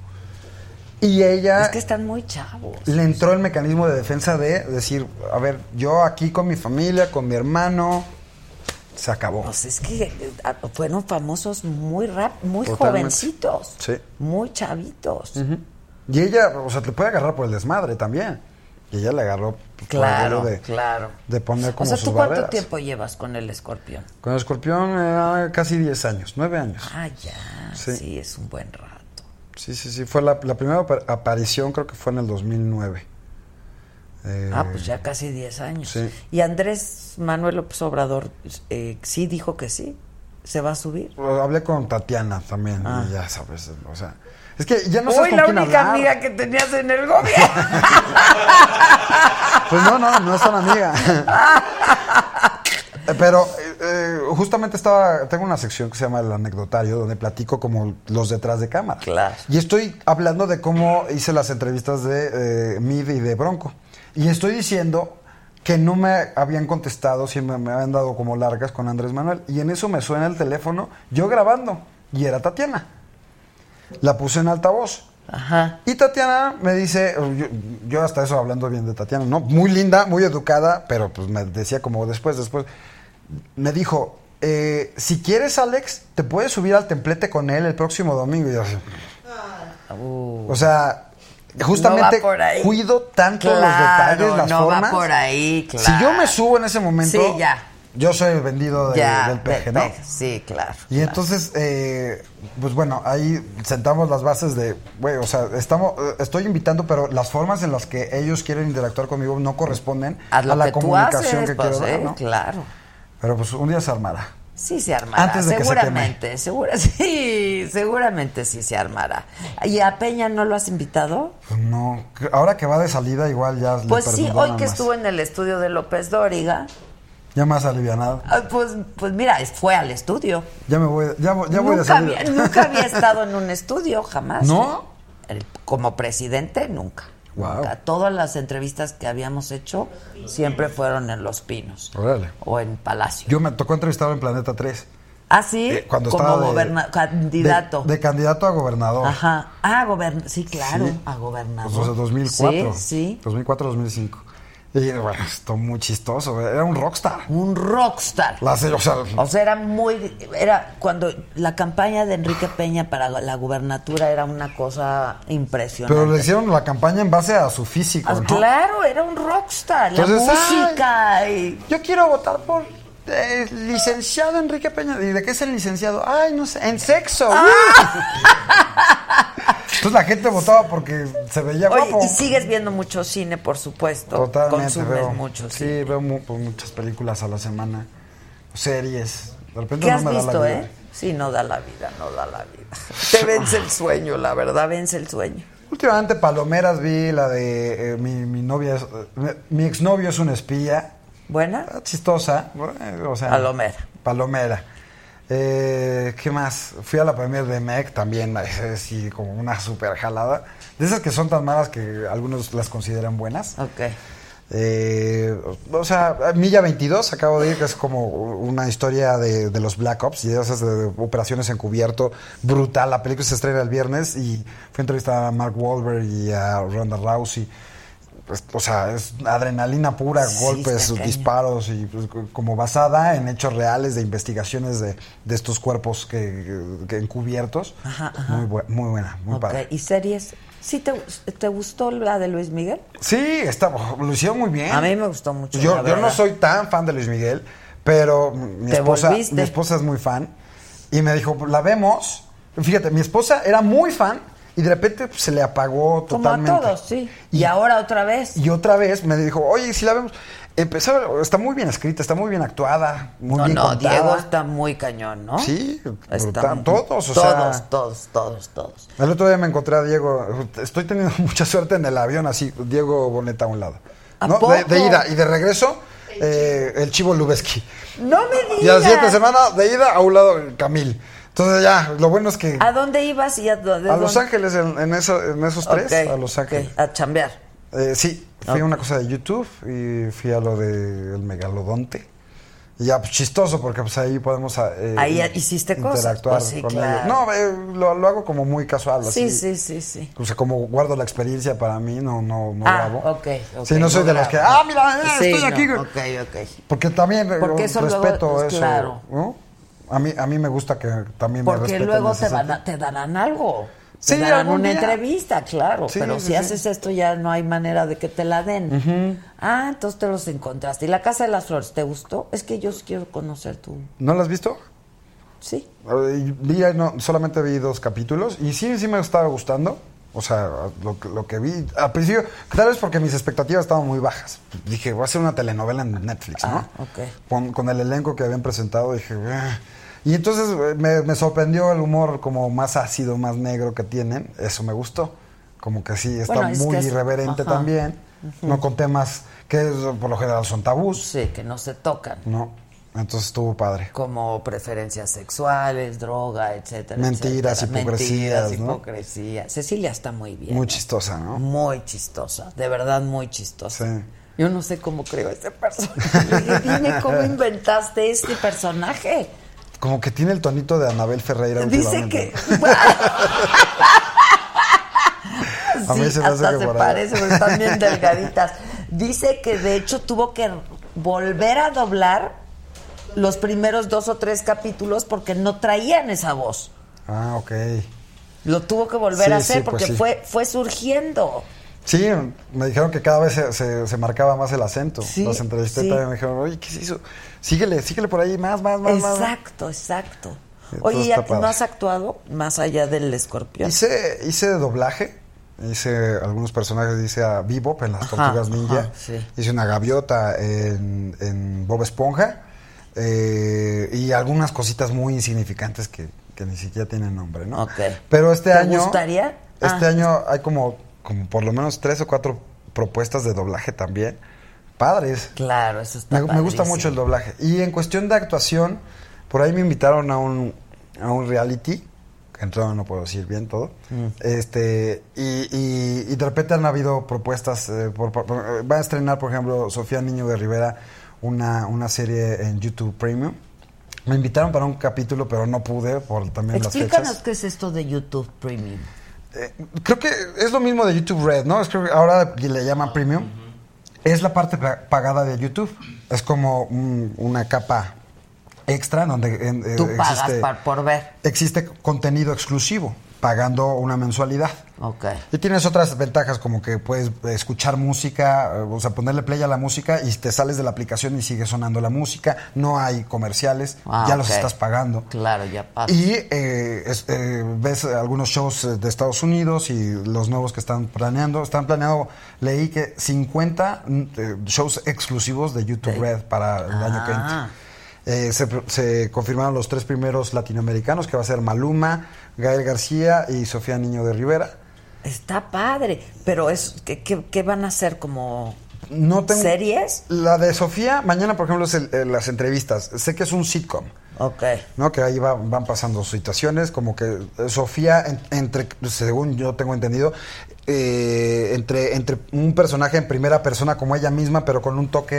Y ella... Es que están muy chavos. Le entró el mecanismo de defensa de decir, a ver, yo aquí con mi familia, con mi hermano, se acabó. Pues es que fueron famosos muy Totalmente. jovencitos. Sí. Muy chavitos. Ujú. Y ella, o sea, te puede agarrar por el desmadre también. Y ella le agarró pues, por Claro, aquello claro. de poner como O sea, sus ¿tú cuánto barreras. tiempo llevas con el escorpión? Con el escorpión casi 10 años, 9 años. Ah, ya. Sí. Sí, es un buen rato. Sí. Fue la primera aparición, creo que fue en el 2009. Pues ya casi 10 años. Sí. Y Andrés Manuel López Obrador sí dijo que sí. ¿Se va a subir? Hablé con Tatiana también, y ya sabes, o sea... Es que ya no Uy, sabes con la quién única hablar. amiga que tenías en el gobierno. Pues no es tan amiga. Pero justamente tengo una sección que se llama El Anecdotario, donde platico como los detrás de cámara. Claro. Y estoy hablando de cómo hice las entrevistas de Mid y de Bronco. Y estoy diciendo que no me habían contestado, siempre me habían dado como largas con Andrés Manuel. Y en eso me suena el teléfono, yo grabando, y era Tatiana. La puse en altavoz. Ajá. Y Tatiana me dice, yo hasta eso hablando bien de Tatiana, ¿no? Muy linda, muy educada, pero pues me decía como después, me dijo, si quieres, Alex, te puedes subir al templete con él el próximo domingo. Y yo así, o sea, justamente no va por ahí. cuido tanto los Claro, detalles, las no formas. va por ahí, claro. Si yo me subo en ese momento, Sí, ya. yo soy el vendido del peje, ¿no? Sí, claro. Y entonces, pues bueno, ahí sentamos las bases de, güey, o sea, estoy invitando, pero las formas en las que ellos quieren interactuar conmigo no corresponden a la comunicación que quiero dar, ¿no? Claro. Pero pues un día se armará. Sí se armará, Antes de que seguramente, seguramente sí se armará. ¿Y a Peña no lo has invitado? Pues no, ahora que va de salida igual ya Pues le sí, perdonan hoy que más. estuvo en el estudio de López Dóriga, Ya más alivianado. pues mira, fue al estudio. Ya voy de salida. Nunca había estado en un estudio, jamás. ¿No? Como presidente, nunca. Wow. Nunca. Todas las entrevistas que habíamos hecho siempre fueron en Los Pinos. Órale. O en Palacio. Yo me tocó entrevistar en Planeta 3 ¿Ah, sí? Cuando como estaba candidato. De candidato a gobernador. Ajá. Sí, claro, Sí. a gobernador. Pues, o sea, 2004. Sí. 2004, 2005. Y bueno, estuvo muy chistoso. Era un rockstar. Un rockstar. O sea, era cuando la campaña de Enrique Peña para la gubernatura era una cosa impresionante. pero le hicieron la campaña en base a su físico, ¿no? Claro, era un rockstar. Entonces, la música y... Yo quiero votar por licenciado Enrique Peña. ¿Y de qué es el licenciado? Ay, no sé, en sexo. Entonces la gente votaba porque se veía guapo. Y sigues viendo mucho cine, por supuesto. Totalmente. Consumes mucho cine. Sí, veo muchas películas a la semana. Series. De repente ¿Qué no has me da visto, la vida. Sí, no da la vida. Te vence el sueño, la verdad, vence el sueño. Últimamente Palomeras vi la de mi novia, mi exnovio es un espía. ¿Buena? Chistosa. O sea, Palomera. ¿Qué más? Fui a la premier de MEC también, sí, como una super jalada. De esas que son tan malas que algunos las consideran buenas. Ok. O sea, Milla 22 acabo de ir, que es como una historia de los Black Ops y de esas de operaciones encubierto, brutal. La película se estrena el viernes y fui a entrevistar a Mark Wahlberg y a Ronda Rousey. Pues, o sea, es adrenalina pura, golpes, disparos y pues, como basada en hechos reales de investigaciones de estos cuerpos que encubiertos. Ajá. Muy buena, muy padre. ¿Y series? ¿Sí te gustó la de Luis Miguel? Sí, lo hicieron muy bien. A mí me gustó mucho. Yo no soy tan fan de Luis Miguel, pero mi esposa es muy fan y me dijo, la vemos. Fíjate, mi esposa era muy fan y de repente se le apagó totalmente. Como a todos, sí. Y ahora otra vez. Y otra vez me dijo, oye, si la vemos. Está muy bien escrita, está muy bien actuada, muy bien contada. Diego está muy cañón, ¿no? Sí, está todos. El otro día me encontré a Diego, estoy teniendo mucha suerte en el avión, así, Diego Boneta a un lado. ¿No? De ida y de regreso, el Chivo Lubeski. ¡No me digas! Y a la siguiente semana, de ida, a un lado, Camil. Entonces ya, lo bueno es que... ¿A dónde ibas y a Los Ángeles, en esos tres, a Los Ángeles. A chambear. Sí, fui a una cosa de YouTube y fui a lo del megalodonte. Y ya, pues chistoso, porque pues ahí podemos ahí hiciste interactuar cosas. Pues, con claro. ellos. No, lo hago como muy casual. Así. Sí. O sea, como guardo la experiencia para mí, no grabo. Ok. Sí, no soy de los que, mira, estoy aquí. Ok. Porque también eso respeto luego, eso. Claro. ¿No? A mí me gusta que también me respeten. Porque luego te darán algo. Sí, te darán una día. Entrevista, claro. Sí, pero si haces esto ya no hay manera de que te la den. Uh-huh. Entonces te los encontraste. ¿Y La Casa de las Flores te gustó? Es que yo quiero conocer tu... ¿No la has visto? Sí. Solamente vi 2 capítulos y sí me estaba gustando. O sea, lo que vi al principio, tal vez porque mis expectativas estaban muy bajas. Dije, voy a hacer una telenovela en Netflix, ¿no? Ok. Con el elenco que habían presentado, dije... Y entonces me sorprendió el humor como más ácido, más negro que tienen. Eso me gustó. Como que sí, está muy irreverente también. Uh-huh. No con temas que por lo general son tabús. Sí, que no se tocan. No, entonces estuvo padre. Como preferencias sexuales, droga, etcétera. Mentiras, hipocresías, ¿no? Hipocresía. Cecilia está muy bien. Muy chistosa, ¿no? Muy chistosa, de verdad muy chistosa. Sí. Yo no sé cómo creo ese personaje. Dime cómo inventaste este personaje. Como que tiene el tonito de Anabel Ferreira. Dice que... A mí se me hace hasta que se parece, pero están bien delgaditas. Dice que de hecho tuvo que volver a doblar los primeros 2 o 3 capítulos porque no traían esa voz. Ok. Lo tuvo que volver a hacer pues porque fue surgiendo. Sí, me dijeron que cada vez se marcaba más el acento. Sí, las entrevisté también me dijeron, oye, ¿qué se hizo? Síguele por ahí, más. Exacto. Oye, ¿ya no has actuado más allá del Escorpión? Hice doblaje, hice algunos personajes, hice a Bebop en las Tortugas Ninja, hice una gaviota en Bob Esponja, y algunas cositas muy insignificantes que ni siquiera tienen nombre, ¿no? Okay. Pero este año... ¿Te gustaría? Este año hay como por lo menos 3 o 4 propuestas de doblaje también. Padres. Claro, eso está me gusta mucho el doblaje. Y en cuestión de actuación, por ahí me invitaron a un reality, que entonces no puedo decir bien todo. Y de repente han habido propuestas. Va a estrenar, por ejemplo, Sofía Niño de Rivera una serie en YouTube Premium Me invitaron para un capítulo, pero no pude por también las Explícanos fechas. qué es esto de YouTube Premium. Creo que es lo mismo de YouTube Red, ¿no? Es que ahora le llaman Premium. Es la parte pagada de YouTube. Es como una capa extra donde Tú pagas por ver. existe contenido exclusivo, pagando una mensualidad. Ok. Y tienes otras ventajas como que puedes escuchar música, o sea, ponerle play a la música y te sales de la aplicación y sigue sonando la música. No hay comerciales, ya los estás pagando. Claro, ya pasa. Y ves algunos shows de Estados Unidos y los nuevos que están planeando. Están planeando, leí que 50 shows exclusivos de YouTube Red para el año que entra. Se confirmaron los 3 primeros latinoamericanos, que va a ser Maluma, Gael García y Sofía Niño de Rivera. Está padre, pero ¿qué van a hacer? ¿Como series? La de Sofía, mañana, por ejemplo, es las entrevistas. Sé que es un sitcom. Ok. ¿No? Que ahí van pasando situaciones, como que Sofía, según yo tengo entendido, entre un personaje en primera persona como ella misma, pero con un toque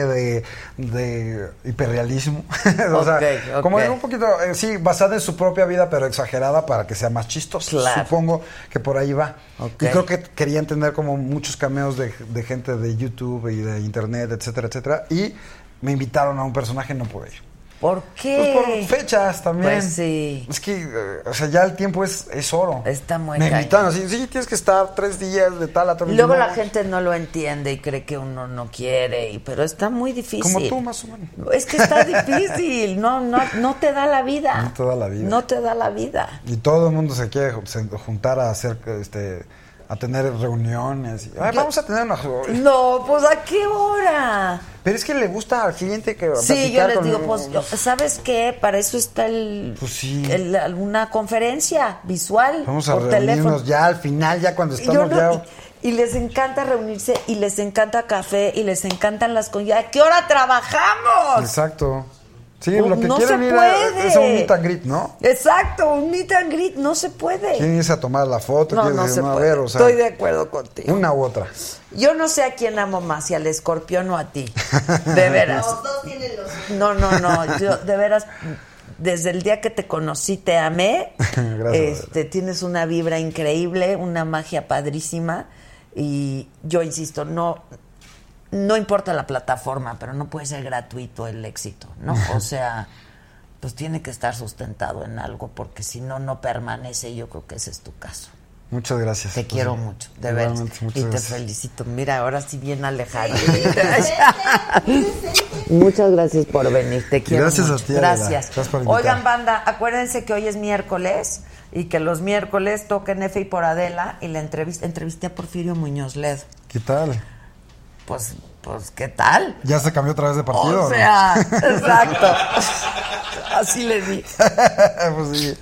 de hiperrealismo. O sea, como un poquito, sí, basada en su propia vida, pero exagerada para que sea más chistoso. Claro. Supongo que por ahí va. Okay. Y creo que querían tener como muchos cameos de gente de YouTube y de Internet, etcétera, etcétera. Y me invitaron a un personaje y no pude ir. ¿Por qué? Pues por fechas también. Pues sí. Es que, o sea, ya el tiempo es oro. Está muy Me cañón. invitaron así, sí, tienes que estar 3 días de tal a tal. Luego la gente no lo entiende y cree que uno no quiere, pero está muy difícil. Como tú, más o menos. Es que está difícil, no te da la vida. No te da la vida. No te da la vida. Y todo el mundo se quiere juntar a hacer, a tener reuniones. Ay, vamos a tener una... No, pues ¿a qué hora? Pero es que le gusta al cliente que sí, yo les digo, pues, ¿sabes qué? Para eso está pues sí. Una conferencia visual. Vamos a por reunirnos teléfono. Ya al final, ya cuando estamos y les encanta reunirse, y les encanta café, y les encantan las comidas. ¿A qué hora trabajamos? Exacto. Sí, Pues lo que no quieren se ir puede. es un meet and greet, ¿no? Exacto, un meet and greet no se puede. Quieren irse a tomar la foto. No se puede. A ver, o sea, estoy de acuerdo contigo. Una u otra. Yo no sé a quién amo más, si al escorpión o a ti. De veras. Los dos tienen los... No. Yo, de veras, desde el día que te conocí, te amé. Gracias. Tienes una vibra increíble, una magia padrísima. Y yo insisto, no importa la plataforma, pero no puede ser gratuito el éxito, ¿no? O sea, pues tiene que estar sustentado en algo, porque si no permanece. Yo creo que ese es tu caso. Muchas gracias. Te quiero mucho, de verdad. Y te felicito. Mira, ahora sí bien alejado. Muchas gracias por venir. Te quiero Gracias mucho. a ti, Gracias. Gracias por invitar. Oigan, banda, acuérdense que hoy es miércoles y que los miércoles toca en F y por Adela, y la entrevisté a Porfirio Muñoz Ledo. ¿Qué tal? Pues, ¿qué tal? ¿Ya se cambió otra vez de partido? O sea, ¿no? exacto. Así le di. Pues sí.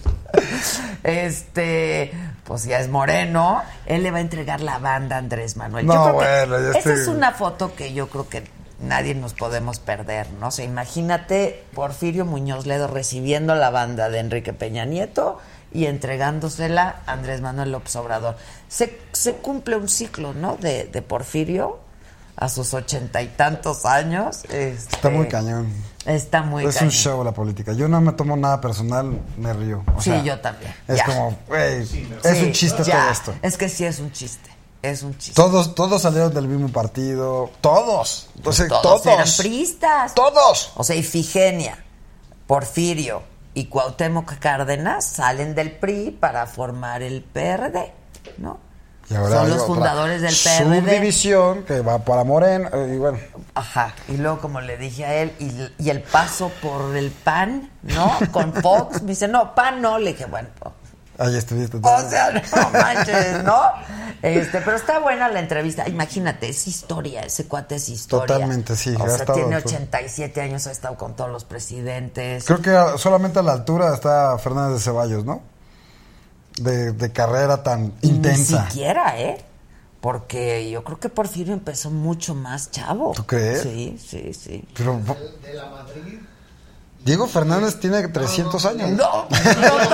Pues ya es moreno. Él le va a entregar la banda a Andrés Manuel. No, yo creo bueno, ya esa estoy... es una foto que yo creo que nadie nos podemos perder, ¿no? O sea, imagínate Porfirio Muñoz Ledo recibiendo la banda de Enrique Peña Nieto y entregándosela a Andrés Manuel López Obrador. Se cumple un ciclo, ¿no? De Porfirio a sus 80 y tantos años. Está muy cañón. Está muy Es cañón. un show la política. Yo no me tomo nada personal, me río. O Sí, sea, yo también. Es Ya. como, güey, es un chiste todo esto. Es que sí es un chiste. Es un chiste. Todos salieron del mismo partido. Todos. Entonces, Todos eran priistas. Todos. O sea, Ifigenia, Porfirio y Cuauhtémoc Cárdenas salen del PRI para formar el PRD, ¿no? Y ahora son hay los otra fundadores del PRD. subdivisión que va para Morena y bueno. Ajá. Y luego, como le dije a él, y el paso por el PAN, ¿no? Con Fox. Me dice, no, PAN no. Le dije, bueno, pues, Ahí estuviste. o sea, no manches, ¿no? Pero está buena la entrevista. Imagínate, es historia, ese cuate es historia. Totalmente, sí. O ha sea, estado tiene todo. 87 años, ha estado con todos los presidentes. Creo que solamente a la altura está Fernández de Ceballos, ¿no? De carrera tan intensa. Ni siquiera, porque yo creo que Porfirio empezó mucho más chavo. ¿Tú crees? Sí. Pero De la Madrid. Diego Fernández tiene 300 años. No tanto. De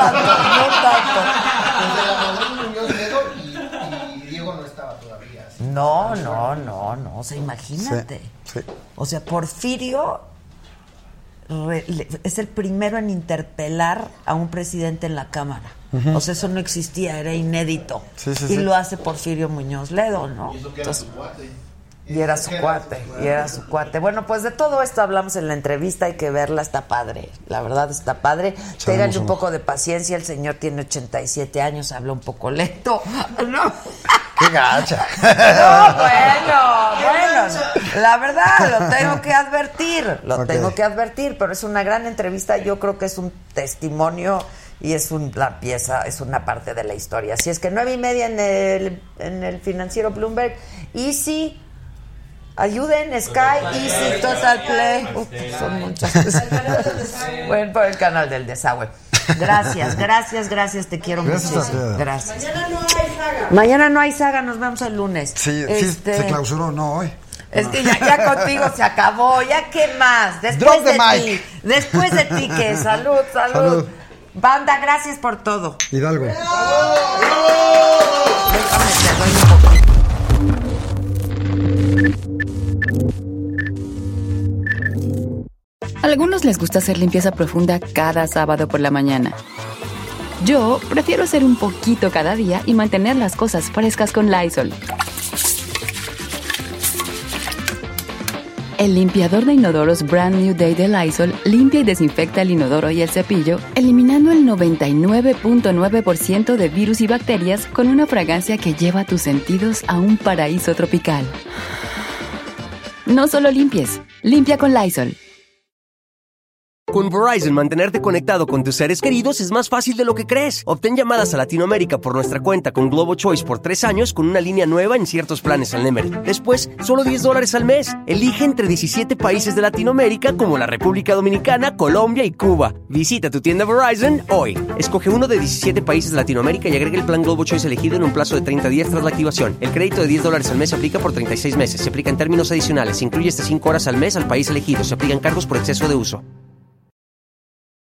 la Madrid Muñoz Ledo y Diego no estaba todavía. ¿Sí? No. O sea, imagínate. Sí. O sea, Porfirio es el primero en interpelar a un presidente en la Cámara. Ujú. O sea, eso no existía, era inédito. Sí, sí, y sí. lo hace Porfirio Muñoz Ledo, ¿no? Entonces, y era su cuate. Bueno, pues de todo esto hablamos en la entrevista, hay que verla, está padre. La verdad está padre. Ténganle un poco de paciencia, el señor tiene 87 años, habla un poco lento. ¿No? ¡Qué gacha! No, bueno, la verdad, lo tengo que advertir, pero es una gran entrevista, yo creo que es un testimonio y es una pieza, es una parte de la historia. Así es que 9:30 en el financiero Bloomberg. Easy, ayuden, Sky, Easy, Total Play. Son muchas cosas. Bueno, por el canal del desagüe. Gracias, te quiero muchísimo. Gracias. Mañana no hay saga, nos vemos el lunes. Sí, se clausuró, no hoy. Es que ya contigo se acabó, ya qué más. Drop the mic. Después de ti, que salud. Banda, gracias por todo. Hidalgo. A algunos les gusta hacer limpieza profunda cada sábado por la mañana. Yo prefiero hacer un poquito cada día y mantener las cosas frescas con Lysol. El limpiador de inodoros Brand New Day de Lysol limpia y desinfecta el inodoro y el cepillo, eliminando el 99.9% de virus y bacterias con una fragancia que lleva tus sentidos a un paraíso tropical. No solo limpies, limpia con Lysol. Con Verizon, mantenerte conectado con tus seres queridos es más fácil de lo que crees. Obtén llamadas a Latinoamérica por nuestra cuenta con Globo Choice por 3 años con una línea nueva en ciertos planes al Nemery. Después, solo $10 al mes. Elige entre 17 países de Latinoamérica como la República Dominicana, Colombia y Cuba. Visita tu tienda Verizon hoy. Escoge uno de 17 países de Latinoamérica y agrega el plan Globo Choice elegido en un plazo de 30 días tras la activación. El crédito de $10 al mes se aplica por 36 meses. Se aplica en términos adicionales. Se incluye hasta 5 horas al mes al país elegido. Se aplican cargos por exceso de uso.